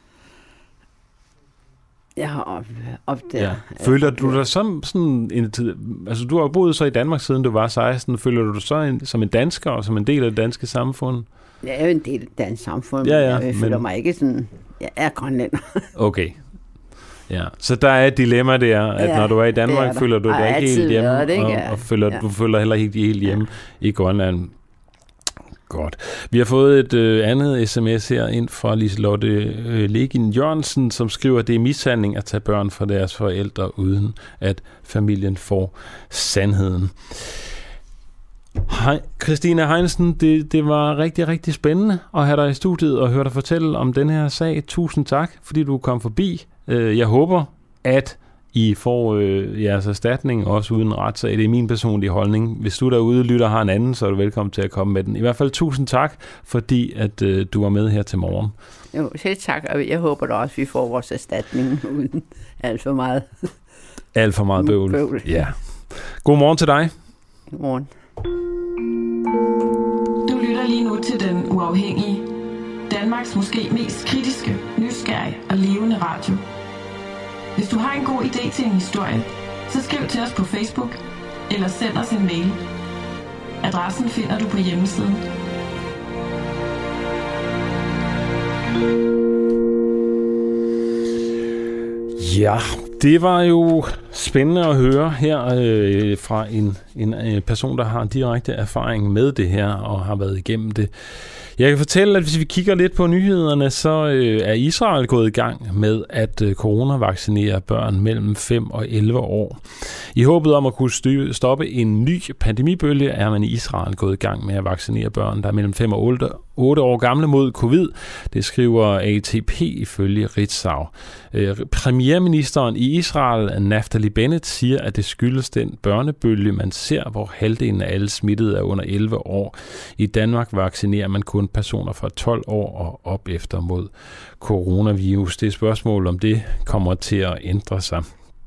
jeg har op, opdaget. Ja. Føler du dig som sådan en, altså du har boet så i Danmark siden du var seksten, føler du dig så en, som en dansker og som en del af det danske samfund? Jeg er jo en del af det danske samfund, ja, ja, men jeg føler men... mig ikke sådan, jeg er grønlænder. Okay. Ja, så der er et dilemma der, at ja, når du er i Danmark, er føler du dig ikke helt hjemme, det, og, og føler, ja. du føler heller ikke helt hjemme ja. i Grønland. Godt. Vi har fået et øh, andet sms her ind fra Liselotte øh, Legin Jørgensen, som skriver, at det er mishandling at tage børn fra deres forældre, uden at familien får sandheden. Hej, Christina Heinsen, det, det var rigtig, rigtig spændende at have dig i studiet og høre dig fortælle om den her sag. Tusind tak, fordi du kom forbi. Jeg håber, at I får øh, jeres erstatning, også uden retssag. Det er min personlige holdning. Hvis du derude lytter har en anden, så er du velkommen til at komme med den. I hvert fald tusind tak, fordi at øh, du var med her til morgen. Jo, selv tak, og jeg håber da også, at vi får vores erstatning uden alt for meget. Alt for meget bøvl. bøvl. Ja. God morgen til dig. God morgen. Du lytter lige nu til Den Uafhængige. Danmarks måske mest kritiske, nysgerrige og levende radio. Hvis du har en god idé til en historie, så skriv til os på Facebook eller send os en mail. Adressen finder du på hjemmesiden. Ja, det var jo spændende at høre her øh, fra en, en øh, person, der har en direkte erfaring med det her og har været igennem det. Jeg kan fortælle, at hvis vi kigger lidt på nyhederne, så øh, er Israel gået i gang med at øh, coronavaccinere børn mellem fem og elleve år. I håbet om at kunne styr, stoppe en ny pandemibølge, er man i Israel gået i gang med at vaccinere børn, der er mellem fem og otte år gamle mod covid. Det skriver A T P ifølge Ritzau. Øh, premierministeren i Israel, Naftali Bennett, siger, at det skyldes den børnebølge, man ser, hvor halvdelen af alle smittede er under elleve år. I Danmark vaccinerer man kun personer fra tolv år og op efter mod coronavirus. Det er spørgsmål, om det kommer til at ændre sig.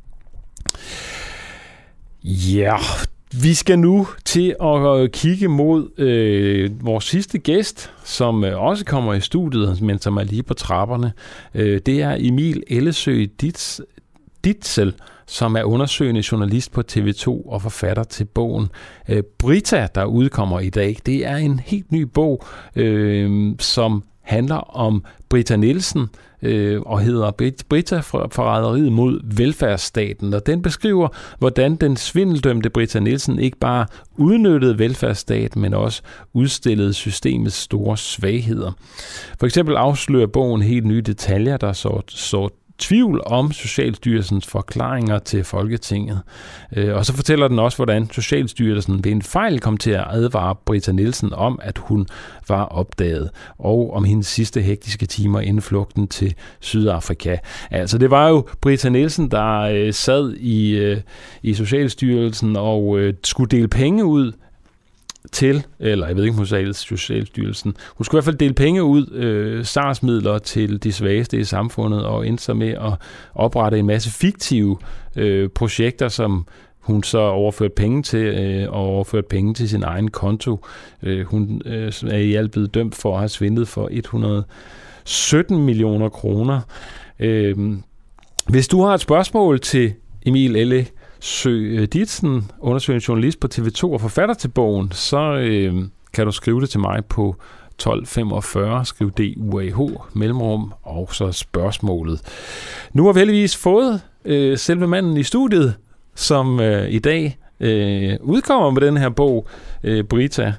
Ja, vi skal nu til at kigge mod øh, vores sidste gæst, som øh, også kommer i studiet, men som er lige på trapperne. Øh, det er Emil Ellesøe Ditz, Ditzel, som er undersøgende journalist på T V to og forfatter til bogen øh, Brita, der udkommer i dag. Det er en helt ny bog, øh, som handler om Britta Nielsen øh, og hedder Brita-forræderiet mod velfærdsstaten. Og den beskriver, hvordan den svindeldømte Britta Nielsen ikke bare udnyttede velfærdsstaten, men også udstillede systemets store svagheder. For eksempel afslører bogen helt nye detaljer, der så, så tvivl om Socialstyrelsens forklaringer til Folketinget. Og så fortæller den også, hvordan Socialstyrelsen ved en fejl kom til at advare Britta Nielsen om, at hun var opdaget, og om hendes sidste hektiske timer inden flugten til Sydafrika. Altså, det var jo Britta Nielsen, der øh, sad i, øh, i Socialstyrelsen og øh, skulle dele penge ud til, eller jeg ved ikke, om hun sagde Socialstyrelsen. Hun skulle i hvert fald dele penge ud, øh, SARS-midler til de svageste i samfundet, og endte så med at oprette en masse fiktive øh, projekter, som hun så overførte penge til, øh, og overførte penge til sin egen konto. Øh, hun øh, er i alt blevet dømt for at have svindlet for et hundrede og sytten millioner kroner. Øh, hvis du har et spørgsmål til Emil Elle Sø Ditsen, undersøgende journalist på T V to og forfatter til bogen, så øh, kan du skrive det til mig på tolv femogfyrre, skriv D U A H, mellemrum, og så spørgsmålet. Nu har vi heldigvis fået øh, selve manden i studiet, som øh, i dag øh, udkommer med den her bog, øh, Brita,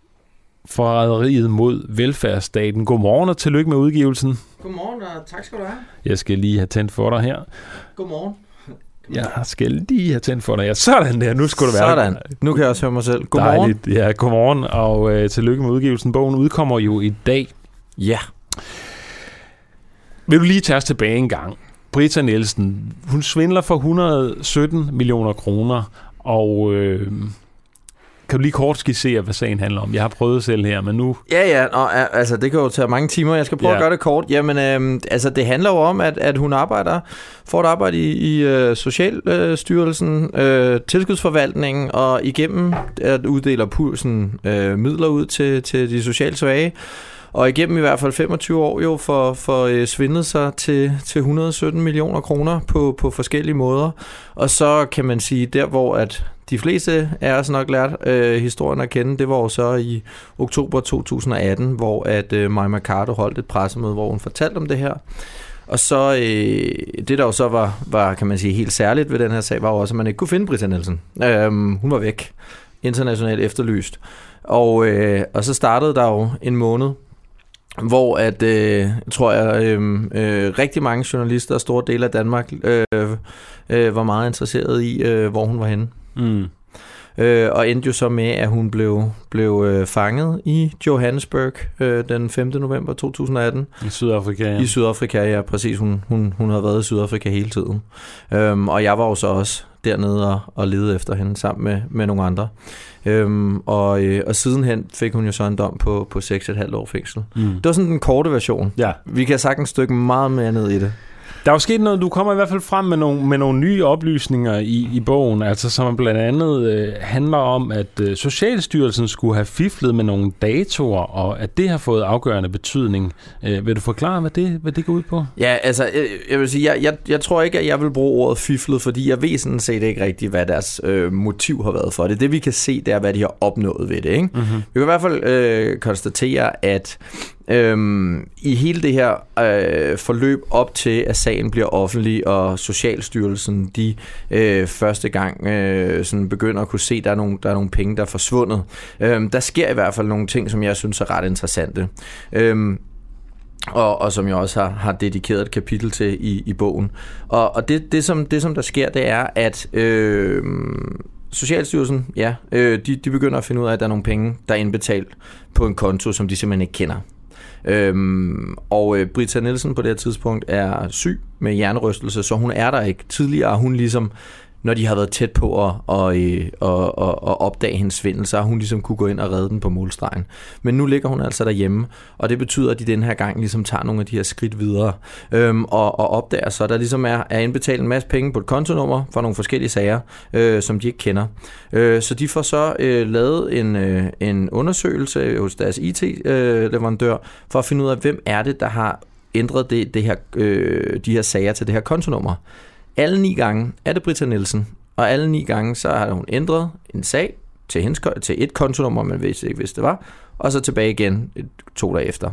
forræderiet mod velfærdsstaten. Godmorgen og tillykke med udgivelsen. Godmorgen og tak skal du have. Jeg skal lige have tændt for dig her. Godmorgen. Jeg skal lige have tændt for dig. Ja, sådan der. Nu skulle det være. Sådan. Nu kan jeg også høre mig selv. Godmorgen. Dejligt. Ja, godmorgen og øh, tillykke med udgivelsen. Bogen udkommer jo i dag. Ja. Vil du lige tage os tilbage en gang? Britta Nielsen, hun svindler for et hundrede og sytten millioner kroner, og øh, kan du lige kort skitsere, hvad sagen handler om? Jeg har prøvet selv her, men nu... Ja, ja, og, altså det kan jo tage mange timer. Jeg skal prøve ja. at gøre det kort. Jamen, øh, altså det handler jo om, at, at hun arbejder, får et arbejde i, i uh, Socialstyrelsen, uh, tilskudsforvaltningen, og igennem at uddeler pulsen uh, midler ud til, til de socialt svage. Og igennem i hvert fald femogtyve år jo for, for øh, svindlet sig til, til et hundrede og sytten millioner kroner på, på forskellige måder. Og så kan man sige, der hvor at de fleste af os nok lært øh, historien at kende, det var jo så i oktober to tusind og atten, hvor at øh, Mai Mercado holdt et pressemøde, hvor hun fortalte om det her. Og så øh, det der jo så var, var, kan man sige, helt særligt ved den her sag, var jo også, at man ikke kunne finde Britta Nielsen. Øhm, hun var væk, internationalt efterlyst. Og, øh, og så startede der jo en måned, hvor at, øh, tror jeg, øh, øh, rigtig mange journalister og store dele af Danmark øh, øh, var meget interesseret i, øh, hvor hun var henne. Mm. Øh, og endte jo så med, at hun blev, blev øh, fanget i Johannesburg øh, den femte november to tusind og atten. I Sydafrika, ja. I Sydafrika, ja, præcis. Hun, hun, hun havde været i Sydafrika hele tiden. Øhm, og jeg var jo så også dernede og, og lede efter hende sammen med, med nogle andre. Øhm, og, øh, og sidenhen fik hun jo så en dom på, på seks komma fem år fængsel. Mm. Det var sådan den korte version. Ja. Vi kan sagtens stykke meget mere ned i det. Der er jo sket noget, du kommer i hvert fald frem med nogle, med nogle nye oplysninger i, i bogen, altså som blandt andet øh, handler om, at øh, Socialstyrelsen skulle have fiflet med nogle datoer, og at det har fået afgørende betydning. Øh, vil du forklare, hvad det, hvad det går ud på? Ja, altså, jeg, jeg vil sige, jeg, jeg, jeg tror ikke, at jeg vil bruge ordet fiflet, fordi jeg ved sådan set ikke rigtigt, hvad deres øh, motiv har været for det. Det vi kan se, det er, hvad de har opnået ved det, ikke? Mm-hmm. Vi kan i hvert fald øh, konstatere, at Øhm, i hele det her øh, forløb op til, at sagen bliver offentlig, og Socialstyrelsen, de øh, første gang øh, sådan begynder at kunne se, at der er nogle, der er nogle penge, der er forsvundet. Øhm, der sker i hvert fald nogle ting, som jeg synes er ret interessante. Øhm, Og, og som jeg også har, har dedikeret et kapitel til i, i bogen. Og, og det, det, som, det, som der sker, det er, at Øh, Socialstyrelsen, ja, øh, de, de begynder at finde ud af, at der er nogle penge, der er indbetalt på en konto, som de simpelthen ikke kender. Øhm, og øh, Britta Nielsen på det her tidspunkt er syg med hjernerystelse, så hun er der ikke. Tidligere hun ligesom, når de har været tæt på at, og, øh, og, og, og opdage hendes svindel, så har hun ligesom kunne gå ind og redde den på målstregen. Men nu ligger hun altså derhjemme, og det betyder, at de den her gang ligesom tager nogle af de her skridt videre, øhm, og, og opdager så, der ligesom er, er indbetalt en masse penge på et kontonummer for nogle forskellige sager, øh, som de ikke kender. Øh, så de får så øh, lavet en, øh, en undersøgelse hos deres I T-leverandør, øh, for at finde ud af, hvem er det, der har ændret det, det her, øh, de her sager til det her kontonummer. Alle ni gange er det Britta Nielsen, og alle ni gange så har hun ændret en sag til, hendes, til et kontonummer, man vidste ikke, hvis det var, og så tilbage igen et, to dage efter.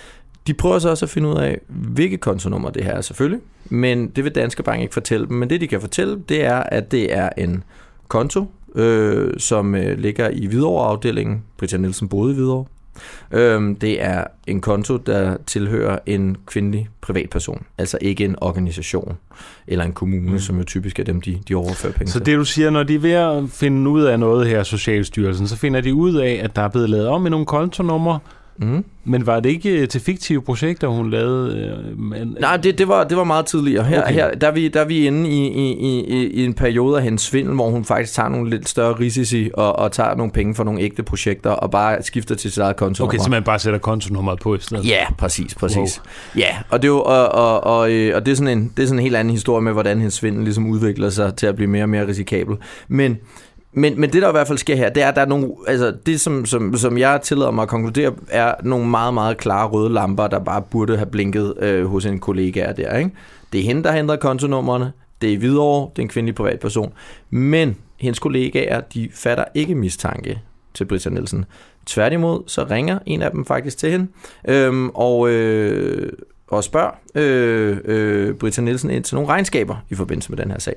De prøver så også at finde ud af, hvilket kontonummer det her er selvfølgelig, men det vil Danske Bank ikke fortælle dem. Men det, de kan fortælle, det er, at det er en konto, øh, som øh, ligger i Hvidovre-afdelingen. Britta Nielsen boede i Hvidovre. Øhm, det er en konto, der tilhører en kvindelig privatperson, altså ikke en organisation eller en kommune, mm. som jo typisk er dem, de, de overfører penge Så til. det du siger, når de er ved at finde ud af noget her, Socialstyrelsen, så finder de ud af, at der er blevet lavet om i nogle kontonumre, mm. men var det ikke til fiktive projekter, hun lavede? Men... Nej, det, det, var, det var meget tidligere. Her, okay. her der, er vi, der er vi inde i, i, i, i en periode af hendes svindel, hvor hun faktisk tager nogle lidt større risici og, og tager nogle penge for nogle ægte projekter og bare skifter til sit eget kontonummer. Okay, så man bare sætter kontonummeret på i stedet? Ja, præcis, præcis. Wow. Ja, og det er jo og, og, og, og det er sådan en det er sådan en helt anden historie med, hvordan hendes svindel ligesom udvikler sig til at blive mere og mere risikabel. Men Men, men det, der i hvert fald sker her, det er, at der er nogle, altså det, som, som, som jeg tillader mig at konkludere, er nogle meget, meget klare røde lamper, der bare burde have blinket øh, hos en kollega der, ikke? Det er hende, der har ændret kontonummerne, det er Hvidovre, det er en kvindelig privatperson, men hendes kollegaer, de fatter ikke mistanke til Britta Nielsen. Tværtimod, så ringer en af dem faktisk til hende, øhm, og, øh, og spørger øh, øh, Britta Nielsen ind til nogle regnskaber i forbindelse med den her sag.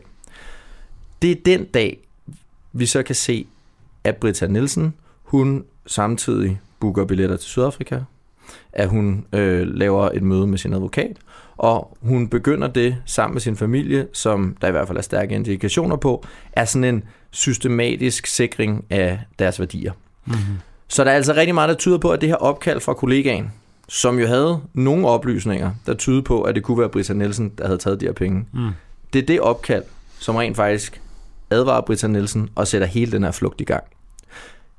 Det er den dag, vi så kan se, at Britta Nielsen, hun samtidig booker billetter til Sydafrika, at hun øh, laver et møde med sin advokat, og hun begynder det sammen med sin familie, som der i hvert fald er stærke indikationer på, er sådan en systematisk sikring af deres værdier. Mm-hmm. Så der er altså rigtig meget, der tyder på, at det her opkald fra kollegaen, som jo havde nogle oplysninger, der tyder på, at det kunne være Britta Nielsen, der havde taget de her penge. Mm. Det er det opkald, som rent faktisk advarer Britta Nielsen og sætter hele den her flugt i gang.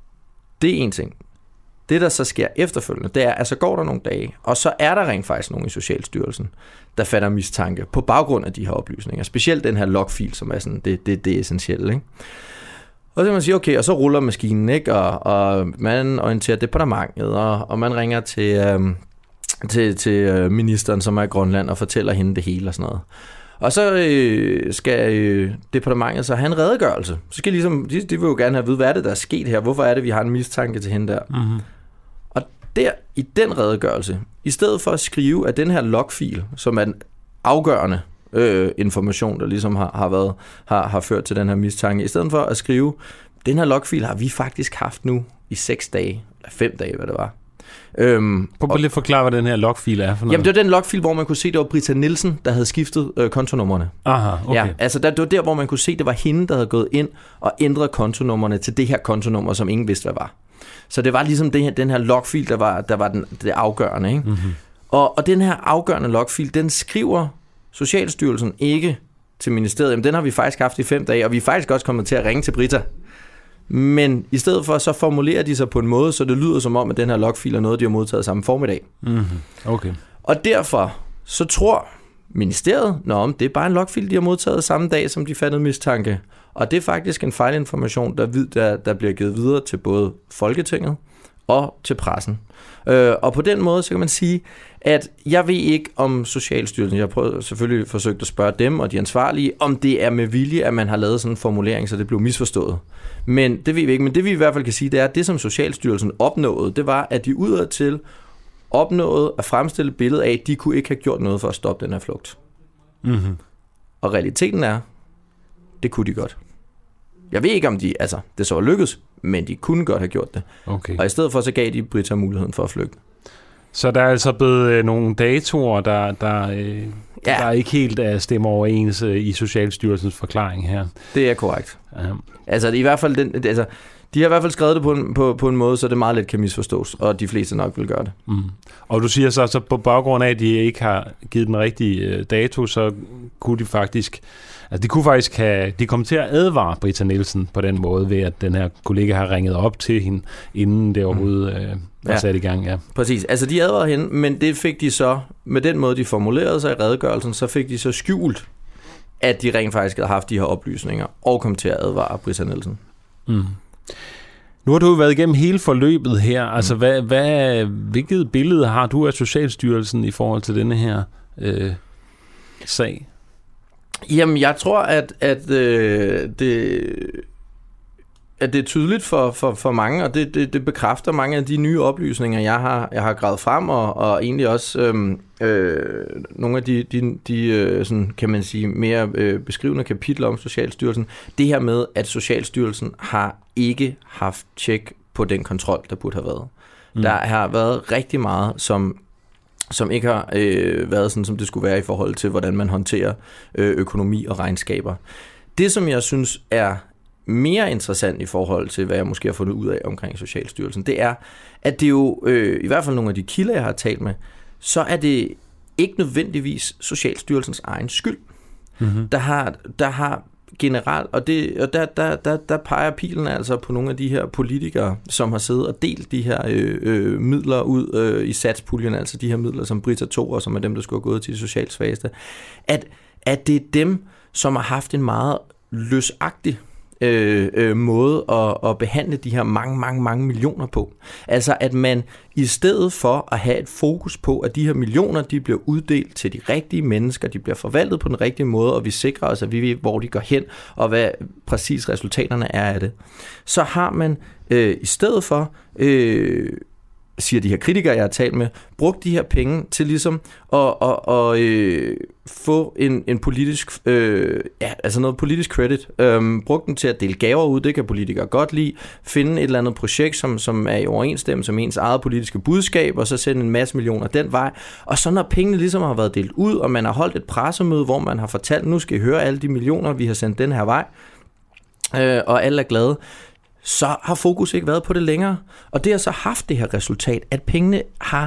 Det er en ting. Det, der så sker efterfølgende, det er, at så går der nogle dage, og så er der rent faktisk nogen i Socialstyrelsen, der fatter mistanke på baggrund af de her oplysninger. Specielt den her logfil, som er sådan, det, det, det er essentielt, ikke? Og så kan man sige, okay, og så ruller maskinen, ikke? Og, og man orienterer departementet, og, og man ringer til, øhm, til, til ministeren, som er i Grønland, og fortæller hende det hele og sådan noget. Og så øh, skal øh, departementet så have en redegørelse. Så skal ligesom, de, de vil jo gerne have at vide, hvad er det, der er sket her? Hvorfor er det, vi har en mistanke til hende der? Mm-hmm. Og der, i den redegørelse, i stedet for at skrive, at den her logfil, som er en afgørende øh, information, der ligesom har, har, været, har, har ført til den her mistanke, i stedet for at skrive, den her logfil har vi faktisk haft nu i seks dage, eller fem dage, hvad det var. Øhm, Prøv at lige forklare, hvad den her logfil er for noget. Jamen, det var den logfil, hvor man kunne se, det var Britta Nielsen, der havde skiftet øh, kontonummerne. Aha, okay. Ja, altså der, det var der, hvor man kunne se, det var hende, der havde gået ind og ændret kontonummerne til det her kontonummer, som ingen vidste, hvad var. Så det var ligesom det her, den her logfil, der var, der var den, det afgørende. Ikke? Mm-hmm. Og, og den her afgørende logfil, den skriver Socialstyrelsen ikke til ministeriet. Jamen, den har vi faktisk haft i fem dage, og vi er faktisk også kommet til at ringe til Britta. Men i stedet for, så formulerer de sig på en måde, så det lyder som om, at den her logfil er noget, de har modtaget samme formiddag. Mm-hmm. Okay. Og derfor, så tror ministeriet, nå, det er bare en logfil, de har modtaget samme dag, som de fattede mistanke. Og det er faktisk en fejlinformation, der, der, der bliver givet videre til både Folketinget og til pressen. Øh, og på den måde, så kan man sige, at jeg ved ikke om Socialstyrelsen, jeg har selvfølgelig forsøgt at spørge dem og de ansvarlige, om det er med vilje, at man har lavet sådan en formulering, så det blev misforstået. Men det ved vi ikke. Men det vi i hvert fald kan sige, det er, at det som Socialstyrelsen opnåede, det var, at de udadtil opnåede at fremstille et billede af, at de kunne ikke have gjort noget for at stoppe den her flugt. Mm-hmm. Og realiteten er, det kunne de godt. Jeg ved ikke, om de, altså, det så lykkedes, men de kunne godt have gjort det. Okay. Og i stedet for, så gav de Britta muligheden for at flygte. Så der er altså blevet øh, nogle datoer, der, der, øh, ja. der ikke helt er stemmer overens øh, i Socialstyrelsens forklaring her. Det er korrekt. Ja. Altså, i hvert fald den, altså, de har i hvert fald skrevet det på en, på, på en måde, så det meget let kan misforstås, og de fleste nok vil gøre det. Mm. Og du siger så, så på baggrund af, at de ikke har givet den rigtige øh, dato, så kunne de faktisk... Altså, de kunne faktisk have, de kom til at advare Britta Nielsen på den måde, ved at den her kollega har ringet op til hende, inden det overhovedet øh, var ja. sat i gang. Ja. Præcis. Altså, de advarede hende, men det fik de så, med den måde, de formulerede sig i redegørelsen, så fik de så skjult, at de rent faktisk havde haft de her oplysninger, og kom til at advare Britta Nielsen. Mm. Nu har du jo været igennem hele forløbet her. Altså, hvad, hvad, hvilket billede har du af Socialstyrelsen i forhold til denne her øh, sag? Jamen, jeg tror, at, at, øh, det, at det er tydeligt for, for, for mange, og det, det, det bekræfter mange af de nye oplysninger, jeg har, jeg har gravet frem, og, og egentlig også øh, øh, nogle af de, de, de øh, sådan, kan man sige, mere øh, beskrivende kapitler om Socialstyrelsen. Det her med, at Socialstyrelsen har ikke haft tjek på den kontrol, der burde have været. Mm. Der har været rigtig meget, som... som ikke har øh, været sådan, som det skulle være i forhold til, hvordan man håndterer øh, økonomi og regnskaber. Det, som jeg synes er mere interessant i forhold til, hvad jeg måske har fundet ud af omkring Socialstyrelsen, det er, at det jo, øh, i hvert fald nogle af de kilder, jeg har talt med, så er det ikke nødvendigvis Socialstyrelsens egen skyld. Mm-hmm. Der har, der har generelt, og, det, og der, der, der, der peger pilen altså på nogle af de her politikere, som har siddet og delt de her øh, øh, midler ud øh, i satspuljen, altså de her midler, som Britta tog, og som er dem, der skulle have gået til de socialt svageste, at, at det er dem, som har haft en meget løsagtig øh, øh, måde at, at behandle de her mange, mange, mange millioner på. Altså at man i stedet for at have et fokus på, at de her millioner, de bliver uddelt til de rigtige mennesker, de bliver forvaltet på den rigtige måde, og vi sikrer os, at vi ved, hvor de går hen, og hvad præcis resultaterne er af det, så har man øh, i stedet for... Øh, siger de her kritikere, jeg har talt med, brugt de her penge til ligesom at, at, at øh, få en, en politisk, øh, ja, altså noget politisk credit. Øhm, brugt dem til at dele gaver ud, det kan politikere godt lide. Finde et eller andet projekt, som, som er i overensstemmelse med ens eget politiske budskab, og så sende en masse millioner den vej. Og så når pengene ligesom har været delt ud, og man har holdt et pressemøde, hvor man har fortalt, nu skal I høre alle de millioner, vi har sendt den her vej, øh, og alle er glade, så har fokus ikke været på det længere. Og det har så haft det her resultat, at pengene har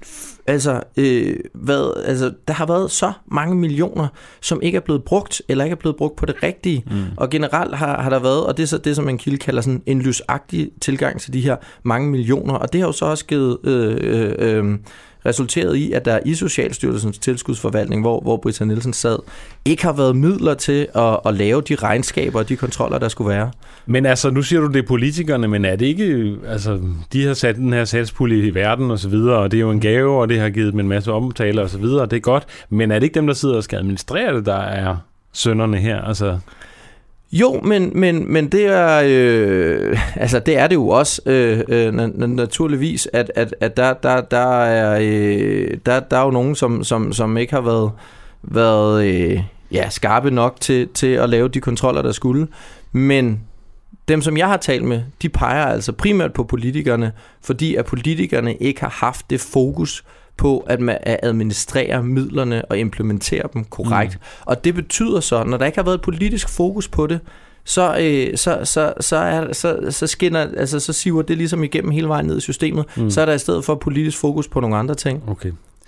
Altså, øh, hvad, altså, der har været så mange millioner, som ikke er blevet brugt, eller ikke er blevet brugt på det rigtige. Mm. Og generelt har, har der været, og det er så det, som en kilde kalder sådan en lysagtig tilgang til de her mange millioner. Og det har jo så også givet øh, øh, øh, resulteret i, at der i Socialstyrelsens tilskudsforvaltning, hvor, hvor Britta Nielsen sad, ikke har været midler til at, at lave de regnskaber og de kontroller, der skulle være. Men altså, nu siger du, det er politikerne, men er det ikke, altså, de har sat den her satspulje i verden og så videre, og det er jo en gave, og det har givet dem en masse omtaler og så videre, og det er godt, men er det ikke dem, der sidder og skal administrere det, der er synderne her, altså? Jo, men, men, men det er øh, altså det er det jo også øh, øh, naturligvis, at, at, at der, der, der, er, øh, der, der er jo nogen, som, som, som ikke har været, været øh, ja, skarpe nok til, til at lave de kontroller, der skulle. Men dem, som jeg har talt med, de peger altså primært på politikerne, fordi at politikerne ikke har haft det fokus på at man administrerer midlerne og implementere dem korrekt. Mm. Og det betyder så, når der ikke har været et politisk fokus på det, så øh, så så så er så så skinner altså så siver det ligesom igennem hele vejen ned i systemet. Mm. Så er der i stedet for politisk fokus på nogle andre ting. Okay.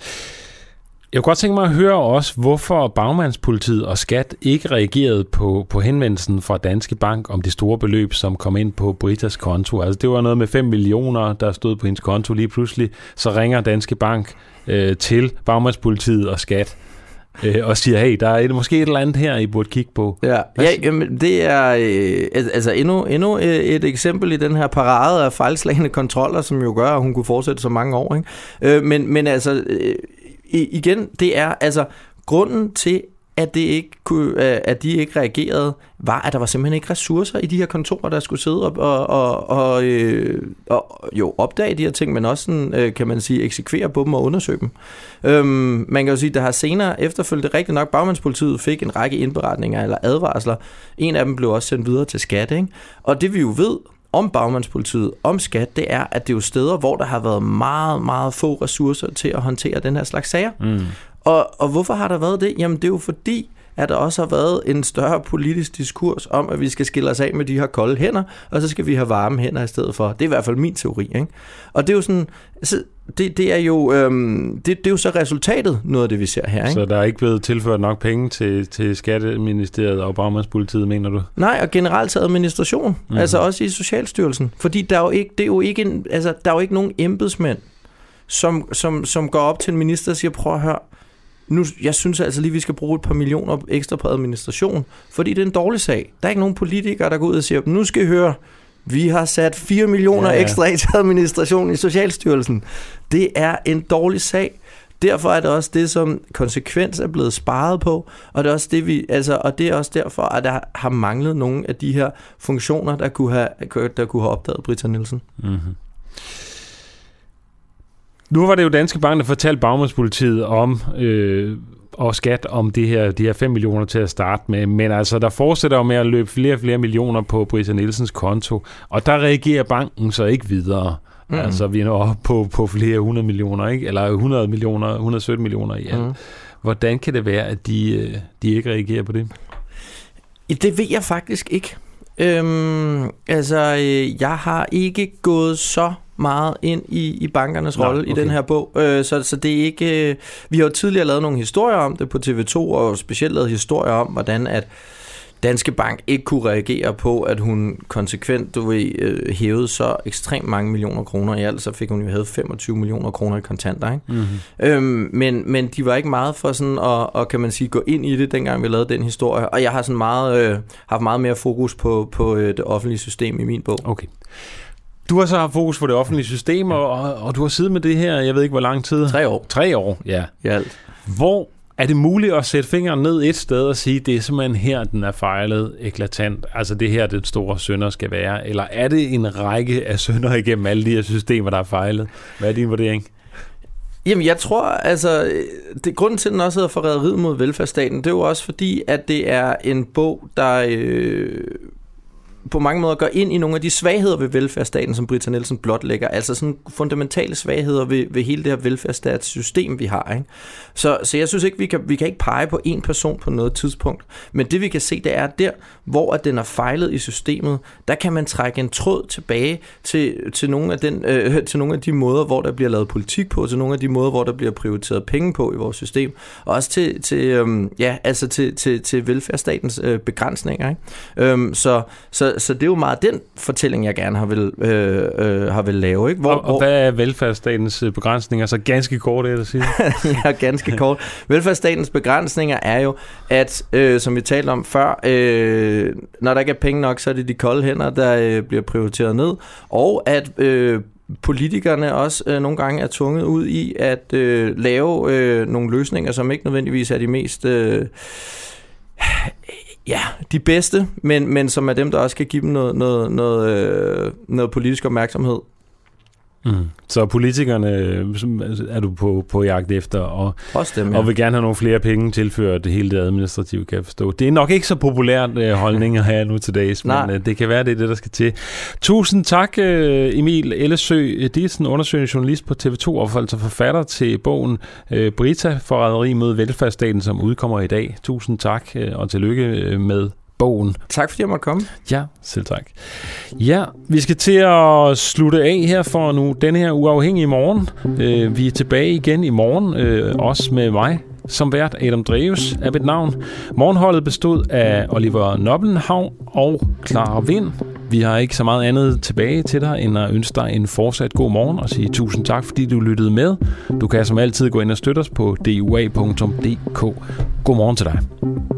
Jeg kunne godt tænke mig at høre også, hvorfor Bagmandspolitiet og Skat ikke reagerede på, på henvendelsen fra Danske Bank om det store beløb, som kom ind på Britas konto. Altså det var noget med fem millioner, der stod på hendes konto lige pludselig. Så ringer Danske Bank øh, til Bagmandspolitiet og Skat øh, og siger, hey, der er et, måske et eller andet her, I burde kigge på. Ja, ja jamen, det er øh, altså endnu, endnu et eksempel i den her parade af fejlslagne kontroller, som jo gør, at hun kunne fortsætte så mange år. Ikke? Øh, men, men altså... Øh, igen, det er altså grunden til, at, det ikke kunne, at de ikke reagerede, var, at der var simpelthen ikke ressourcer i de her kontorer, der skulle sidde og, og, og, og, øh, og jo, opdage de her ting, men også sådan, øh, kan man sige, eksekvere på dem og undersøge dem. Øhm, man kan jo sige, at der har senere efterfølgende rigtigt nok, Bagmandspolitiet fik en række indberetninger eller advarsler. En af dem blev også sendt videre til Skat, ikke? Og det vi jo ved om Bagmandspolitiet, om Skat, det er, at det er jo steder, hvor der har været meget, meget få ressourcer til at håndtere den her slags sager. Mm. Og, og hvorfor har der været det? Jamen det er jo fordi, at der også har været en større politisk diskurs om, at vi skal skille os af med de her kolde hænder, og så skal vi have varme hænder i stedet for. Det er i hvert fald min teori, ikke? Og det er jo sådan, altså, det, det er jo øhm, det, det er jo så resultatet, noget af det, vi ser her, ikke? Så der er ikke blevet tilført nok penge til, til Skatteministeriet og Bagmandspolitiet, mener du? Nej, og generelt til administration, mm. altså også i Socialstyrelsen, fordi der er jo ikke, det er jo ikke, en, altså, der er jo ikke nogen embedsmænd, som, som, som går op til en minister og siger, prøv at høre, nu, jeg synes altså lige, vi skal bruge et par millioner ekstra på administration, fordi det er en dårlig sag. Der er ikke nogen politikere, der går ud og siger, nu skal I høre, vi har sat fire millioner ja, ja. ekstra til administration i Socialstyrelsen. Det er en dårlig sag. Derfor er det også det, som konsekvens er blevet sparet på, og det er også det, vi, altså, og det er også derfor, at der har manglet nogle af de her funktioner, der kunne have, der kunne have opdaget Britta Nielsen. Mm-hmm. Nu var det jo Danske Bank, der fortalte Bagmandspolitiet om øh, og Skat om det her, de her fem millioner til at starte med, men altså der fortsætter jo med at løbe flere og flere millioner på Britta Nielsens konto, og der reagerer banken så ikke videre. Mm. Altså vi er nu oppe på, på flere hundrede millioner, ikke? Eller hundrede millioner, et hundrede og sytten millioner i alt. Mm. Hvordan kan det være, at de, de ikke reagerer på det? Det ved jeg faktisk ikke. Øhm, altså, jeg har ikke gået så meget ind i, i bankernes rolle okay. i den her bog, øh, så, så det er ikke... Øh, vi har jo tidligere lavet nogle historier om det på T V to, og specielt lavet historier om, hvordan at Danske Bank ikke kunne reagere på, at hun konsekvent du ved, øh, hævede så ekstremt mange millioner kroner i alt, så fik hun jo hævet femogtyve millioner kroner i kontanter, ikke? Mm-hmm. Øhm, men, men de var ikke meget for sådan at, at, kan man sige, gå ind i det, dengang vi lavede den historie, og jeg har sådan meget, øh, haft meget mere fokus på, på øh, det offentlige system i min bog. Okay. Du har så haft fokus på det offentlige system, og, og du har siddet med det her, jeg ved ikke hvor lang tid. Tre år. Tre år, ja. I alt. Hvor er det muligt at sætte fingeren ned et sted og sige, det er simpelthen her, den er fejlet eklatant? Altså det her, den store synder skal være? Eller er det en række af synder igennem alle de her systemer, der er fejlet? Hvad er din vurdering? Jamen jeg tror, altså, det, grunden til, at den også hedder Forræderiet mod velfærdsstaten, det er jo også fordi, at det er en bog, der... Øh, på mange måder går ind i nogle af de svagheder ved velfærdsstaten, som Britta Nielsen blotlægger, altså sådan fundamentale svagheder ved, ved hele det her velfærdsstatssystem, vi har. Ikke? Så, så jeg synes ikke, vi kan, vi kan ikke pege på en person på noget tidspunkt, men det vi kan se, det er der, hvor at den er fejlet i systemet, der kan man trække en tråd tilbage til, til, nogle af den, øh, til nogle af de måder, hvor der bliver lavet politik på, til nogle af de måder, hvor der bliver prioriteret penge på i vores system, og også til, til, øhm, ja, altså til, til, til velfærdsstatens øh, begrænsninger. Ikke? Øhm, så, så, så det er jo meget den fortælling, jeg gerne har vil, øh, øh, har vil lave. Ikke? Hvor, og, og hvad er velfærdsstatens begrænsninger? Så ganske kort, er det at sige. Ja, ganske kort. Velfærdsstatens begrænsninger er jo, at, øh, som vi talte om før, øh, når der ikke er penge nok, så er det de kolde hænder, der øh, bliver prioriteret ned, og at øh, politikerne også øh, nogle gange er tvunget ud i at øh, lave øh, nogle løsninger, som ikke nødvendigvis er de mest øh, ja, de bedste, men, men som er dem, der også kan give dem noget, noget, noget, øh, noget politisk opmærksomhed. Mm. Så politikerne er du på, på jagt efter, og, dem, ja. og vil gerne have nogle flere penge tilført det hele det administrative, kan jeg forstå. Det er nok ikke så populært uh, holdning at have nu til dags, men uh, det kan være, det er det, der skal til. Tusind tak, uh, Emil Ellesøe Didsen, undersøgende journalist på T V to, og altså forfatter til bogen uh, Brita, forræderi mod velfærdsstaten, som udkommer i dag. Tusind tak, uh, og tillykke uh, med bogen. Tak fordi jeg måtte komme. Ja, selv tak. Ja, vi skal til at slutte af her for nu denne her uafhængige morgen. Øh, vi er tilbage igen i morgen, øh, også med mig som vært, Adam Dreves er mit navn. Morgenholdet bestod af Oliver Nobbenhavn og Clara Vind. Vi har ikke så meget andet tilbage til dig, end at ønske dig en fortsat god morgen og sige tusind tak, fordi du lyttede med. Du kan som altid gå ind og støtte os på d u a punktum d k. God morgen til dig.